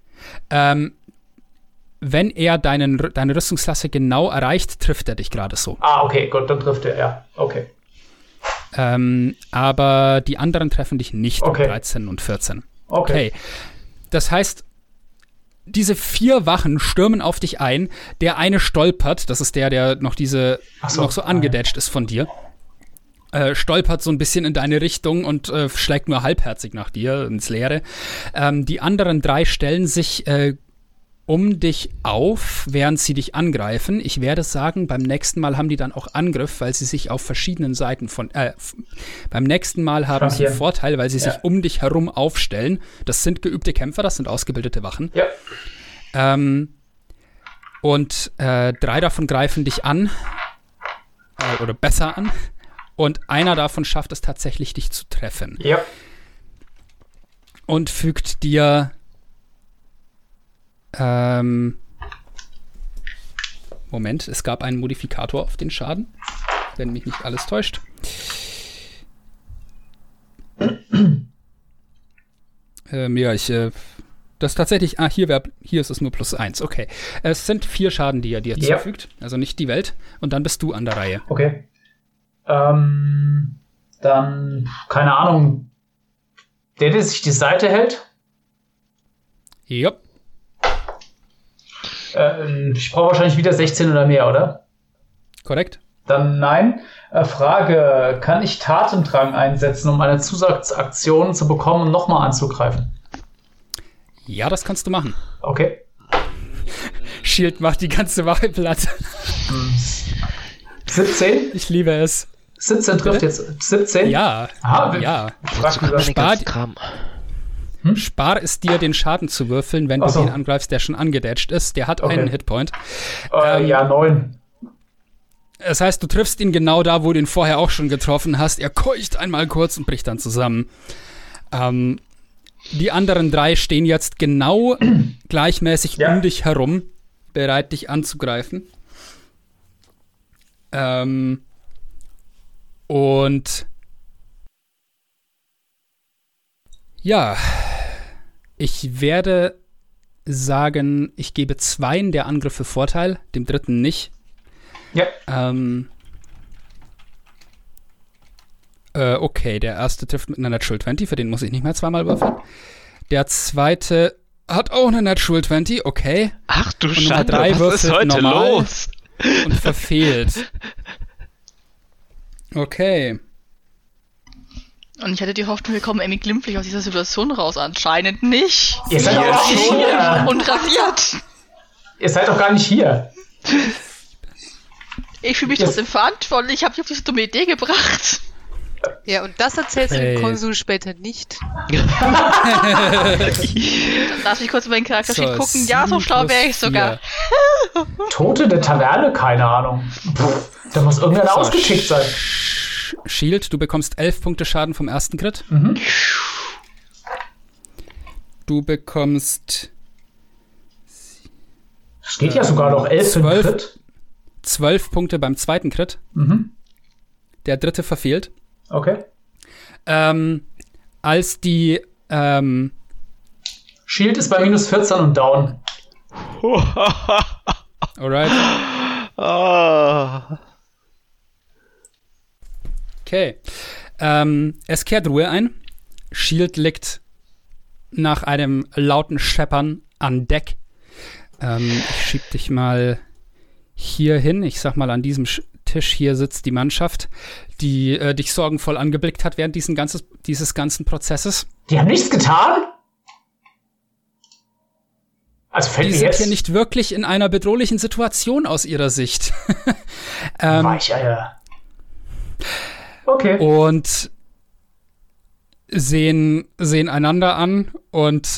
Wenn er deine Rüstungsklasse genau erreicht, trifft er dich gerade so. Okay, gut, dann trifft er, ja. Okay. Aber die anderen treffen dich nicht um 13 und 14. Okay. Das heißt, diese 4 Wachen stürmen auf dich ein. Der eine stolpert, das ist der noch noch so angedetscht ist von dir. Stolpert so ein bisschen in deine Richtung und schlägt nur halbherzig nach dir ins Leere. Die anderen 3 stellen sich um dich auf, während sie dich angreifen. Ich werde sagen, beim nächsten Mal haben die dann auch Angriff, weil sie sich auf verschiedenen Seiten beim nächsten Mal haben sie einen Vorteil, weil sie sich um dich herum aufstellen. Das sind geübte Kämpfer, das sind ausgebildete Wachen. Ja. Und 3 davon greifen dich an, oder besser an, und einer davon schafft es tatsächlich, dich zu treffen. Ja. Und fügt dir Moment, es gab einen Modifikator auf den Schaden, wenn mich nicht alles täuscht. Das ist tatsächlich, hier ist es nur +1, okay. Es sind 4 Schaden, die er dir zufügt, also nicht die Welt, und dann bist du an der Reihe. Okay. Dann, keine Ahnung, der sich die Seite hält? Ja. Ich brauche wahrscheinlich wieder 16 oder mehr, oder? Korrekt? Dann nein. Frage, kann ich Tatendrang einsetzen, um eine Zusatzaktion zu bekommen und nochmal anzugreifen? Ja, das kannst du machen. Okay. Shield macht die ganze Wache platt. 17? Ich liebe es. 17 trifft jetzt. 17? Ja. Aha, Ja. Frag mich was. Spar es dir, den Schaden zu würfeln, wenn du den angreifst, der schon angedetscht ist. Der hat einen Hitpoint. Ja, 9. Das heißt, du triffst ihn genau da, wo du ihn vorher auch schon getroffen hast. Er keucht einmal kurz und bricht dann zusammen. Die anderen 3 stehen jetzt genau gleichmäßig um dich herum, bereit, dich anzugreifen. Und ja, ich werde sagen, ich gebe 2 der Angriffe Vorteil, dem 3. nicht. Ja. Okay, der erste trifft mit einer Natural 20, für den muss ich nicht mehr zweimal würfeln. Der zweite hat auch eine Natural 20, okay. Ach du und Schande, Nummer 3 was ist heute los? Und verfehlt. Okay. Und ich hatte die Hoffnung, wir kommen irgendwie glimpflich aus dieser Situation raus. Anscheinend nicht. Ihr seid doch gar nicht hier. Und rasiert. Ihr seid doch gar nicht hier. Ich fühle mich trotzdem verantwortlich. Ich habe dich auf diese dumme Idee gebracht. Ja, und das erzählst du dem Konsul später nicht. Lass mich kurz über den Charaktersheet gucken. Ja, so schlau wäre ich sogar. Tote in der Taverne? Keine Ahnung. Da muss irgendeiner ausgeschickt sein. Shield, du bekommst 11 Punkte Schaden vom ersten Crit. Du bekommst... Es geht ja sogar noch 11 für den Crit. 12 Punkte beim zweiten Crit. Der 3. verfehlt. Okay. Als die Shield ist bei minus 14 und down. Alright. Okay. Es kehrt Ruhe ein. Shield liegt nach einem lauten Scheppern an Deck. Ich schieb dich mal hier hin. Ich sag mal, an diesem Tisch hier sitzt die Mannschaft, die dich sorgenvoll angeblickt hat während dieses ganzen Prozesses. Die haben nichts getan? Also fällt die mir sind jetzt hier nicht wirklich in einer bedrohlichen Situation aus ihrer Sicht. Weicheier. Okay. Und sehen einander an und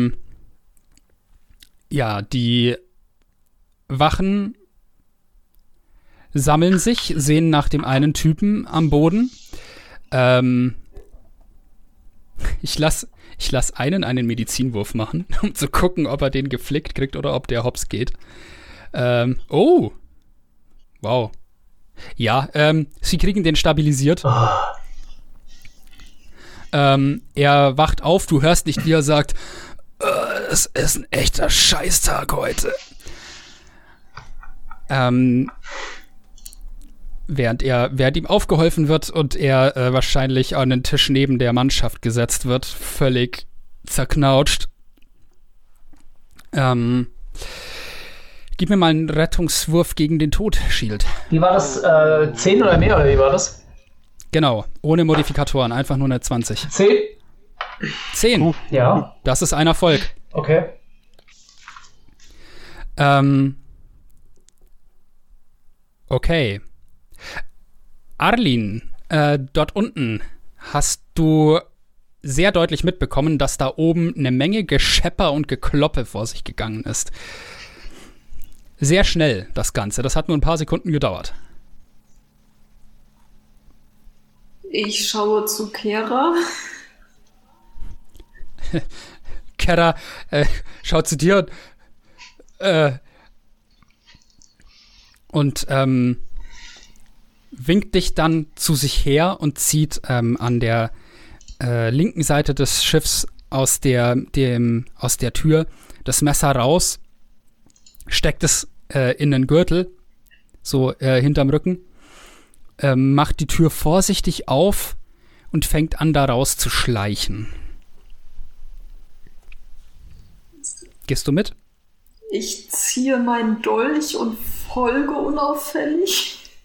die Wachen sammeln sich, sehen nach dem einen Typen am Boden. Ich lass einen Medizinwurf machen, um zu gucken, ob er den geflickt kriegt oder ob der hops geht. Oh. Wow. Ja, sie kriegen den stabilisiert. Er wacht auf, du hörst nicht, wie er sagt, es ist ein echter Scheißtag heute. Während ihm aufgeholfen wird und er wahrscheinlich an den Tisch neben der Mannschaft gesetzt wird, völlig zerknautscht. Gib mir mal einen Rettungswurf gegen den Tod, Shield. Wie war das? 10 oder mehr, oder wie war das? Genau, ohne Modifikatoren, einfach nur eine 20. 10? 10? Ja. Das ist ein Erfolg. Okay. Okay. Arlin, dort unten hast du sehr deutlich mitbekommen, dass da oben eine Menge Geschepper und Gekloppe vor sich gegangen ist. Sehr schnell, das Ganze. Das hat nur ein paar Sekunden gedauert. Ich schaue zu Kera. Kera schaut zu dir und winkt dich dann zu sich her und zieht an der linken Seite des Schiffs aus der Tür das Messer raus, steckt es in den Gürtel, so hinterm Rücken, macht die Tür vorsichtig auf und fängt an, daraus zu schleichen. Gehst du mit? Ich ziehe meinen Dolch und folge unauffällig.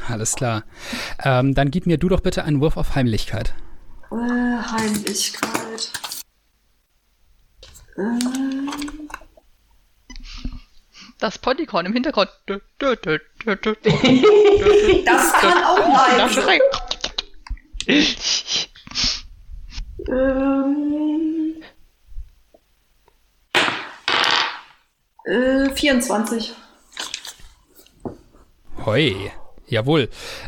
Alles klar. Dann gib mir du doch bitte einen Wurf auf Heimlichkeit. Heimlichkeit. Das Polygon im Hintergrund. Das kann auch leise sein. 24. Hoi, jawohl.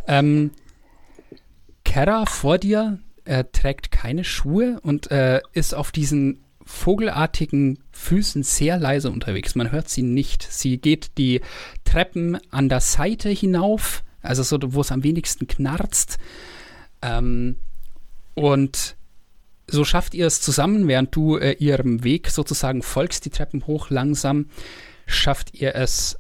Kara vor dir trägt keine Schuhe und ist auf diesen vogelartigen Füßen sehr leise unterwegs. Man hört sie nicht. Sie geht die Treppen an der Seite hinauf, also so, wo es am wenigsten knarzt. Und so schafft ihr es zusammen, während du ihrem Weg sozusagen folgst, die Treppen hoch langsam, schafft ihr es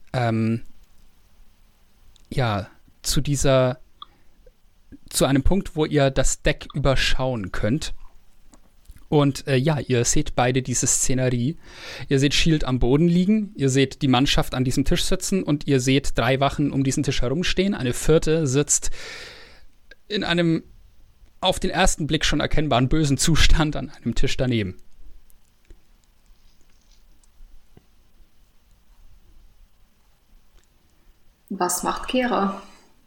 zu einem Punkt, wo ihr das Deck überschauen könnt. Und ihr seht beide diese Szenerie. Ihr seht Shield am Boden liegen, ihr seht die Mannschaft an diesem Tisch sitzen und ihr seht 3 Wachen um diesen Tisch herumstehen. Eine 4. sitzt in einem auf den ersten Blick schon erkennbaren bösen Zustand an einem Tisch daneben. Was macht Kera?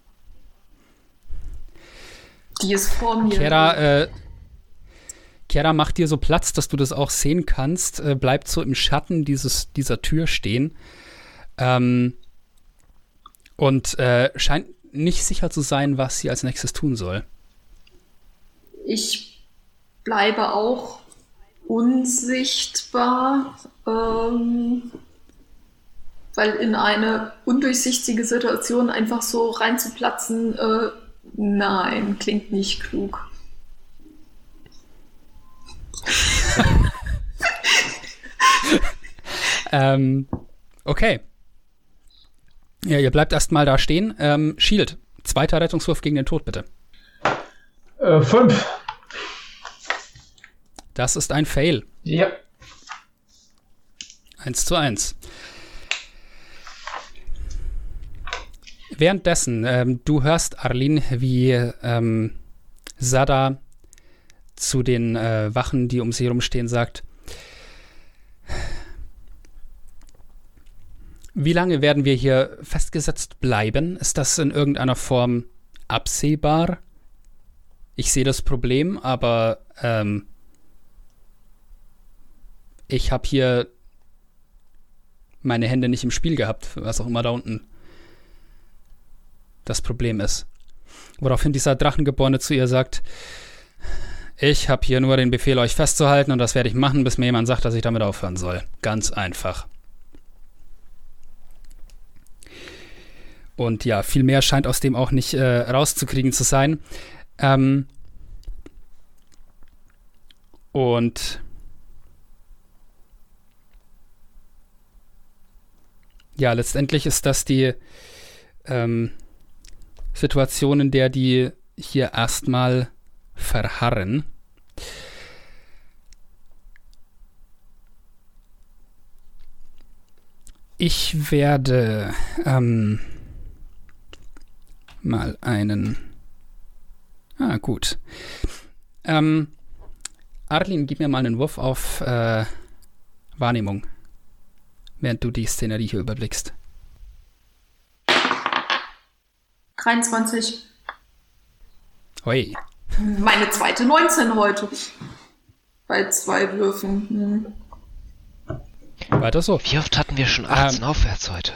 Die ist vor mir. Kera macht dir so Platz, dass du das auch sehen kannst, bleibt so im Schatten dieser Tür stehen und scheint nicht sicher zu sein, was sie als nächstes tun soll. Ich bleibe auch unsichtbar, weil in eine undurchsichtige Situation einfach so reinzuplatzen, nein, klingt nicht klug. Okay. Ja, ihr bleibt erstmal da stehen. Shield, 2. Rettungswurf gegen den Tod, bitte. 5. Das ist ein Fail. Ja. 1:1. Währenddessen, du hörst, Arlene, wie Sada zu den Wachen, die um sie herumstehen, sagt: Wie lange werden wir hier festgesetzt bleiben? Ist das in irgendeiner Form absehbar? Ich sehe das Problem, aber ich habe hier meine Hände nicht im Spiel gehabt, was auch immer da unten das Problem ist. Woraufhin dieser Drachengeborene zu ihr sagt: Ich habe hier nur den Befehl, euch festzuhalten, und das werde ich machen, bis mir jemand sagt, dass ich damit aufhören soll. Ganz einfach. Und ja, viel mehr scheint aus dem auch nicht rauszukriegen zu sein. Und ja, letztendlich ist das die Situation, in der die hier erstmal verharren. Ich werde mal einen... gut. Arlene, gib mir mal einen Wurf auf Wahrnehmung, während du die Szenerie hier überblickst. 23. Hoi. Meine zweite 19 heute. Bei 2 Würfen. Weiter so. Wie oft hatten wir schon 18 aufwärts heute?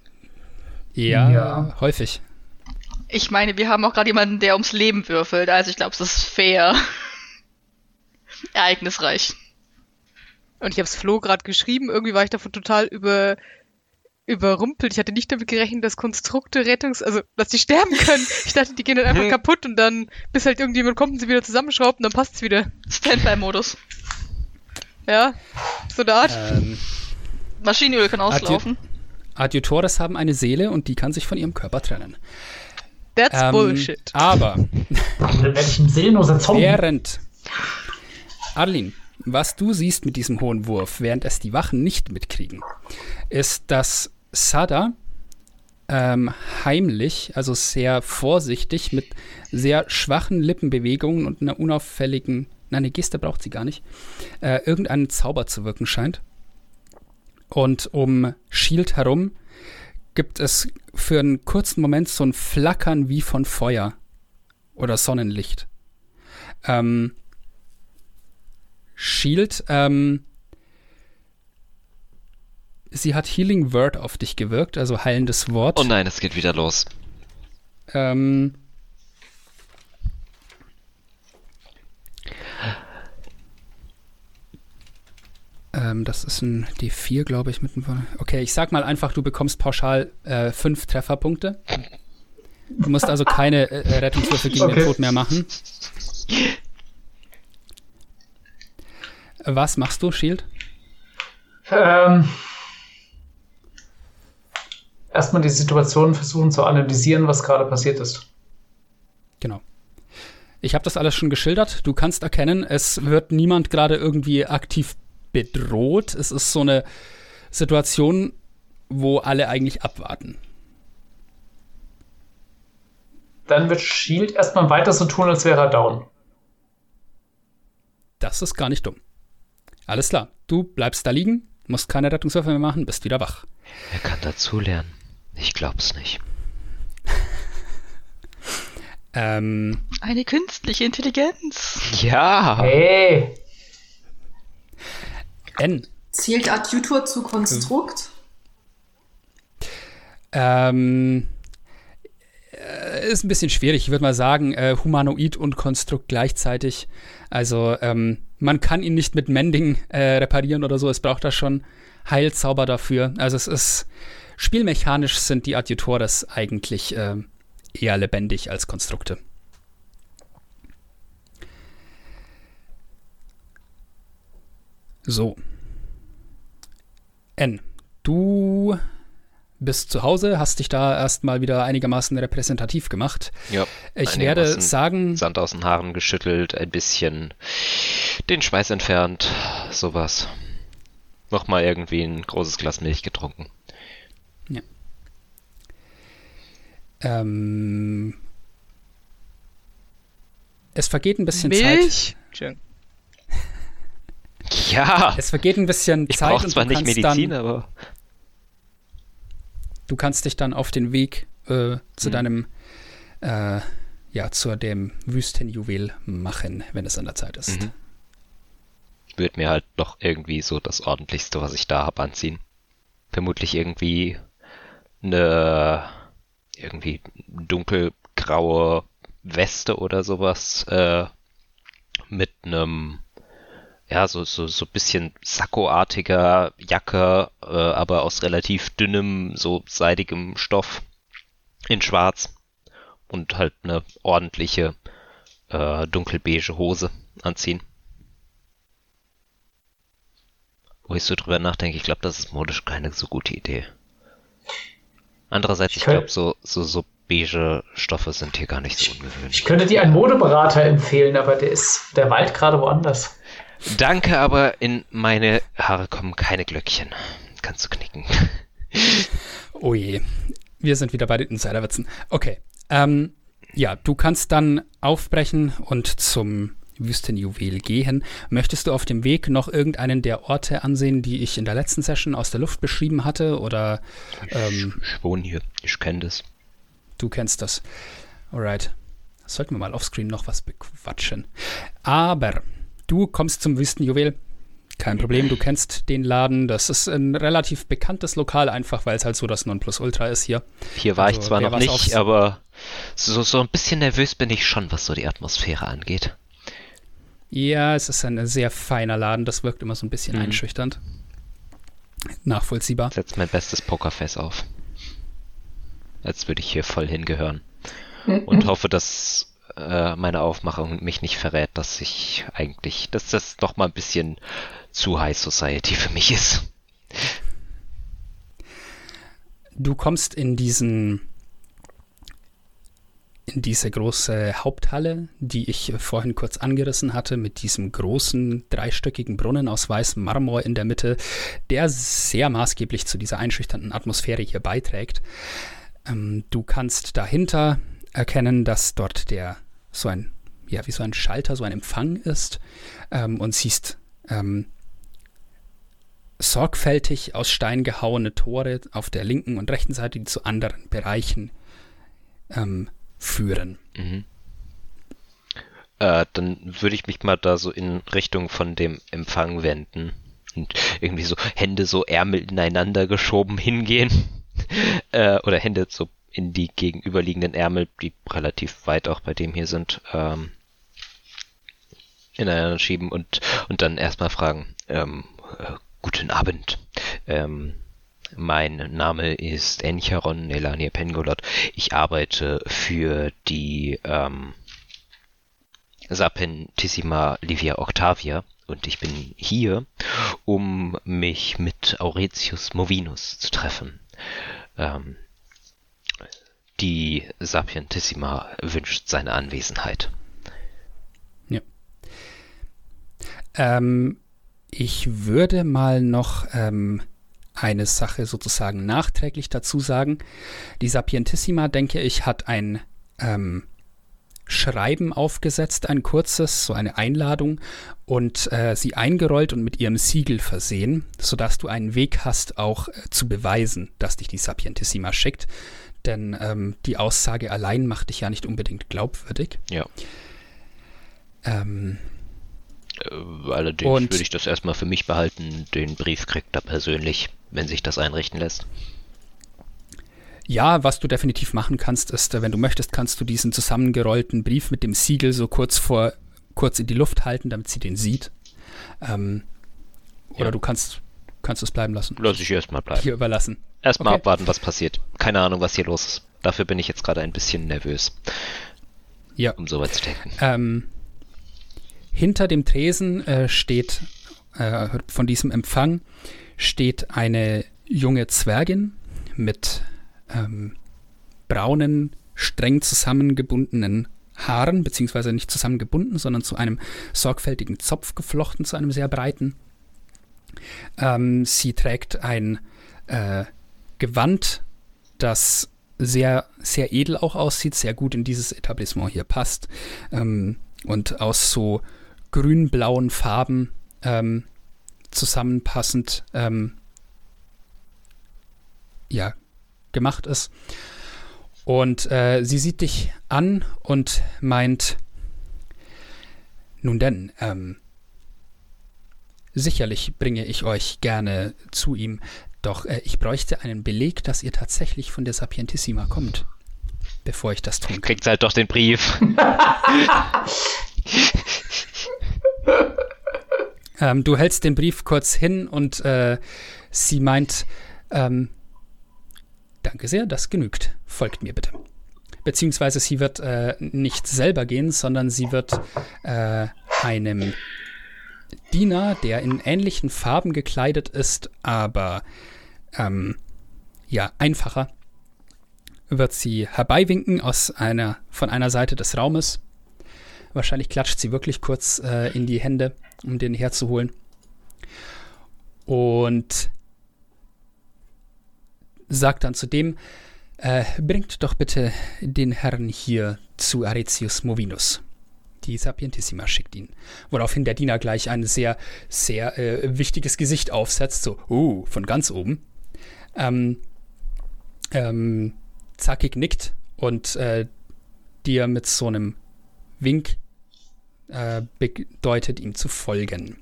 Ja, häufig. Ich meine, wir haben auch gerade jemanden, der ums Leben würfelt, also ich glaube, es ist fair. Ereignisreich. Und ich habe es Flo gerade geschrieben, irgendwie war ich davon total überrumpelt. Ich hatte nicht damit gerechnet, dass Konstrukte dass die sterben können. Ich dachte, die gehen dann einfach kaputt und dann, bis halt irgendjemand kommt und sie wieder zusammenschraubt und dann passt es wieder. Standby-Modus. Ja, so eine Art. Maschinenöl kann auslaufen. Adjutores haben eine Seele und die kann sich von ihrem Körper trennen. That's Bullshit. Aber Dann werde ich ein seelenloser Zombie. während Arlene, was du siehst mit diesem hohen Wurf, während es die Wachen nicht mitkriegen, ist, dass Sada heimlich, also sehr vorsichtig, mit sehr schwachen Lippenbewegungen und einer unauffälligen, nein, eine Geste braucht sie gar nicht, irgendeinen Zauber zu wirken scheint. Und um Shield herum gibt es für einen kurzen Moment so ein Flackern wie von Feuer oder Sonnenlicht. Shield, sie hat Healing Word auf dich gewirkt, also heilendes Wort. Oh nein, es geht wieder los. Das ist ein D4, glaube ich. Okay, ich sag mal einfach, du bekommst pauschal 5 Trefferpunkte. Du musst also keine Rettungswürfe gegen den Tod mehr machen. Was machst du, Shield? Erstmal die Situation versuchen zu analysieren, was gerade passiert ist. Genau. Ich habe das alles schon geschildert. Du kannst erkennen, es wird niemand gerade irgendwie aktiv bedroht. Es ist so eine Situation, wo alle eigentlich abwarten. Dann wird Shield erstmal weiter so tun, als wäre er down. Das ist gar nicht dumm. Alles klar. Du bleibst da liegen, musst keine Rettungswürfe mehr machen, bist wieder wach. Er kann dazulernen. Ich glaub's nicht. Eine künstliche Intelligenz. Ja. Hey. N. Zählt Adjutor zu Konstrukt? Ist ein bisschen schwierig. Ich würde mal sagen, Humanoid und Konstrukt gleichzeitig. Also man kann ihn nicht mit Mending reparieren oder so. Es braucht da schon Heilzauber dafür. Also es ist spielmechanisch sind die Adjutores eigentlich eher lebendig als Konstrukte. So. N. Du bist zu Hause, hast dich da erstmal wieder einigermaßen repräsentativ gemacht. Ja. Ich werde sagen... Sand aus den Haaren geschüttelt, ein bisschen den Schweiß entfernt, sowas. Nochmal irgendwie ein großes Glas Milch getrunken. Ja. Es vergeht ein bisschen Milch? Zeit. Ja. Es vergeht ein bisschen Ich Zeit brauche und zwar du nicht kannst Medizin, dann, aber... Du kannst dich dann auf den Weg zu deinem, zu dem Wüstenjuwel machen, wenn es an der Zeit ist. Würde mir halt noch irgendwie so das Ordentlichste, was ich da habe, anziehen. Vermutlich irgendwie eine dunkelgraue Weste oder sowas mit einem so ein bisschen Sakko-artiger Jacke, aber aus relativ dünnem, so seidigem Stoff in schwarz und halt eine ordentliche dunkelbeige Hose anziehen. Wo ich so drüber nachdenke, ich glaube, das ist modisch keine so gute Idee. Andererseits, ich glaube, so beige Stoffe sind hier gar nicht so ungewöhnlich. Ich könnte dir einen Modeberater empfehlen, aber der weilt gerade woanders. Danke, aber in meine Haare kommen keine Glöckchen. Kannst du knicken. Oh je, wir sind wieder bei den Insiderwitzen. Okay, du kannst dann aufbrechen und zum Wüstenjuwel gehen. Möchtest du auf dem Weg noch irgendeinen der Orte ansehen, die ich in der letzten Session aus der Luft beschrieben hatte? Oder ich wohne hier, ich kenne das. Du kennst das. Alright. Sollten wir mal offscreen noch was bequatschen. Aber du kommst zum Wüstenjuwel. Kein Problem, du kennst den Laden. Das ist ein relativ bekanntes Lokal, einfach weil es halt so das Nonplusultra ist hier. Hier war ich zwar noch nicht, aber so ein bisschen nervös bin ich schon, was so die Atmosphäre angeht. Ja, es ist ein sehr feiner Laden. Das wirkt immer so ein bisschen einschüchternd. Nachvollziehbar. Setz mein bestes Pokerface auf. Als würde ich hier voll hingehören. Und hoffe, dass meine Aufmachung mich nicht verrät, dass das doch mal ein bisschen zu High Society für mich ist. Du kommst in diese große Haupthalle, die ich vorhin kurz angerissen hatte, mit diesem großen, dreistöckigen Brunnen aus weißem Marmor in der Mitte, der sehr maßgeblich zu dieser einschüchternden Atmosphäre hier beiträgt. Du kannst dahinter erkennen, dass dort so ein Schalter, so ein Empfang ist, und siehst sorgfältig aus Stein gehauene Tore auf der linken und rechten Seite, die zu anderen Bereichen führen. Mhm. Dann würde ich mich mal da so in Richtung von dem Empfang wenden und irgendwie so Hände so Ärmel ineinander geschoben hingehen. Oder Hände so in die gegenüberliegenden Ärmel, die relativ weit auch bei dem hier sind, ineinander schieben und dann erstmal fragen, guten Abend. Mein Name ist Encharon Elania Pengolot. Ich arbeite für die Sapientissima Livia Octavia und ich bin hier, um mich mit Auretius Movinus zu treffen. Die Sapientissima wünscht seine Anwesenheit. Ja. Ich würde mal noch eine Sache sozusagen nachträglich dazu sagen. Die Sapientissima, denke ich, hat ein Schreiben aufgesetzt, ein kurzes, so eine Einladung, und sie eingerollt und mit ihrem Siegel versehen, sodass du einen Weg hast, auch zu beweisen, dass dich die Sapientissima schickt. Denn die Aussage allein macht dich ja nicht unbedingt glaubwürdig. Ja. Allerdings würde ich das erstmal für mich behalten. Den Brief kriegt er persönlich, wenn sich das einrichten lässt. Ja, was du definitiv machen kannst, ist, wenn du möchtest, kannst du diesen zusammengerollten Brief mit dem Siegel so kurz in die Luft halten, damit sie den sieht. Oder du kannst es bleiben lassen. Lass ich erstmal bleiben. Hier überlassen. Erstmal abwarten, was passiert. Keine Ahnung, was hier los ist. Dafür bin ich jetzt gerade ein bisschen nervös. Ja. Um so weit zu denken. Hinter dem Tresen steht, von diesem Empfang, steht eine junge Zwergin mit braunen, streng zusammengebundenen Haaren, beziehungsweise nicht zusammengebunden, sondern zu einem sorgfältigen Zopf geflochten, zu einem sehr breiten. Sie trägt ein Gewand, das sehr, sehr edel auch aussieht, sehr gut in dieses Etablissement hier passt, und aus so grün-blauen Farben zusammenpassend gemacht ist. Und sie sieht dich an und meint, nun denn, sicherlich bringe ich euch gerne zu ihm, doch ich bräuchte einen Beleg, dass ihr tatsächlich von der Sapientissima kommt, bevor ich das tun kann. Kriegt halt doch den Brief. Du hältst den Brief kurz hin und sie meint, danke sehr, das genügt. Folgt mir bitte. Beziehungsweise sie wird nicht selber gehen, sondern sie wird einem Diener, der in ähnlichen Farben gekleidet ist, aber einfacher, wird sie herbeiwinken von einer Seite des Raumes. Wahrscheinlich klatscht sie wirklich kurz in die Hände, um den herzuholen. Und sagt dann zu dem, bringt doch bitte den Herrn hier zu Auretius Movinus. Die Sapientissima schickt ihn. Woraufhin der Diener gleich ein sehr, sehr wichtiges Gesicht aufsetzt, so, von ganz oben. Zackig nickt und dir mit so einem Wink bedeutet, ihm zu folgen.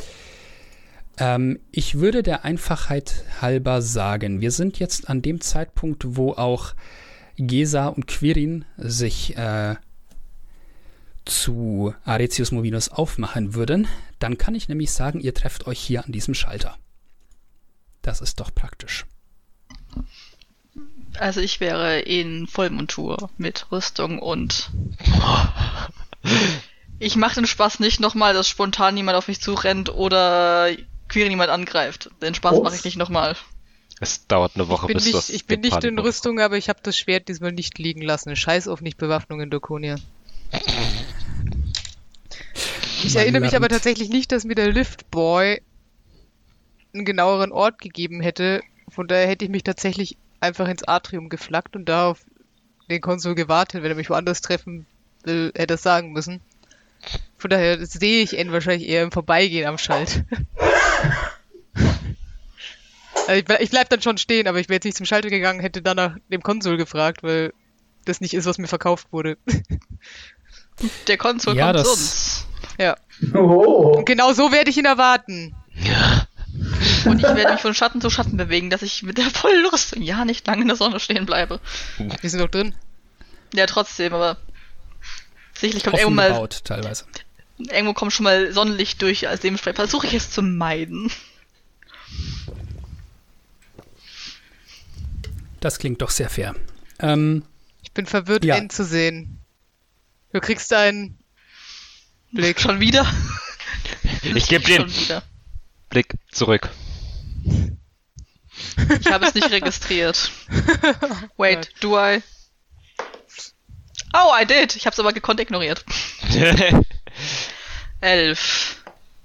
Ich würde der Einfachheit halber sagen, wir sind jetzt an dem Zeitpunkt, wo auch Gesa und Quirin sich zu Auretius Movinus aufmachen würden. Dann kann ich nämlich sagen, ihr trefft euch hier an diesem Schalter. Das ist doch praktisch. Also ich wäre in Vollmontur mit Rüstung und ich mache den Spaß nicht nochmal, dass spontan jemand auf mich zurennt oder Quirin jemand angreift. Den Spaß mache ich nicht nochmal. Es dauert eine Woche, bis das... Ich bin nicht in Rüstung, aber ich habe das Schwert diesmal nicht liegen lassen. Scheiß auf Nicht-Bewaffnung in Dorkonia. Ich erinnere mich aber tatsächlich nicht, dass mir der Liftboy einen genaueren Ort gegeben hätte. Von daher hätte ich mich tatsächlich einfach ins Atrium geflackt und da auf den Konsul gewartet. Wenn er mich woanders treffen will, hätte er das sagen müssen. Von daher sehe ich ihn wahrscheinlich eher im Vorbeigehen am Schalt. Also ich bleib dann schon stehen, aber ich wäre jetzt nicht zum Schalter gegangen, hätte dann nach dem Konsul gefragt, weil das nicht ist, was mir verkauft wurde. Der Konsul Ja, kommt das- zu uns. Ja. Oh. Und genau so werde ich ihn erwarten. Und ich werde mich von Schatten zu Schatten bewegen, dass ich mit der vollen Rüstung ja nicht lange in der Sonne stehen bleibe. Wir sind doch drin. Ja, trotzdem, aber sicherlich kommt Offen irgendwo gebaut, teilweise. kommt schon mal Sonnenlicht durch, als dementsprechend versuche ich es zu meiden. Das klingt doch sehr fair. Ich bin verwirrt, Ja. N zu sehen. Du kriegst einen Blick. Schon wieder? Ich gebe den Schon wieder. Blick zurück. Ich habe es nicht registriert. Wait, do I? Oh, I did. Ich habe es aber gekonnt ignoriert. 11.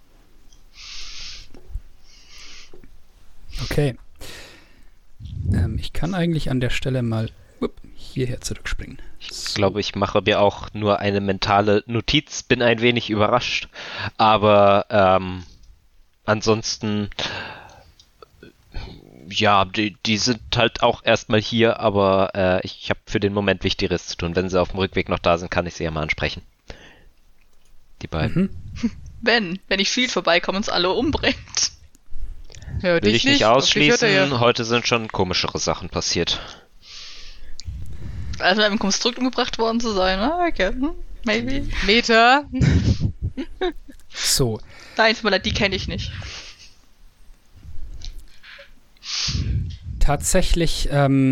Okay. Ich kann eigentlich an der Stelle mal hierher zurückspringen. Ich glaube, ich mache mir auch nur eine mentale Notiz, bin ein wenig überrascht, aber ansonsten, ja, die sind halt auch erstmal hier, aber ich habe für den Moment Wichtigeres zu tun. Wenn sie auf dem Rückweg noch da sind, kann ich sie ja mal ansprechen. Die beiden. Wenn ich Shield vorbeikomme und uns alle umbringt. Ja, Will dich ich nicht Auf dich hört ausschließen, er ja. heute sind schon komischere Sachen passiert. Also mit einem Konstrukt umgebracht worden zu sein. Ah, okay. Maybe. Meter. So, Nein, tut mir leid, die kenne ich nicht. tatsächlich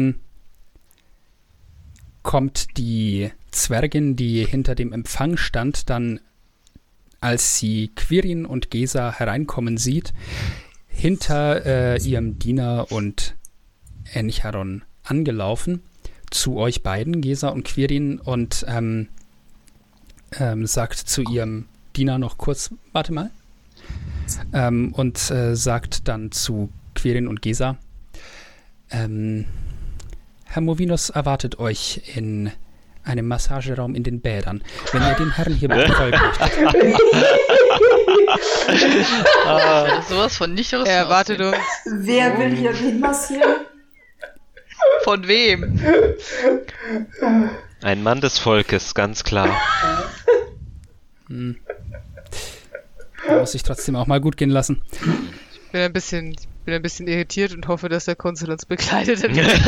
kommt die Zwergin, die hinter dem Empfang stand, dann, als sie Quirin und Gesa hereinkommen sieht, hinter ihrem Diener und Encharon angelaufen, zu euch beiden, Gesa und Quirin, und sagt zu ihrem Diener noch kurz, warte mal, und sagt dann zu Quirin und Gesa, Herr Movinus erwartet euch in einem Massageraum in den Bädern, wenn ihr den Herrn hier folgen möchtet. Sowas von nicht Er erwartet uns. Wer will hier wen massieren? Von wem? Ein Mann des Volkes, ganz klar. Muss ich trotzdem auch mal gut gehen lassen. Ich bin ein bisschen irritiert und hoffe, dass der Konsul uns begleitet.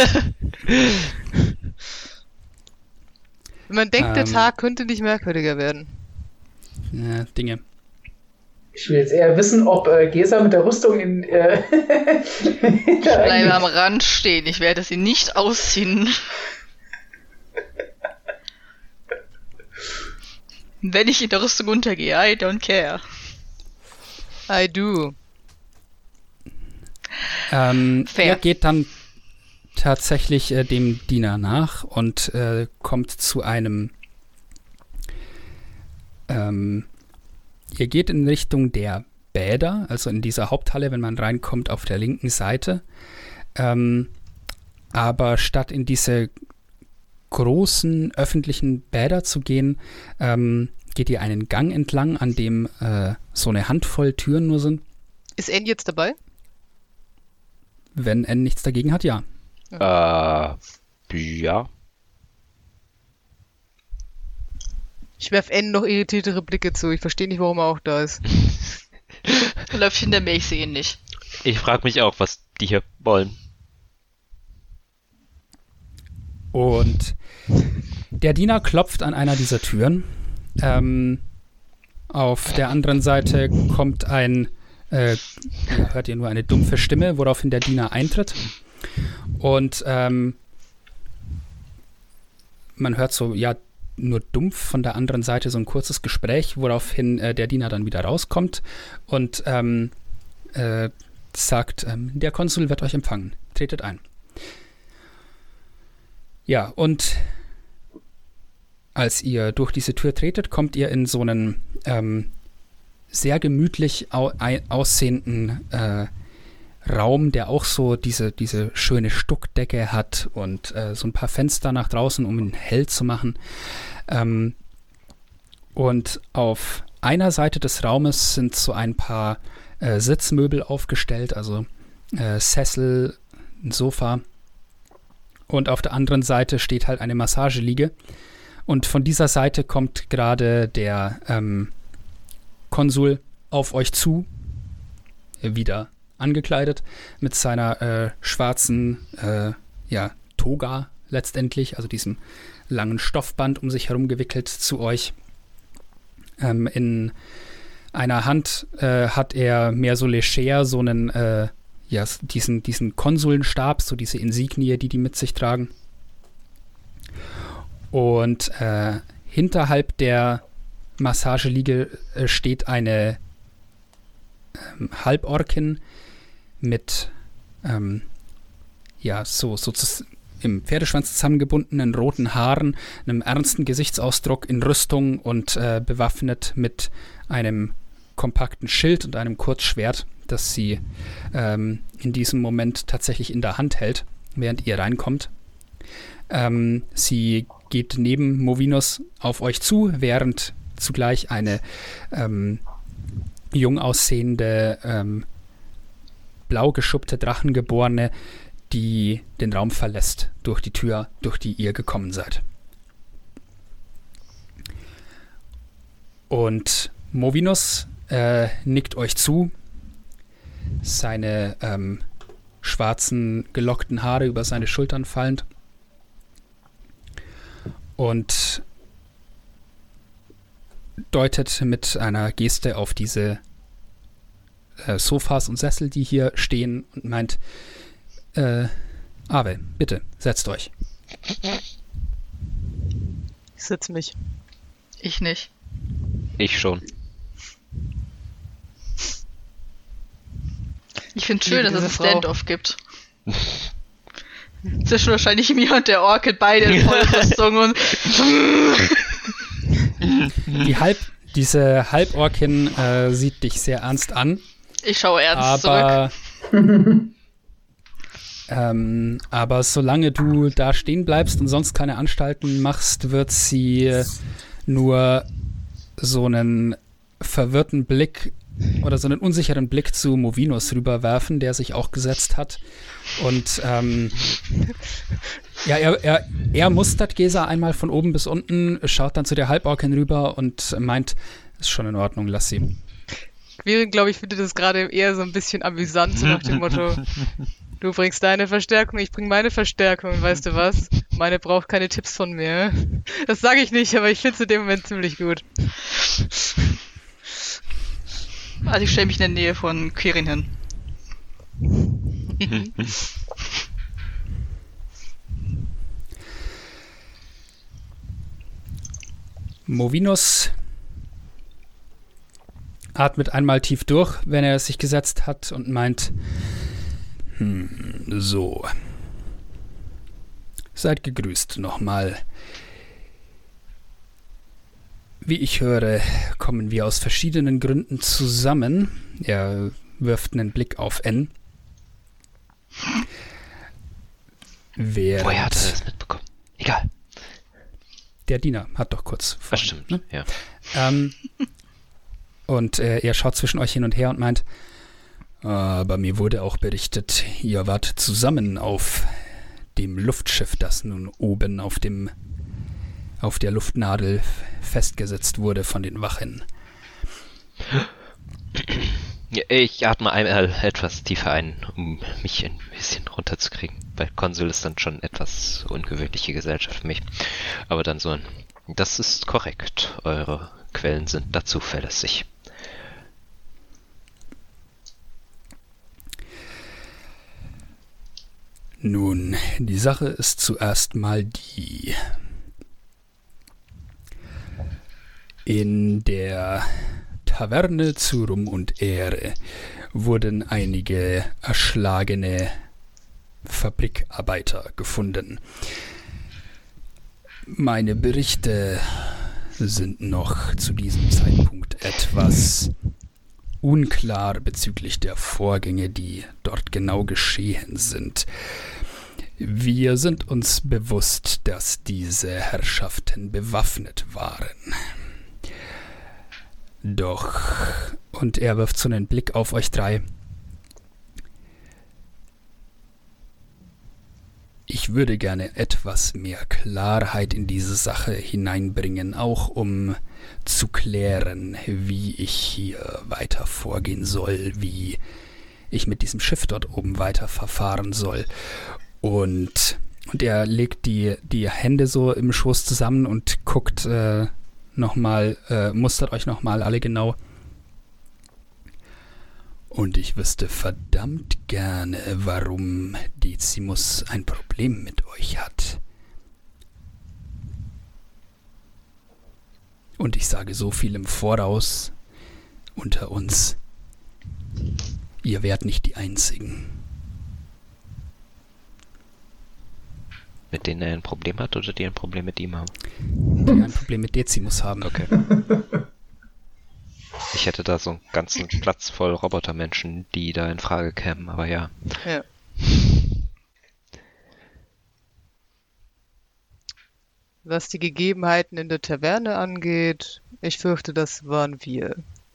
Man denkt, der Tag könnte nicht merkwürdiger werden. Dinge. Ich will jetzt eher wissen, ob Gesa mit der Rüstung in. Ich bleibe am Rand stehen. Ich werde sie nicht ausziehen. Wenn ich in der Rüstung untergehe, I don't care. I do. Fair. Er geht dann tatsächlich dem Diener nach und kommt zu einem. Ihr geht in Richtung der Bäder, also in dieser Haupthalle, wenn man reinkommt, auf der linken Seite. Aber statt in diese großen öffentlichen Bäder zu gehen, geht ihr einen Gang entlang, an dem so eine Handvoll Türen nur sind. Ist N jetzt dabei? Wenn N nichts dagegen hat, ja. Ja. Ich werf N noch irritiertere Blicke zu. Ich verstehe nicht, warum er auch da ist. Er läuft hinter mir, ich sehe ihn nicht. Ich frage mich auch, was die hier wollen. Und der Diener klopft an einer dieser Türen. Auf der anderen Seite kommt hört ihr nur eine dumpfe Stimme, woraufhin der Diener eintritt. Und man hört so, ja, nur dumpf von der anderen Seite so ein kurzes Gespräch, woraufhin der Diener dann wieder rauskommt und sagt, der Konsul wird euch empfangen. Tretet ein. Ja, und als ihr durch diese Tür tretet, kommt ihr in so einen sehr gemütlich aussehenden Raum, der auch so diese schöne Stuckdecke hat und so ein paar Fenster nach draußen, um ihn hell zu machen. Und auf einer Seite des Raumes sind so ein paar Sitzmöbel aufgestellt, also Sessel, ein Sofa. Und auf der anderen Seite steht halt eine Massageliege. Und von dieser Seite kommt gerade der Konsul auf euch zu, wieder angekleidet, mit seiner schwarzen Toga letztendlich, also diesem langen Stoffband um sich herum gewickelt zu euch. In einer Hand hat er mehr so leger so einen, diesen Konsulenstab, so diese Insignie, die mit sich tragen. Und hinterhalb der Massageliege steht eine Halborkin mit im Pferdeschwanz zusammengebundenen roten Haaren, einem ernsten Gesichtsausdruck in Rüstung und bewaffnet mit einem kompakten Schild und einem Kurzschwert, das sie in diesem Moment tatsächlich in der Hand hält, während ihr reinkommt. Sie geht neben Movinus auf euch zu, während zugleich eine jung aussehende, blau geschuppte Drachengeborene, die den Raum verlässt, durch die Tür, durch die ihr gekommen seid. Und Movinus nickt euch zu, seine schwarzen, gelockten Haare über seine Schultern fallend, und deutet mit einer Geste auf diese Sofas und Sessel, die hier stehen, und meint, Ave, bitte, setzt euch. Ich setz mich. Ich nicht. Ich schon. Ich finde schön, dass es ein Stand-off gibt. Zwischen wahrscheinlich mir und der Ork, beide in Vollrüstung und diese Halborkin sieht dich sehr ernst an. Ich schaue ernst zurück. Aber solange du da stehen bleibst und sonst keine Anstalten machst, wird sie nur so einen verwirrten Blick oder so einen unsicheren Blick zu Movinus rüberwerfen, der sich auch gesetzt hat. Und er mustert Gesa einmal von oben bis unten, schaut dann zu der Halborkin rüber und meint, ist schon in Ordnung, lass sie. Quirin, glaube ich, findet das gerade eher so ein bisschen amüsant, so nach dem Motto, du bringst deine Verstärkung, ich bring meine Verstärkung, weißt du was? Meine braucht keine Tipps von mir. Das sage ich nicht, aber ich finde es in dem Moment ziemlich gut. Also ich stelle mich in der Nähe von Quirin hin. Movinus atmet einmal tief durch, wenn er sich gesetzt hat, und meint, so. Seid gegrüßt nochmal. Wie ich höre, kommen wir aus verschiedenen Gründen zusammen. Er wirft einen Blick auf N. Woher hat er das mitbekommen? Egal. Der Diener hat doch kurz vor. Das stimmt, ne? Ja. Und er schaut zwischen euch hin und her und meint, aber mir wurde auch berichtet, ihr wart zusammen auf dem Luftschiff, das nun oben auf der Luftnadel festgesetzt wurde von den Wachen. Ja, ich atme einmal etwas tiefer ein, um mich ein bisschen runterzukriegen. Weil Konsul ist dann schon etwas ungewöhnliche Gesellschaft für mich. Aber dann so ein, das ist korrekt. Eure Quellen sind da zuverlässig. Nun, die Sache ist zuerst mal die. In der Taverne zu Ruhm und Ehre wurden einige erschlagene Fabrikarbeiter gefunden. Meine Berichte sind noch zu diesem Zeitpunkt etwas unklar bezüglich der Vorgänge, die dort genau geschehen sind. Wir sind uns bewusst, dass diese Herrschaften bewaffnet waren. Doch, und er wirft so einen Blick auf euch drei, ich würde gerne etwas mehr Klarheit in diese Sache hineinbringen, auch um zu klären, wie ich hier weiter vorgehen soll, wie ich mit diesem Schiff dort oben weiter verfahren soll. Und er legt die Hände so im Schoß zusammen und guckt mustert euch nochmal alle genau. Und ich wüsste verdammt gerne, warum Decimus ein Problem mit euch hat. Und ich sage so viel im Voraus, unter uns, ihr wärt nicht die Einzigen. Mit denen er ein Problem hat oder die ein Problem mit ihm haben? Die ein Problem mit Decimus haben. Okay. Ich hätte da so einen ganzen Platz voll Robotermenschen, die da in Frage kämen, aber ja. Ja. Was die Gegebenheiten in der Taverne angeht, ich fürchte, das waren wir.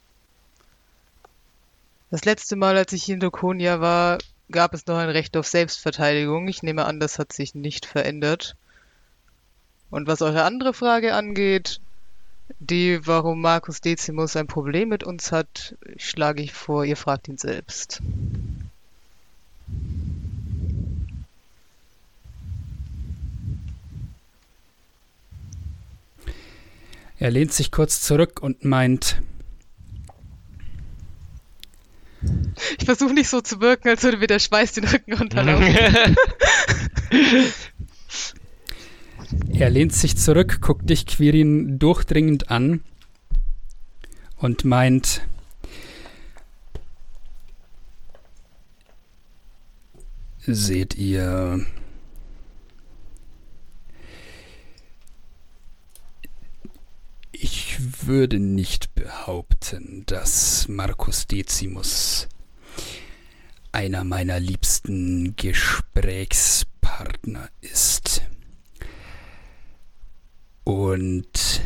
Das letzte Mal, als ich hier in Draconia war, gab es noch ein Recht auf Selbstverteidigung. Ich nehme an, das hat sich nicht verändert. Und was eure andere Frage angeht, warum Marcus Decimus ein Problem mit uns hat, schlage ich vor, ihr fragt ihn selbst. Er lehnt sich kurz zurück und meint, ich versuche nicht so zu wirken, als würde mir der Schweiß den Rücken runterlaufen. Er lehnt sich zurück, guckt dich, Quirin, durchdringend an und meint, seht ihr, ich würde nicht behaupten, dass Marcus Decimus einer meiner liebsten Gesprächspartner ist. Und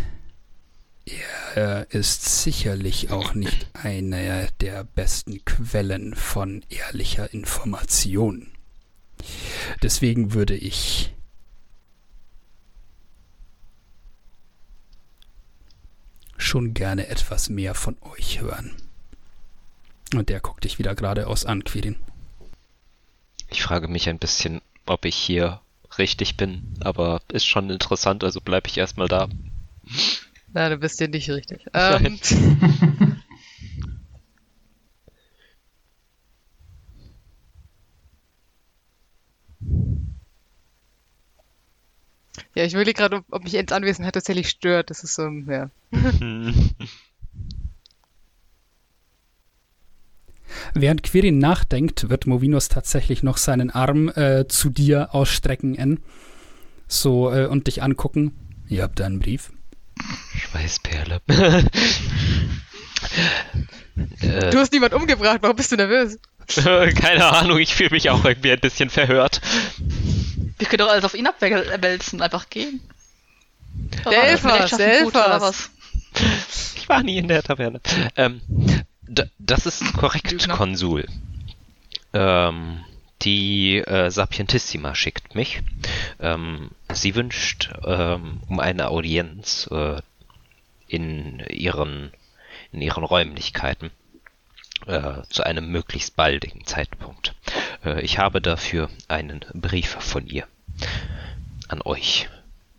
er ist sicherlich auch nicht eine der besten Quellen von ehrlicher Information. Deswegen würde ich schon gerne etwas mehr von euch hören. Und der guckt dich wieder geradeaus an, Quirin. Ich frage mich ein bisschen, ob ich hier richtig bin, aber ist schon interessant, also bleibe ich erstmal da. Na, du bist ja nicht richtig. Ja, ich überlege gerade, ob mich Ents Anwesenheit tatsächlich stört. Das ist so, ja. Während Quirin nachdenkt, wird Movinos tatsächlich noch seinen Arm zu dir ausstrecken, N. So, und dich angucken. Ihr habt da einen Brief? Schweißperle. Du hast niemand umgebracht, warum bist du nervös? Keine Ahnung, ich fühle mich auch irgendwie ein bisschen verhört. Wir können doch alles auf ihn abwälzen, einfach gehen. Der Elfers. Ich war nie in der Taverne. Das ist korrekt, Lügner. Konsul. Die Sapientissima schickt mich. Sie wünscht um eine Audienz in ihren Räumlichkeiten zu einem möglichst baldigen Zeitpunkt. Ich habe dafür einen Brief von ihr an euch.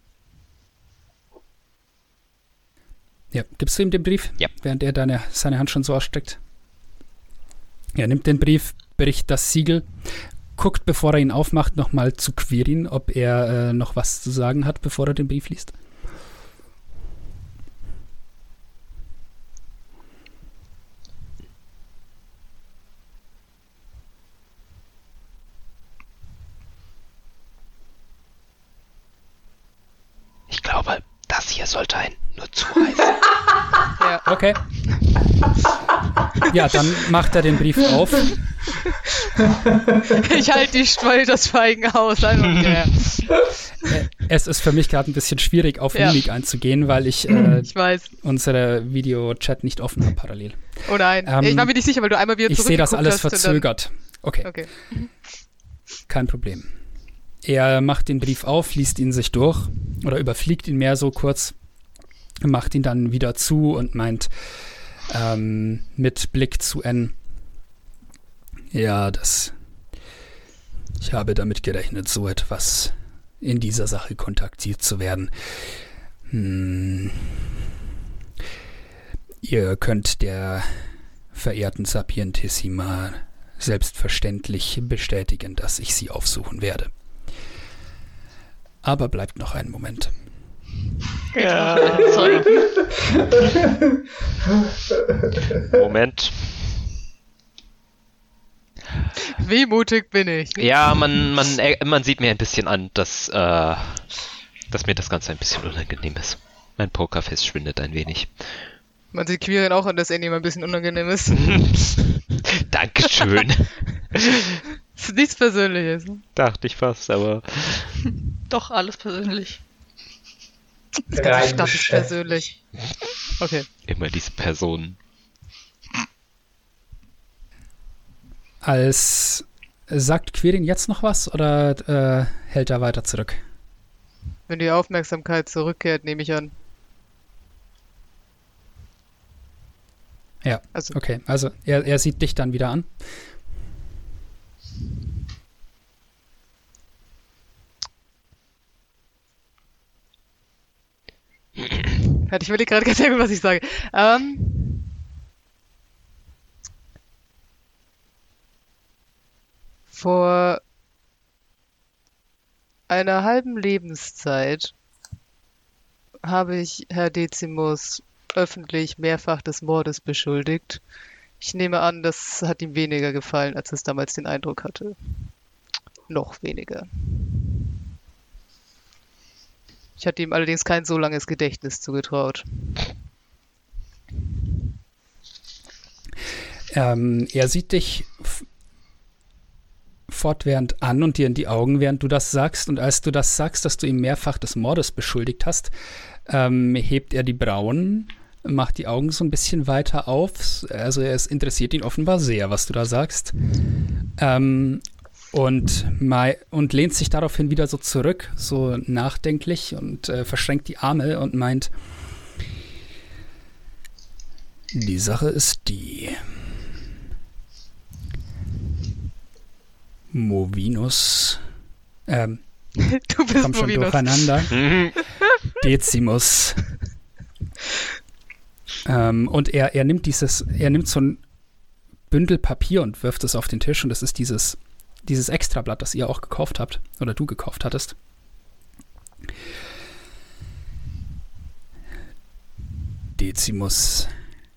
Ja, gibst du ihm den Brief? Ja. Während er seine Hand schon so ausstreckt. Er nimmt den Brief, bricht das Siegel, guckt, bevor er ihn aufmacht, nochmal zu Quirin, ob er noch was zu sagen hat, bevor er den Brief liest. Ich glaube, das hier sollte einen nur zureißen. Ja. Okay. Ja, dann macht er den Brief auf. Ich halte das Schweigen aus. Also, yeah. Es ist für mich gerade ein bisschen schwierig, auf Mimik einzugehen, weil ich, Ich weiß. unsere Videochat nicht offen habe parallel. Oh nein. Ich war mir nicht sicher, weil du einmal wieder Ich sehe das alles hast und dann- verzögert. Okay, kein Problem. Er macht den Brief auf, liest ihn sich durch oder überfliegt ihn mehr so kurz, macht ihn dann wieder zu und meint mit Blick zu N. Ja, ich habe damit gerechnet, so etwas in dieser Sache kontaktiert zu werden. Ihr könnt der verehrten Sapientissima selbstverständlich bestätigen, dass ich sie aufsuchen werde. Aber bleibt noch einen Moment. Ja. Moment. Wehmutig bin ich. Ja, man sieht mir ein bisschen an, dass mir das Ganze ein bisschen unangenehm ist. Mein Pokerface schwindet ein wenig. Man sieht Quirin auch an, dass er ihm ein bisschen unangenehm ist. Dankeschön. Ist nichts Persönliches. Dachte ich fast, aber... Doch, alles persönlich. Das ganze Stadt ist persönlich. Okay. Immer diese Personen. Sagt Quirin jetzt noch was oder hält er weiter zurück? Wenn die Aufmerksamkeit zurückkehrt, nehme ich an. Ja, Also, okay. Also er sieht dich dann wieder an. ich überlege gerade ganz sehr gut, was ich sage. Vor einer halben Lebenszeit habe ich Herr Decimus öffentlich mehrfach des Mordes beschuldigt. Ich nehme an, das hat ihm weniger gefallen, als es damals den Eindruck hatte. Noch weniger. Ich hatte ihm allerdings kein so langes Gedächtnis zugetraut. Er sieht dich fortwährend an und dir in die Augen, während du das sagst. Und als du das sagst, dass du ihm mehrfach des Mordes beschuldigt hast, hebt er die Brauen, macht die Augen so ein bisschen weiter auf. Also es interessiert ihn offenbar sehr, was du da sagst. Und lehnt sich daraufhin wieder so zurück, so nachdenklich und verschränkt die Arme und meint, die Sache ist die. Movinus, Du bist komm schon Movinus. durcheinander, Decimus. Und er nimmt so ein Bündel Papier und wirft es auf den Tisch und das ist dieses Extrablatt, das ihr auch gekauft habt oder du gekauft hattest. Decimus.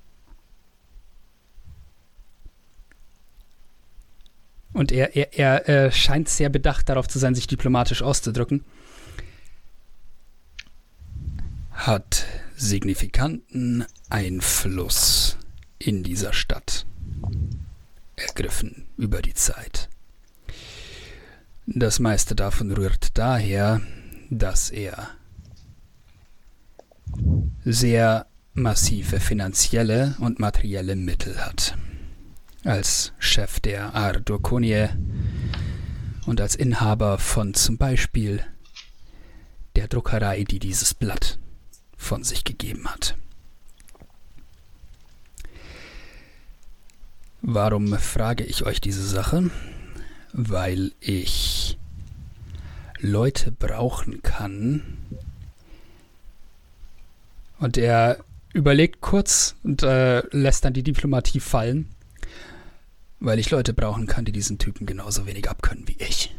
Und er scheint sehr bedacht darauf zu sein, sich diplomatisch auszudrücken. Hat signifikanten Einfluss in dieser Stadt ergriffen über die Zeit. Das meiste davon rührt daher, dass er sehr massive finanzielle und materielle Mittel hat. Als Chef der Ardurkonie und als Inhaber von zum Beispiel der Druckerei, die dieses Blatt von sich gegeben hat. Warum frage ich euch diese Sache? Weil ich Leute brauchen kann. Und er überlegt kurz und lässt dann die Diplomatie fallen. Weil ich Leute brauchen kann, die diesen Typen genauso wenig abkönnen wie ich.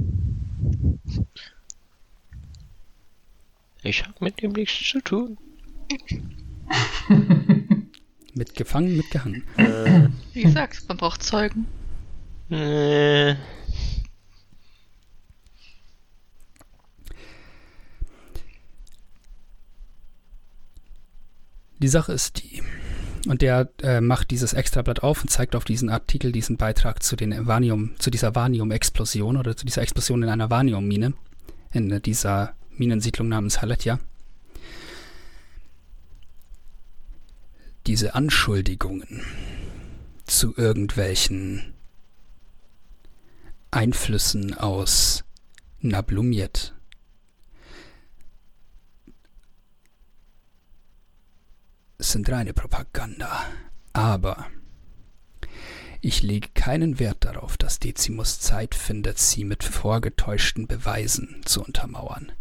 Ich habe mit ihm nichts zu tun. Mit gefangen, mit gehangen. Wie gesagt, man braucht Zeugen. Die Sache ist die, Und der macht dieses Extrablatt auf und zeigt auf diesen Artikel, diesen Beitrag zu dieser Vanium-Explosion oder zu dieser Explosion in einer Vanium-Mine, in dieser Minensiedlung namens Haletja. Diese Anschuldigungen zu irgendwelchen Einflüssen aus Nablumiet sind reine Propaganda. Aber ich lege keinen Wert darauf, dass Decimus Zeit findet, sie mit vorgetäuschten Beweisen zu untermauern.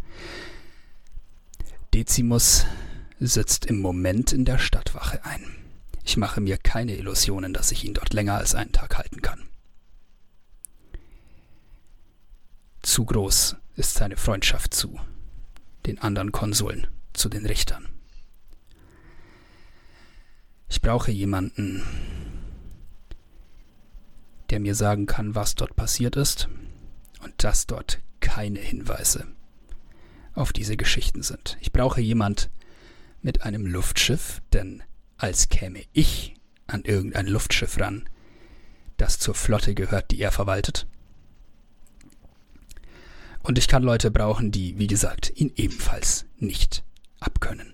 Decimus sitzt im Moment in der Stadtwache ein. Ich mache mir keine Illusionen, dass ich ihn dort länger als einen Tag halten kann. Zu groß ist seine Freundschaft zu den anderen Konsuln, zu den Richtern. Ich brauche jemanden, der mir sagen kann, was dort passiert ist und dass dort keine Hinweise auf diese Geschichten sind. Ich brauche jemand mit einem Luftschiff, denn als käme ich an irgendein Luftschiff ran, das zur Flotte gehört, die er verwaltet. Und ich kann Leute brauchen, die, wie gesagt, ihn ebenfalls nicht abkönnen.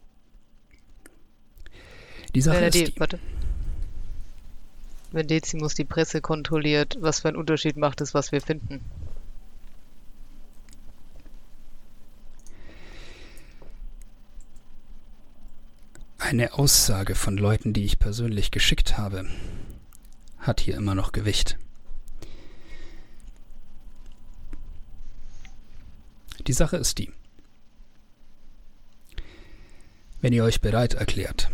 Die Sache ist Wenn Decimus die Presse kontrolliert, was für einen Unterschied macht es, was wir finden? Eine Aussage von Leuten, die ich persönlich geschickt habe, hat hier immer noch Gewicht. Die Sache ist die: Wenn ihr euch bereit erklärt,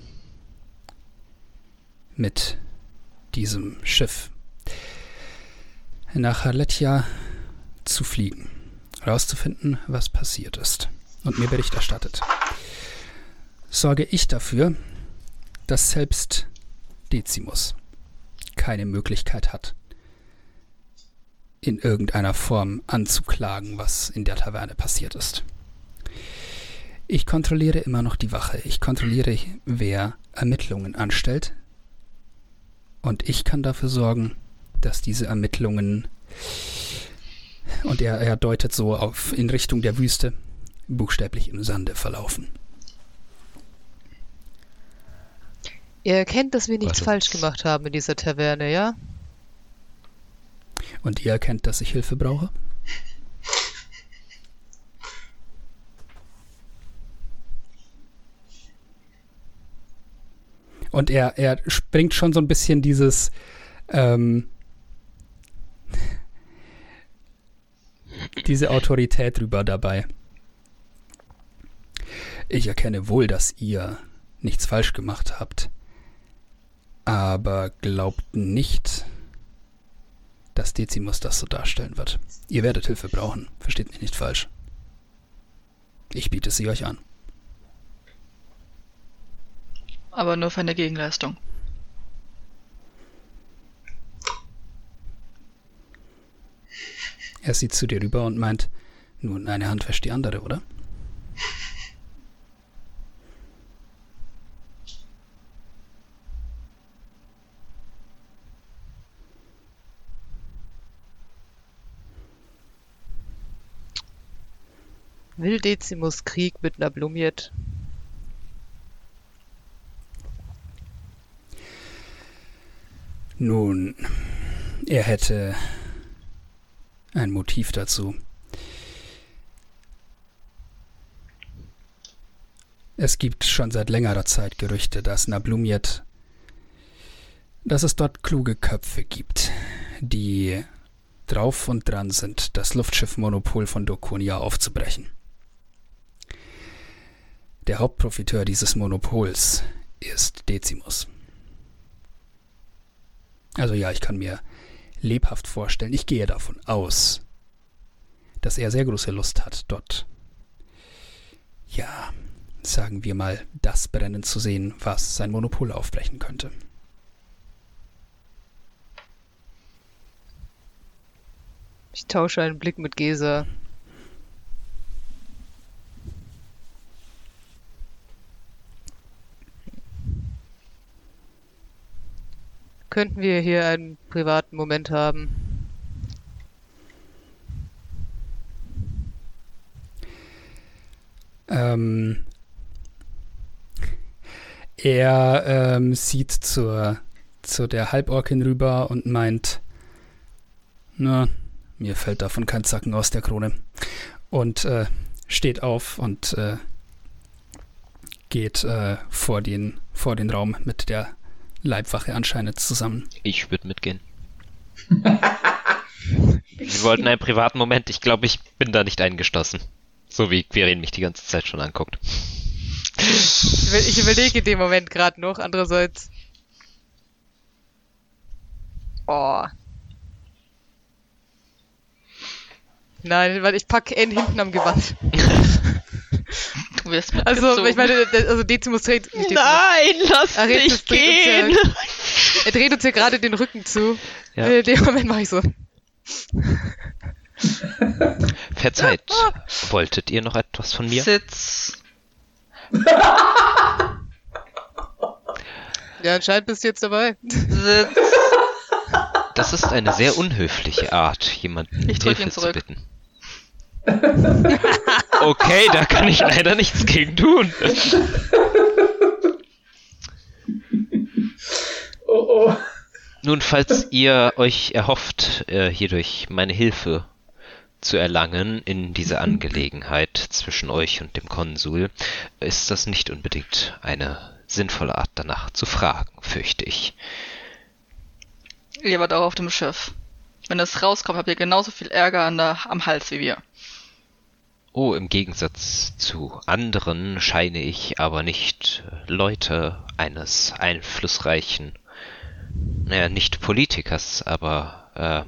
mit diesem Schiff nach Haletja zu fliegen, herauszufinden, was passiert ist und mir Bericht erstattet, sorge ich dafür, dass selbst Decimus keine Möglichkeit hat, in irgendeiner Form anzuklagen, was in der Taverne passiert ist. Ich kontrolliere immer noch die Wache. Ich kontrolliere, wer Ermittlungen anstellt. Und ich kann dafür sorgen, dass diese Ermittlungen, und er deutet so in Richtung der Wüste, buchstäblich im Sande verlaufen. Ihr erkennt, dass wir nichts falsch gemacht haben in dieser Taverne, ja? Und ihr erkennt, dass ich Hilfe brauche? Und er springt schon so ein bisschen diese Autorität rüber dabei. Ich erkenne wohl, dass ihr nichts falsch gemacht habt, aber glaubt nicht, dass Decimus das so darstellen wird. Ihr werdet Hilfe brauchen, versteht mich nicht falsch. Ich biete sie euch an. Aber nur für eine Gegenleistung. Er sieht zu dir rüber und meint, nun, eine Hand wäscht die andere, oder? Will Decimus Krieg mit Nablumiet? Nun, er hätte ein Motiv dazu. Es gibt schon seit längerer Zeit Gerüchte, dass es dort kluge Köpfe gibt, die drauf und dran sind, das Luftschiffmonopol von Dokonia aufzubrechen. Der Hauptprofiteur dieses Monopols ist Decimus. Also ja, ich kann mir lebhaft vorstellen, ich gehe davon aus, dass er sehr große Lust hat, dort, ja, sagen wir mal, das brennen zu sehen, was sein Monopol aufbrechen könnte. Ich tausche einen Blick mit Gesa. könnten wir hier einen privaten Moment haben. Er sieht zu der Halborkin rüber und meint, na, mir fällt davon kein Zacken aus der Krone. Und steht auf und geht vor den Raum mit der Leibwache anscheinend zusammen. Ich würde mitgehen. Wir wollten einen privaten Moment. Ich glaube, ich bin da nicht eingeschlossen. So wie Quirin mich die ganze Zeit schon anguckt. Ich überlege in dem Moment gerade noch. Andererseits... Oh. Nein, weil ich packe N hinten am Gewand. Du wirst mitgezogen. Also, ich meine, Decimus dreht... Nein, lass mich gehen! Er dreht uns ja gerade den Rücken zu. Ja. In dem Moment mache ich so. Verzeiht, wolltet ihr noch etwas von mir? Sitz. Ja, anscheinend bist du jetzt dabei. Sitz. Das ist eine sehr unhöfliche Art, jemanden Ich drück Hilfe ihn zu zurück. bitten. Okay, da kann ich leider nichts gegen tun. Oh. Nun, falls ihr euch erhofft, hierdurch meine Hilfe zu erlangen in dieser Angelegenheit zwischen euch und dem Konsul, ist das nicht unbedingt eine sinnvolle Art danach zu fragen, fürchte ich. Ihr wart auch auf dem Schiff. Wenn das rauskommt, habt ihr genauso viel Ärger am Hals wie wir. Oh, im Gegensatz zu anderen scheine ich aber nicht Leute eines einflussreichen, nicht Politikers, aber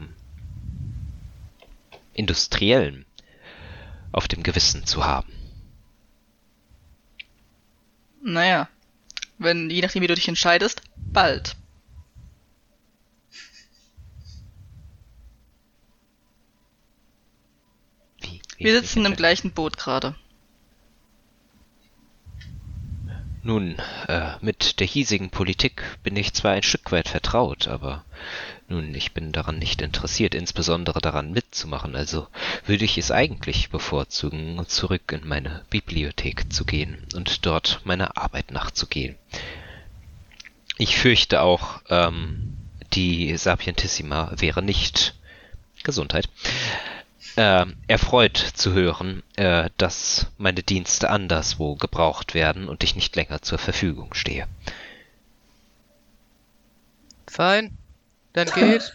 Industriellen auf dem Gewissen zu haben. Naja, je nachdem wie du dich entscheidest, bald. Wir sitzen im gleichen Boot gerade. Nun, mit der hiesigen Politik bin ich zwar ein Stück weit vertraut, aber nun, ich bin daran nicht interessiert, insbesondere daran mitzumachen, also würde ich es eigentlich bevorzugen, zurück in meine Bibliothek zu gehen und dort meiner Arbeit nachzugehen. Ich fürchte auch, die Sapientissima wäre nicht Gesundheit. Erfreut zu hören, dass meine Dienste anderswo gebraucht werden und ich nicht länger zur Verfügung stehe. Fein, dann geht.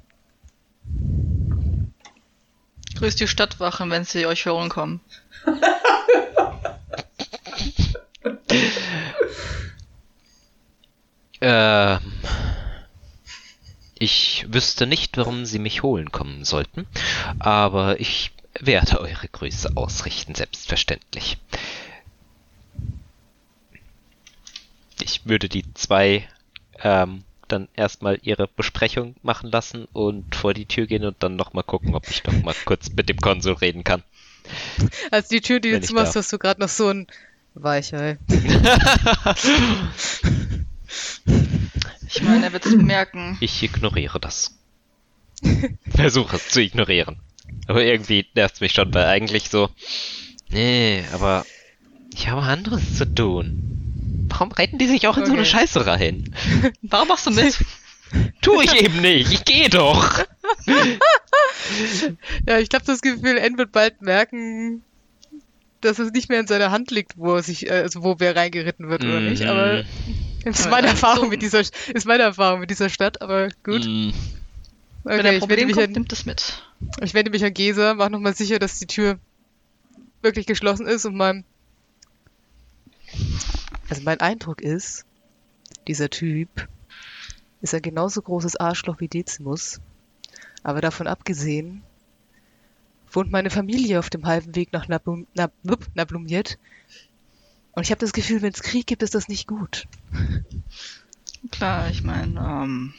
Grüßt die Stadtwachen, wenn sie euch holen kommen. Ich wüsste nicht, warum Sie mich holen kommen sollten, aber ich werde eure Grüße ausrichten, selbstverständlich. Ich würde die zwei dann erstmal ihre Besprechung machen lassen und vor die Tür gehen und dann nochmal gucken, ob ich noch mal kurz mit dem Konsul reden kann. Also die Tür, die Wenn du ich zumachst, darf. hast du gerade noch so ein Weichei. Ich meine, er wird es merken. Ich ignoriere das. Versuche es zu ignorieren. Aber irgendwie nervt es mich schon, weil eigentlich so, nee, aber ich habe anderes zu tun. Warum reiten die sich auch in so eine Okay. Scheiße rein? Warum machst du mit? Tu ich eben nicht, ich gehe doch. Ja, ich habe das Gefühl, N wird bald merken, dass es nicht mehr in seiner Hand liegt, wo wer reingeritten wird oder nicht. Aber das ist Ja, meine so. Erfahrung mit dieser Stadt, aber gut. Mm, Wenn Okay, er ich wende, Problem mich kommt, an, nimmt es mit. ich wende mich an Gesa, mach nochmal sicher, dass die Tür wirklich geschlossen ist und mein Eindruck ist, dieser Typ ist ein genauso großes Arschloch wie Decimus. Aber davon abgesehen wohnt meine Familie auf dem halben Weg nach Nablumiet. Und ich habe das Gefühl, wenn es Krieg gibt, ist das nicht gut. Klar, ich meine,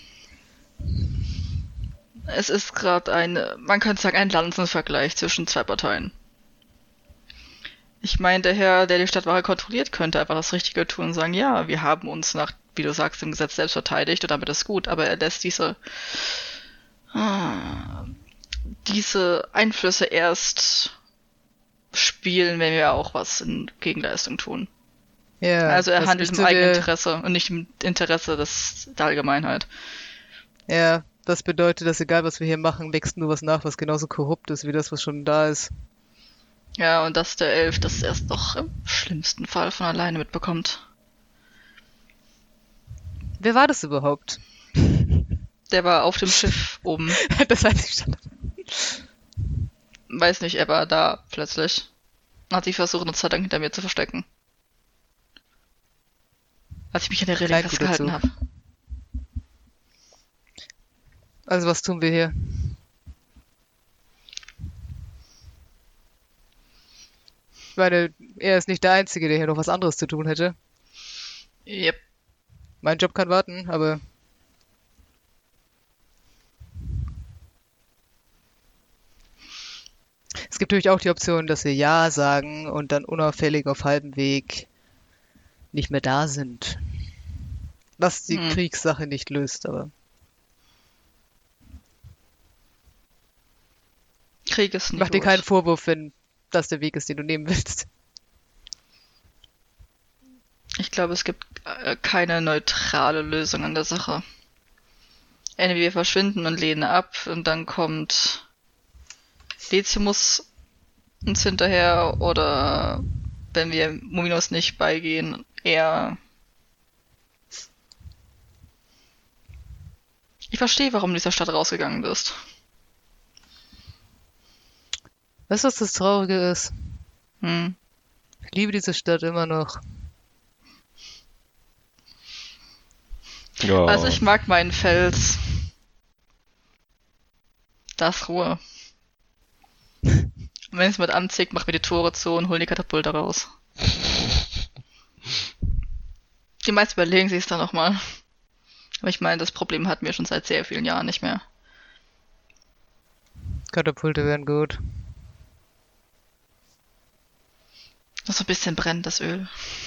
es ist gerade man könnte sagen, ein Lanzenvergleich zwischen zwei Parteien. Ich meine, der Herr, der die Stadtwache kontrolliert, könnte einfach das Richtige tun und sagen, ja, wir haben uns nach, wie du sagst, dem Gesetz selbst verteidigt und damit ist gut, aber er lässt diese Einflüsse erst spielen, wenn wir auch was in Gegenleistung tun. Ja, Also er das handelt im müsste eigenen der- Interesse und nicht im Interesse der Allgemeinheit. Ja, das bedeutet, dass egal was wir hier machen, wächst nur was nach, was genauso korrupt ist wie das, was schon da ist. Ja, und dass der Elf das erst noch im schlimmsten Fall von alleine mitbekommt. Wer war das überhaupt? Der war auf dem Schiff oben. Das heißt, ich stand. Weiß nicht, er war da plötzlich. Hat sich versucht, eine Zeit lang hinter mir zu verstecken. Als ich mich an der Reling Kein guter festgehalten Zug. habe. Also was tun wir hier? Ich meine, er ist nicht der Einzige, der hier noch was anderes zu tun hätte. Yep. Mein Job kann warten, aber es gibt natürlich auch die Option, dass wir Ja sagen und dann unauffällig auf halbem Weg nicht mehr da sind. Was die Kriegssache nicht löst, aber Krieg ist nicht mach dir gut. keinen Vorwurf, wenn das der Weg ist, den du nehmen willst. Ich glaube, es gibt keine neutrale Lösung an der Sache. Entweder wir verschwinden und lehnen ab und dann kommt Decimus uns hinterher oder wenn wir Mominos nicht beigehen, eher... Ich verstehe, warum du aus dieser Stadt rausgegangen bist. Weißt du, was das Traurige ist? Hm. Ich liebe diese Stadt immer noch. Ja. Also ich mag meinen Fels. Da ist Ruhe. Und wenn es mit anzieht, machen wir die Tore zu und holen die Katapulte raus. Die meisten überlegen sich es dann nochmal. Aber ich meine, das Problem hatten wir schon seit sehr vielen Jahren nicht mehr. Katapulte wären gut. Noch so ein bisschen brennt das Öl.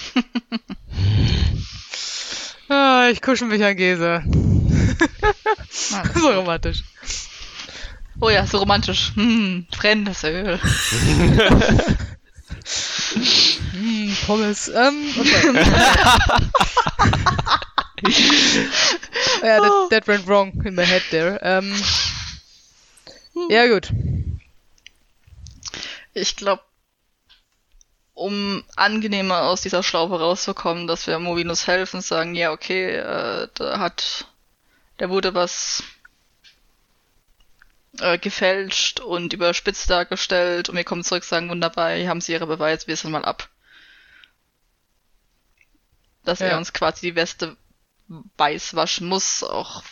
Ah, ich kuschel mich an Gesa. Ah, So romantisch. oh ja, so romantisch. Brennendes Öl. Pommes. Okay. Ja, that went wrong in my head there. Ja, gut. Ich glaube, um angenehmer aus dieser Schlaufe rauszukommen, dass wir Movinus helfen, sagen, ja, okay, der wurde was gefälscht und überspitzt dargestellt und wir kommen zurück, sagen, wunderbar, hier haben sie ihre Beweise, wir sind mal ab. Dass Ja. er uns quasi die Weste weiß waschen muss, auch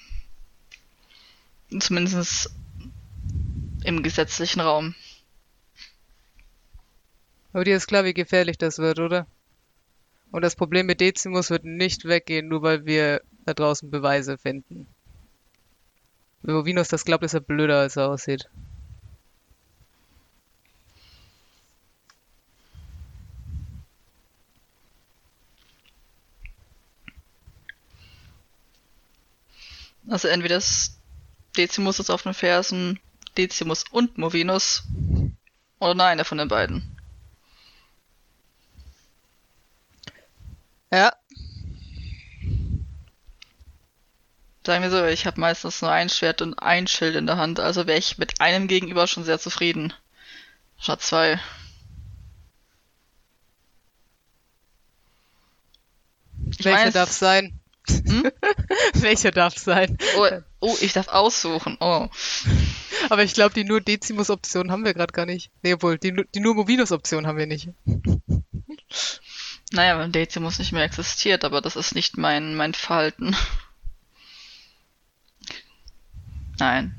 zumindest im gesetzlichen Raum. Aber dir ist klar, wie gefährlich das wird, oder? Und das Problem mit Decimus wird nicht weggehen, nur weil wir da draußen Beweise finden. Wenn Movinus das glaubt, ist er blöder, als er aussieht. Also entweder ist Decimus ist auf den Fersen, Decimus und Movinus, oder nur einer von den beiden. Ja, Sagen wir so, ich habe meistens nur ein Schwert und ein Schild in der Hand, also wäre ich mit einem gegenüber schon sehr zufrieden. Statt zwei. Ich welcher weiß- darf sein? Welcher darf sein? Oh, ich darf aussuchen. Oh. Aber ich glaube, die nur Decimus-Option haben wir gerade gar nicht. Nee, obwohl, die nur Movinus-Option haben wir nicht. Naja, wenn Decimus nicht mehr existiert, aber das ist nicht mein Verhalten. Nein.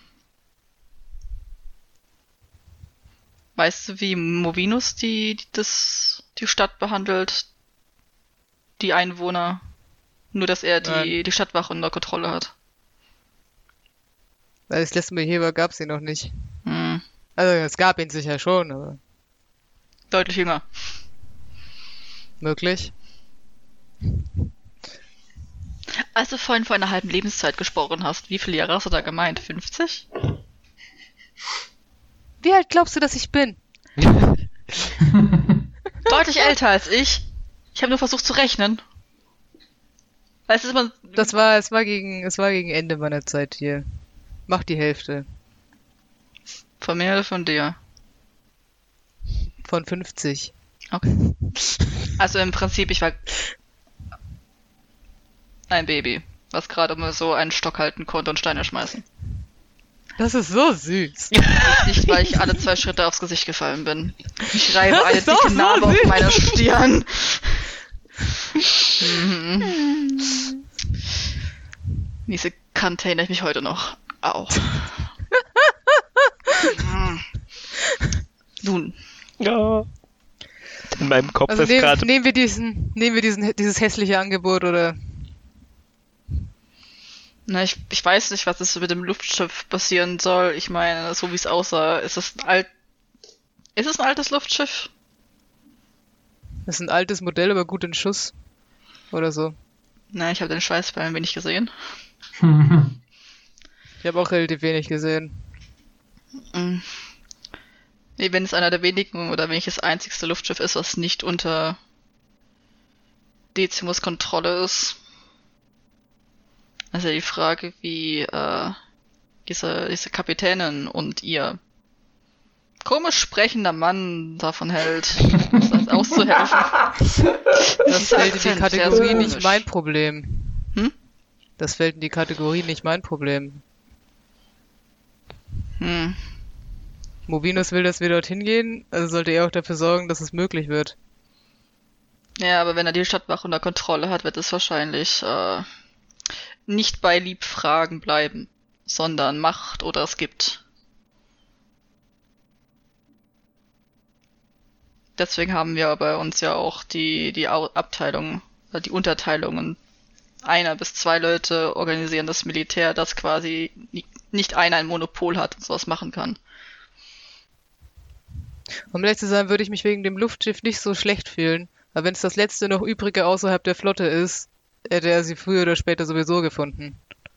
Weißt du, wie Movinus die Stadt behandelt? Die Einwohner? Nur, dass er die Stadtwache unter Kontrolle hat. Weil das letzte Mal hier war, gab es ihn noch nicht. Hm. Also, es gab ihn sicher schon, aber Deutlich jünger. Möglich. Als du vorhin von einer halben Lebenszeit gesprochen hast, wie viele Jahre hast du da gemeint? 50? Wie alt glaubst du, dass ich bin? Deutlich älter als ich. Ich habe nur versucht zu rechnen. Es ist immer... Es war gegen Ende meiner Zeit hier. Mach die Hälfte. Von mir oder von dir? Von 50. Okay. Also im Prinzip, ich war ein Baby, was gerade mal so einen Stock halten konnte und Steine schmeißen. Das ist so süß. Nicht, weil ich alle 2 Schritte aufs Gesicht gefallen bin. Ich reibe Das eine ist doch dicke so Narbe auf süß. meiner Stirn. Diese Kante erinnere ich mich heute noch. Au. Nun, Ja. In meinem Kopf Also ist gerade. nehmen wir dieses hässliche Angebot oder? na, ich weiß nicht, was es mit dem Luftschiff passieren soll. Ich meine, so wie es aussah, ist es ein altes Luftschiff? Das ist ein altes Modell, aber gut in Schuss. Oder so. Na, ich habe den Schweißball ein wenig gesehen. Ich habe auch relativ wenig gesehen. Mm. Nee, wenn es einer der wenigen oder wenn es das einzigste Luftschiff ist, was nicht unter Decimus Kontrolle ist. Also die Frage, wie diese Kapitänin und ihr komisch sprechender Mann davon hält, das auszuhelfen. Das fällt in die Akzent, Kategorie sehr nicht komisch. mein Problem. Hm? Das fällt in die Kategorie nicht mein Problem. Hm. Movinus will, dass wir dorthin gehen, also sollte er auch dafür sorgen, dass es möglich wird. Ja, aber wenn er die Stadtwache unter Kontrolle hat, wird es wahrscheinlich nicht bei Liebfragen bleiben, sondern Macht oder es gibt. Deswegen haben wir bei uns ja auch die Abteilung, die Unterteilungen. 1 bis 2 Leute organisieren das Militär, das quasi nicht einer ein Monopol hat und sowas machen kann. Um ehrlich zu sein, würde ich mich wegen dem Luftschiff nicht so schlecht fühlen. Aber wenn es das letzte noch übrige außerhalb der Flotte ist, hätte er sie früher oder später sowieso gefunden.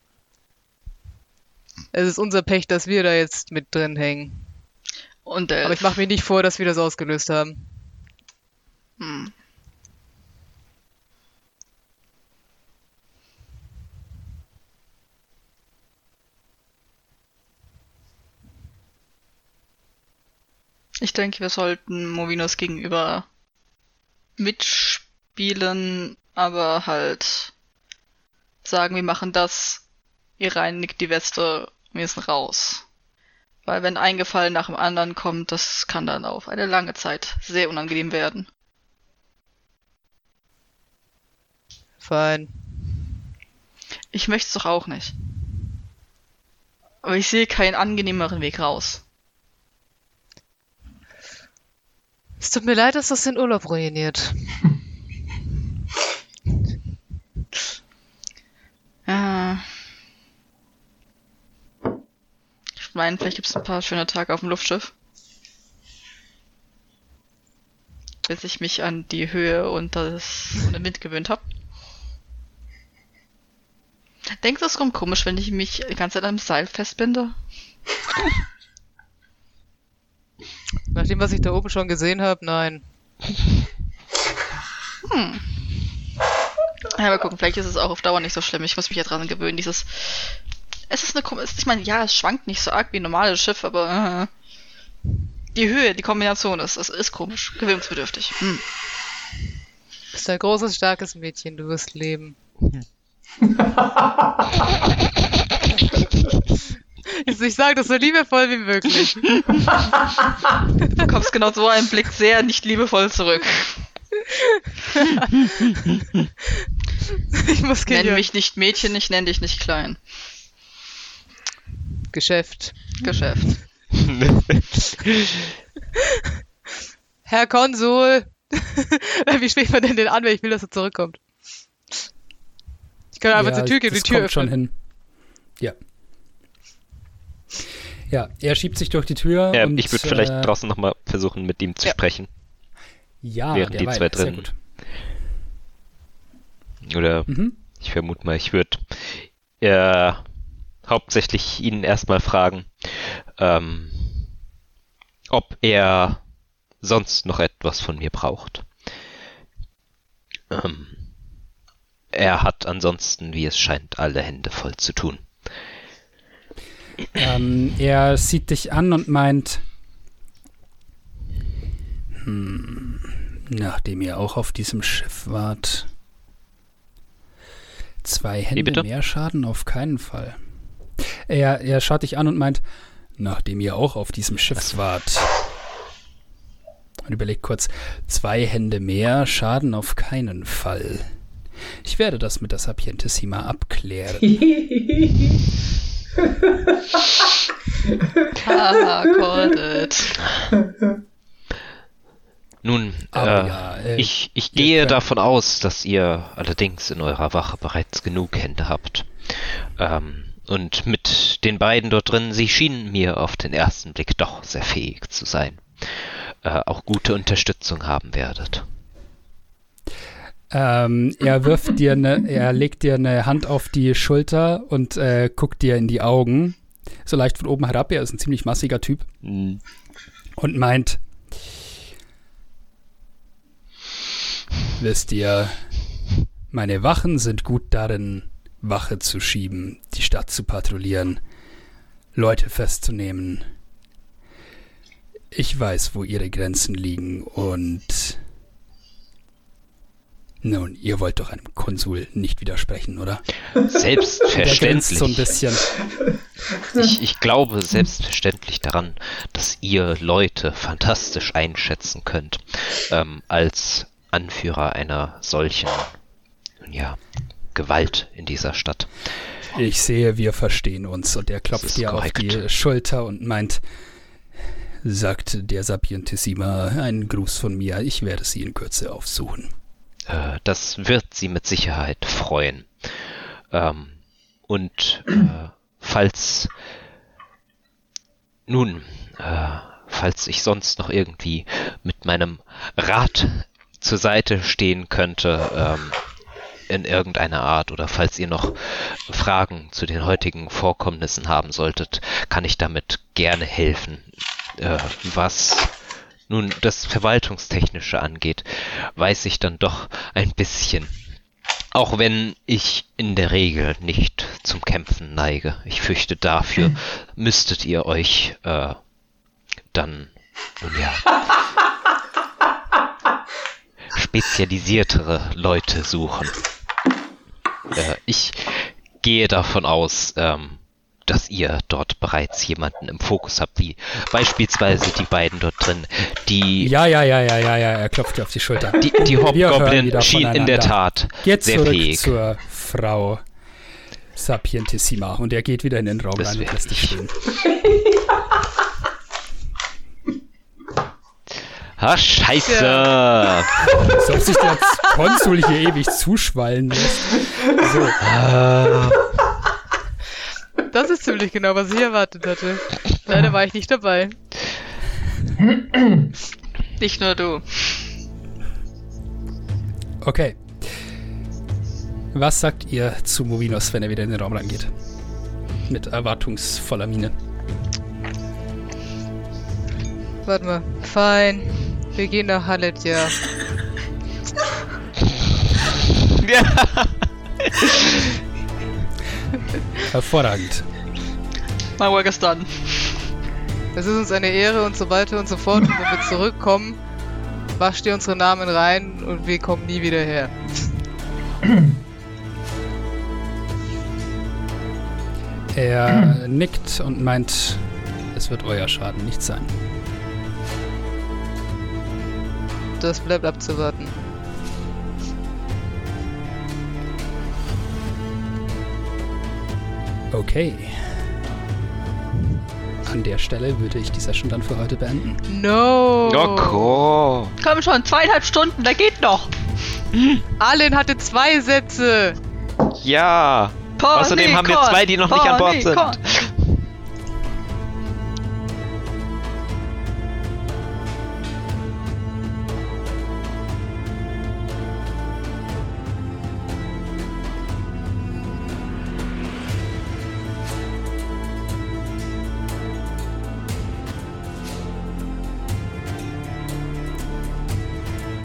Es ist unser Pech, dass wir da jetzt mit drin hängen. Und Aber ich mache mir nicht vor, dass wir das ausgelöst haben. Hm. Ich denke, wir sollten Movinus gegenüber mitspielen, aber halt sagen, wir machen das, ihr reinigt die Weste, wir sind raus. Weil wenn ein Gefallen nach dem anderen kommt, das kann dann auf eine lange Zeit sehr unangenehm werden. Fein. Ich möchte es doch auch nicht. Aber ich sehe keinen angenehmeren Weg raus. Es tut mir leid, dass das den Urlaub ruiniert. Ja. Ich meine, vielleicht gibt es ein paar schöne Tage auf dem Luftschiff. Bis ich mich an die Höhe und den Wind gewöhnt habe. Denkst du, es kommt komisch, wenn ich mich die ganze Zeit am Seil festbinde? Nach dem, was ich da oben schon gesehen habe, nein. Ja, mal gucken, vielleicht ist es auch auf Dauer nicht so schlimm. Ich muss mich ja dran gewöhnen. Es ist ich meine, ja, es schwankt nicht so arg wie ein normales Schiff, aber die Höhe, die Kombination es ist komisch, gewöhnungsbedürftig. Du bist ein großes, starkes Mädchen, du wirst leben. Ich sage das so liebevoll wie möglich. Du kommst genau so einen Blick sehr nicht liebevoll zurück. Ich muss gehen. Nenn mich nicht Mädchen, ich nenne dich nicht klein. Geschäft. Herr Konsul! Wie spricht man denn den an, wenn ich will, dass er zurückkommt? Ich kann einfach zur Tür gehen und die Tür kommt schon öffnen. hin. Ja. Ja, er schiebt sich durch die Tür Ja, und ich würde vielleicht draußen nochmal versuchen, mit ihm zu Ja. sprechen. Ja, während die zwei sehr drin. gut. Oder ich vermute mal, ich würde hauptsächlich ihn erstmal fragen, ob er sonst noch etwas von mir braucht. Er hat ansonsten, wie es scheint, alle Hände voll zu tun. Er sieht dich an und meint, nachdem ihr auch auf diesem Schiff wart, 2 Hände mehr Schaden auf keinen Fall. Er schaut dich an und meint, nachdem ihr auch auf diesem Schiff wart. Und überlegt kurz, 2 Hände mehr Schaden auf keinen Fall. Ich werde das mit der Sapientissima abklären. Recorded. Nun, Aber ich gehe davon aus, dass ihr allerdings in eurer Wache bereits genug Hände habt. Und mit den beiden dort drin, sie schienen mir auf den ersten Blick doch sehr fähig zu sein. Auch gute Unterstützung haben werdet. Er legt dir eine Hand auf die Schulter und guckt dir in die Augen, so leicht von oben herab. Er ist ein ziemlich massiger Typ und meint, wisst ihr, meine Wachen sind gut darin, Wache zu schieben, die Stadt zu patrouillieren, Leute festzunehmen. Ich weiß, wo ihre Grenzen liegen und nun, ihr wollt doch einem Konsul nicht widersprechen, oder? Selbstverständlich. Der grinst so ein bisschen. Ich glaube selbstverständlich daran, dass ihr Leute fantastisch einschätzen könnt, als Anführer einer solchen, Gewalt in dieser Stadt. Ich sehe, wir verstehen uns. Und er klopft dir auf die Schulter und meint, sagt der Sapientissima, einen Gruß von mir, ich werde sie in Kürze aufsuchen. Das wird sie mit Sicherheit freuen. Falls ich sonst noch irgendwie mit meinem Rat zur Seite stehen könnte, in irgendeiner Art, oder falls ihr noch Fragen zu den heutigen Vorkommnissen haben solltet, kann ich damit gerne helfen. Was nun das Verwaltungstechnische angeht, weiß ich dann doch ein bisschen. Auch wenn ich in der Regel nicht zum Kämpfen neige. Ich fürchte, dafür müsstet ihr euch dann, spezialisiertere Leute suchen. Ich gehe davon aus, dass ihr dort bereits jemanden im Fokus habt, wie beispielsweise die beiden dort drin, die... Ja, er klopft dir auf die Schulter. Die Hobgoblin schien in der Tat geht sehr zurück fähig. Zur Frau Sapientissima und er geht wieder in den Raum rein und lässt dich stehen. Ah, scheiße! Ja. Als ob sich der Konsul hier ewig zuschwallen lässt. So. Das ist ziemlich genau, was ich erwartet hatte. Leider war ich nicht dabei. Nicht nur du. Okay. Was sagt ihr zu Movinos, wenn er wieder in den Raum reingeht? Mit erwartungsvoller Miene. Warte mal. Fein. Wir gehen nach Halletja. Ja. Hervorragend. My work is done. Es ist uns eine Ehre und so weiter und so fort. Und wenn wir zurückkommen, wascht ihr unsere Namen rein und wir kommen nie wieder her. Er nickt und meint, es wird euer Schaden nicht sein. Das bleibt abzuwarten. Okay. An der Stelle würde ich die Session dann für heute beenden. No! Oh, Komm schon, 2,5 Stunden, da geht noch. Allen hatte 2 Sätze. ja! Außerdem haben wir 2, die noch nicht an Bord sind.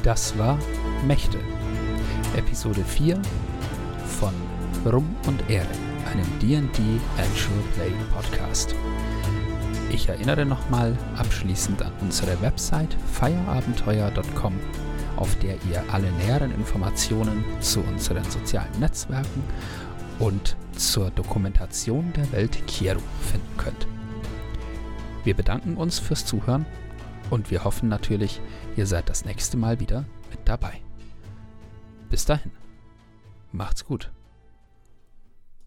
Das war Mächte, Episode 4 von Rum und Ehre, einem D&D Actual Play Podcast. Ich erinnere nochmal abschließend an unsere Website feierabenteuer.com, auf der ihr alle näheren Informationen zu unseren sozialen Netzwerken und zur Dokumentation der Welt Kieru finden könnt. Wir bedanken uns fürs Zuhören und wir hoffen natürlich, ihr seid das nächste Mal wieder mit dabei. Bis dahin, macht's gut.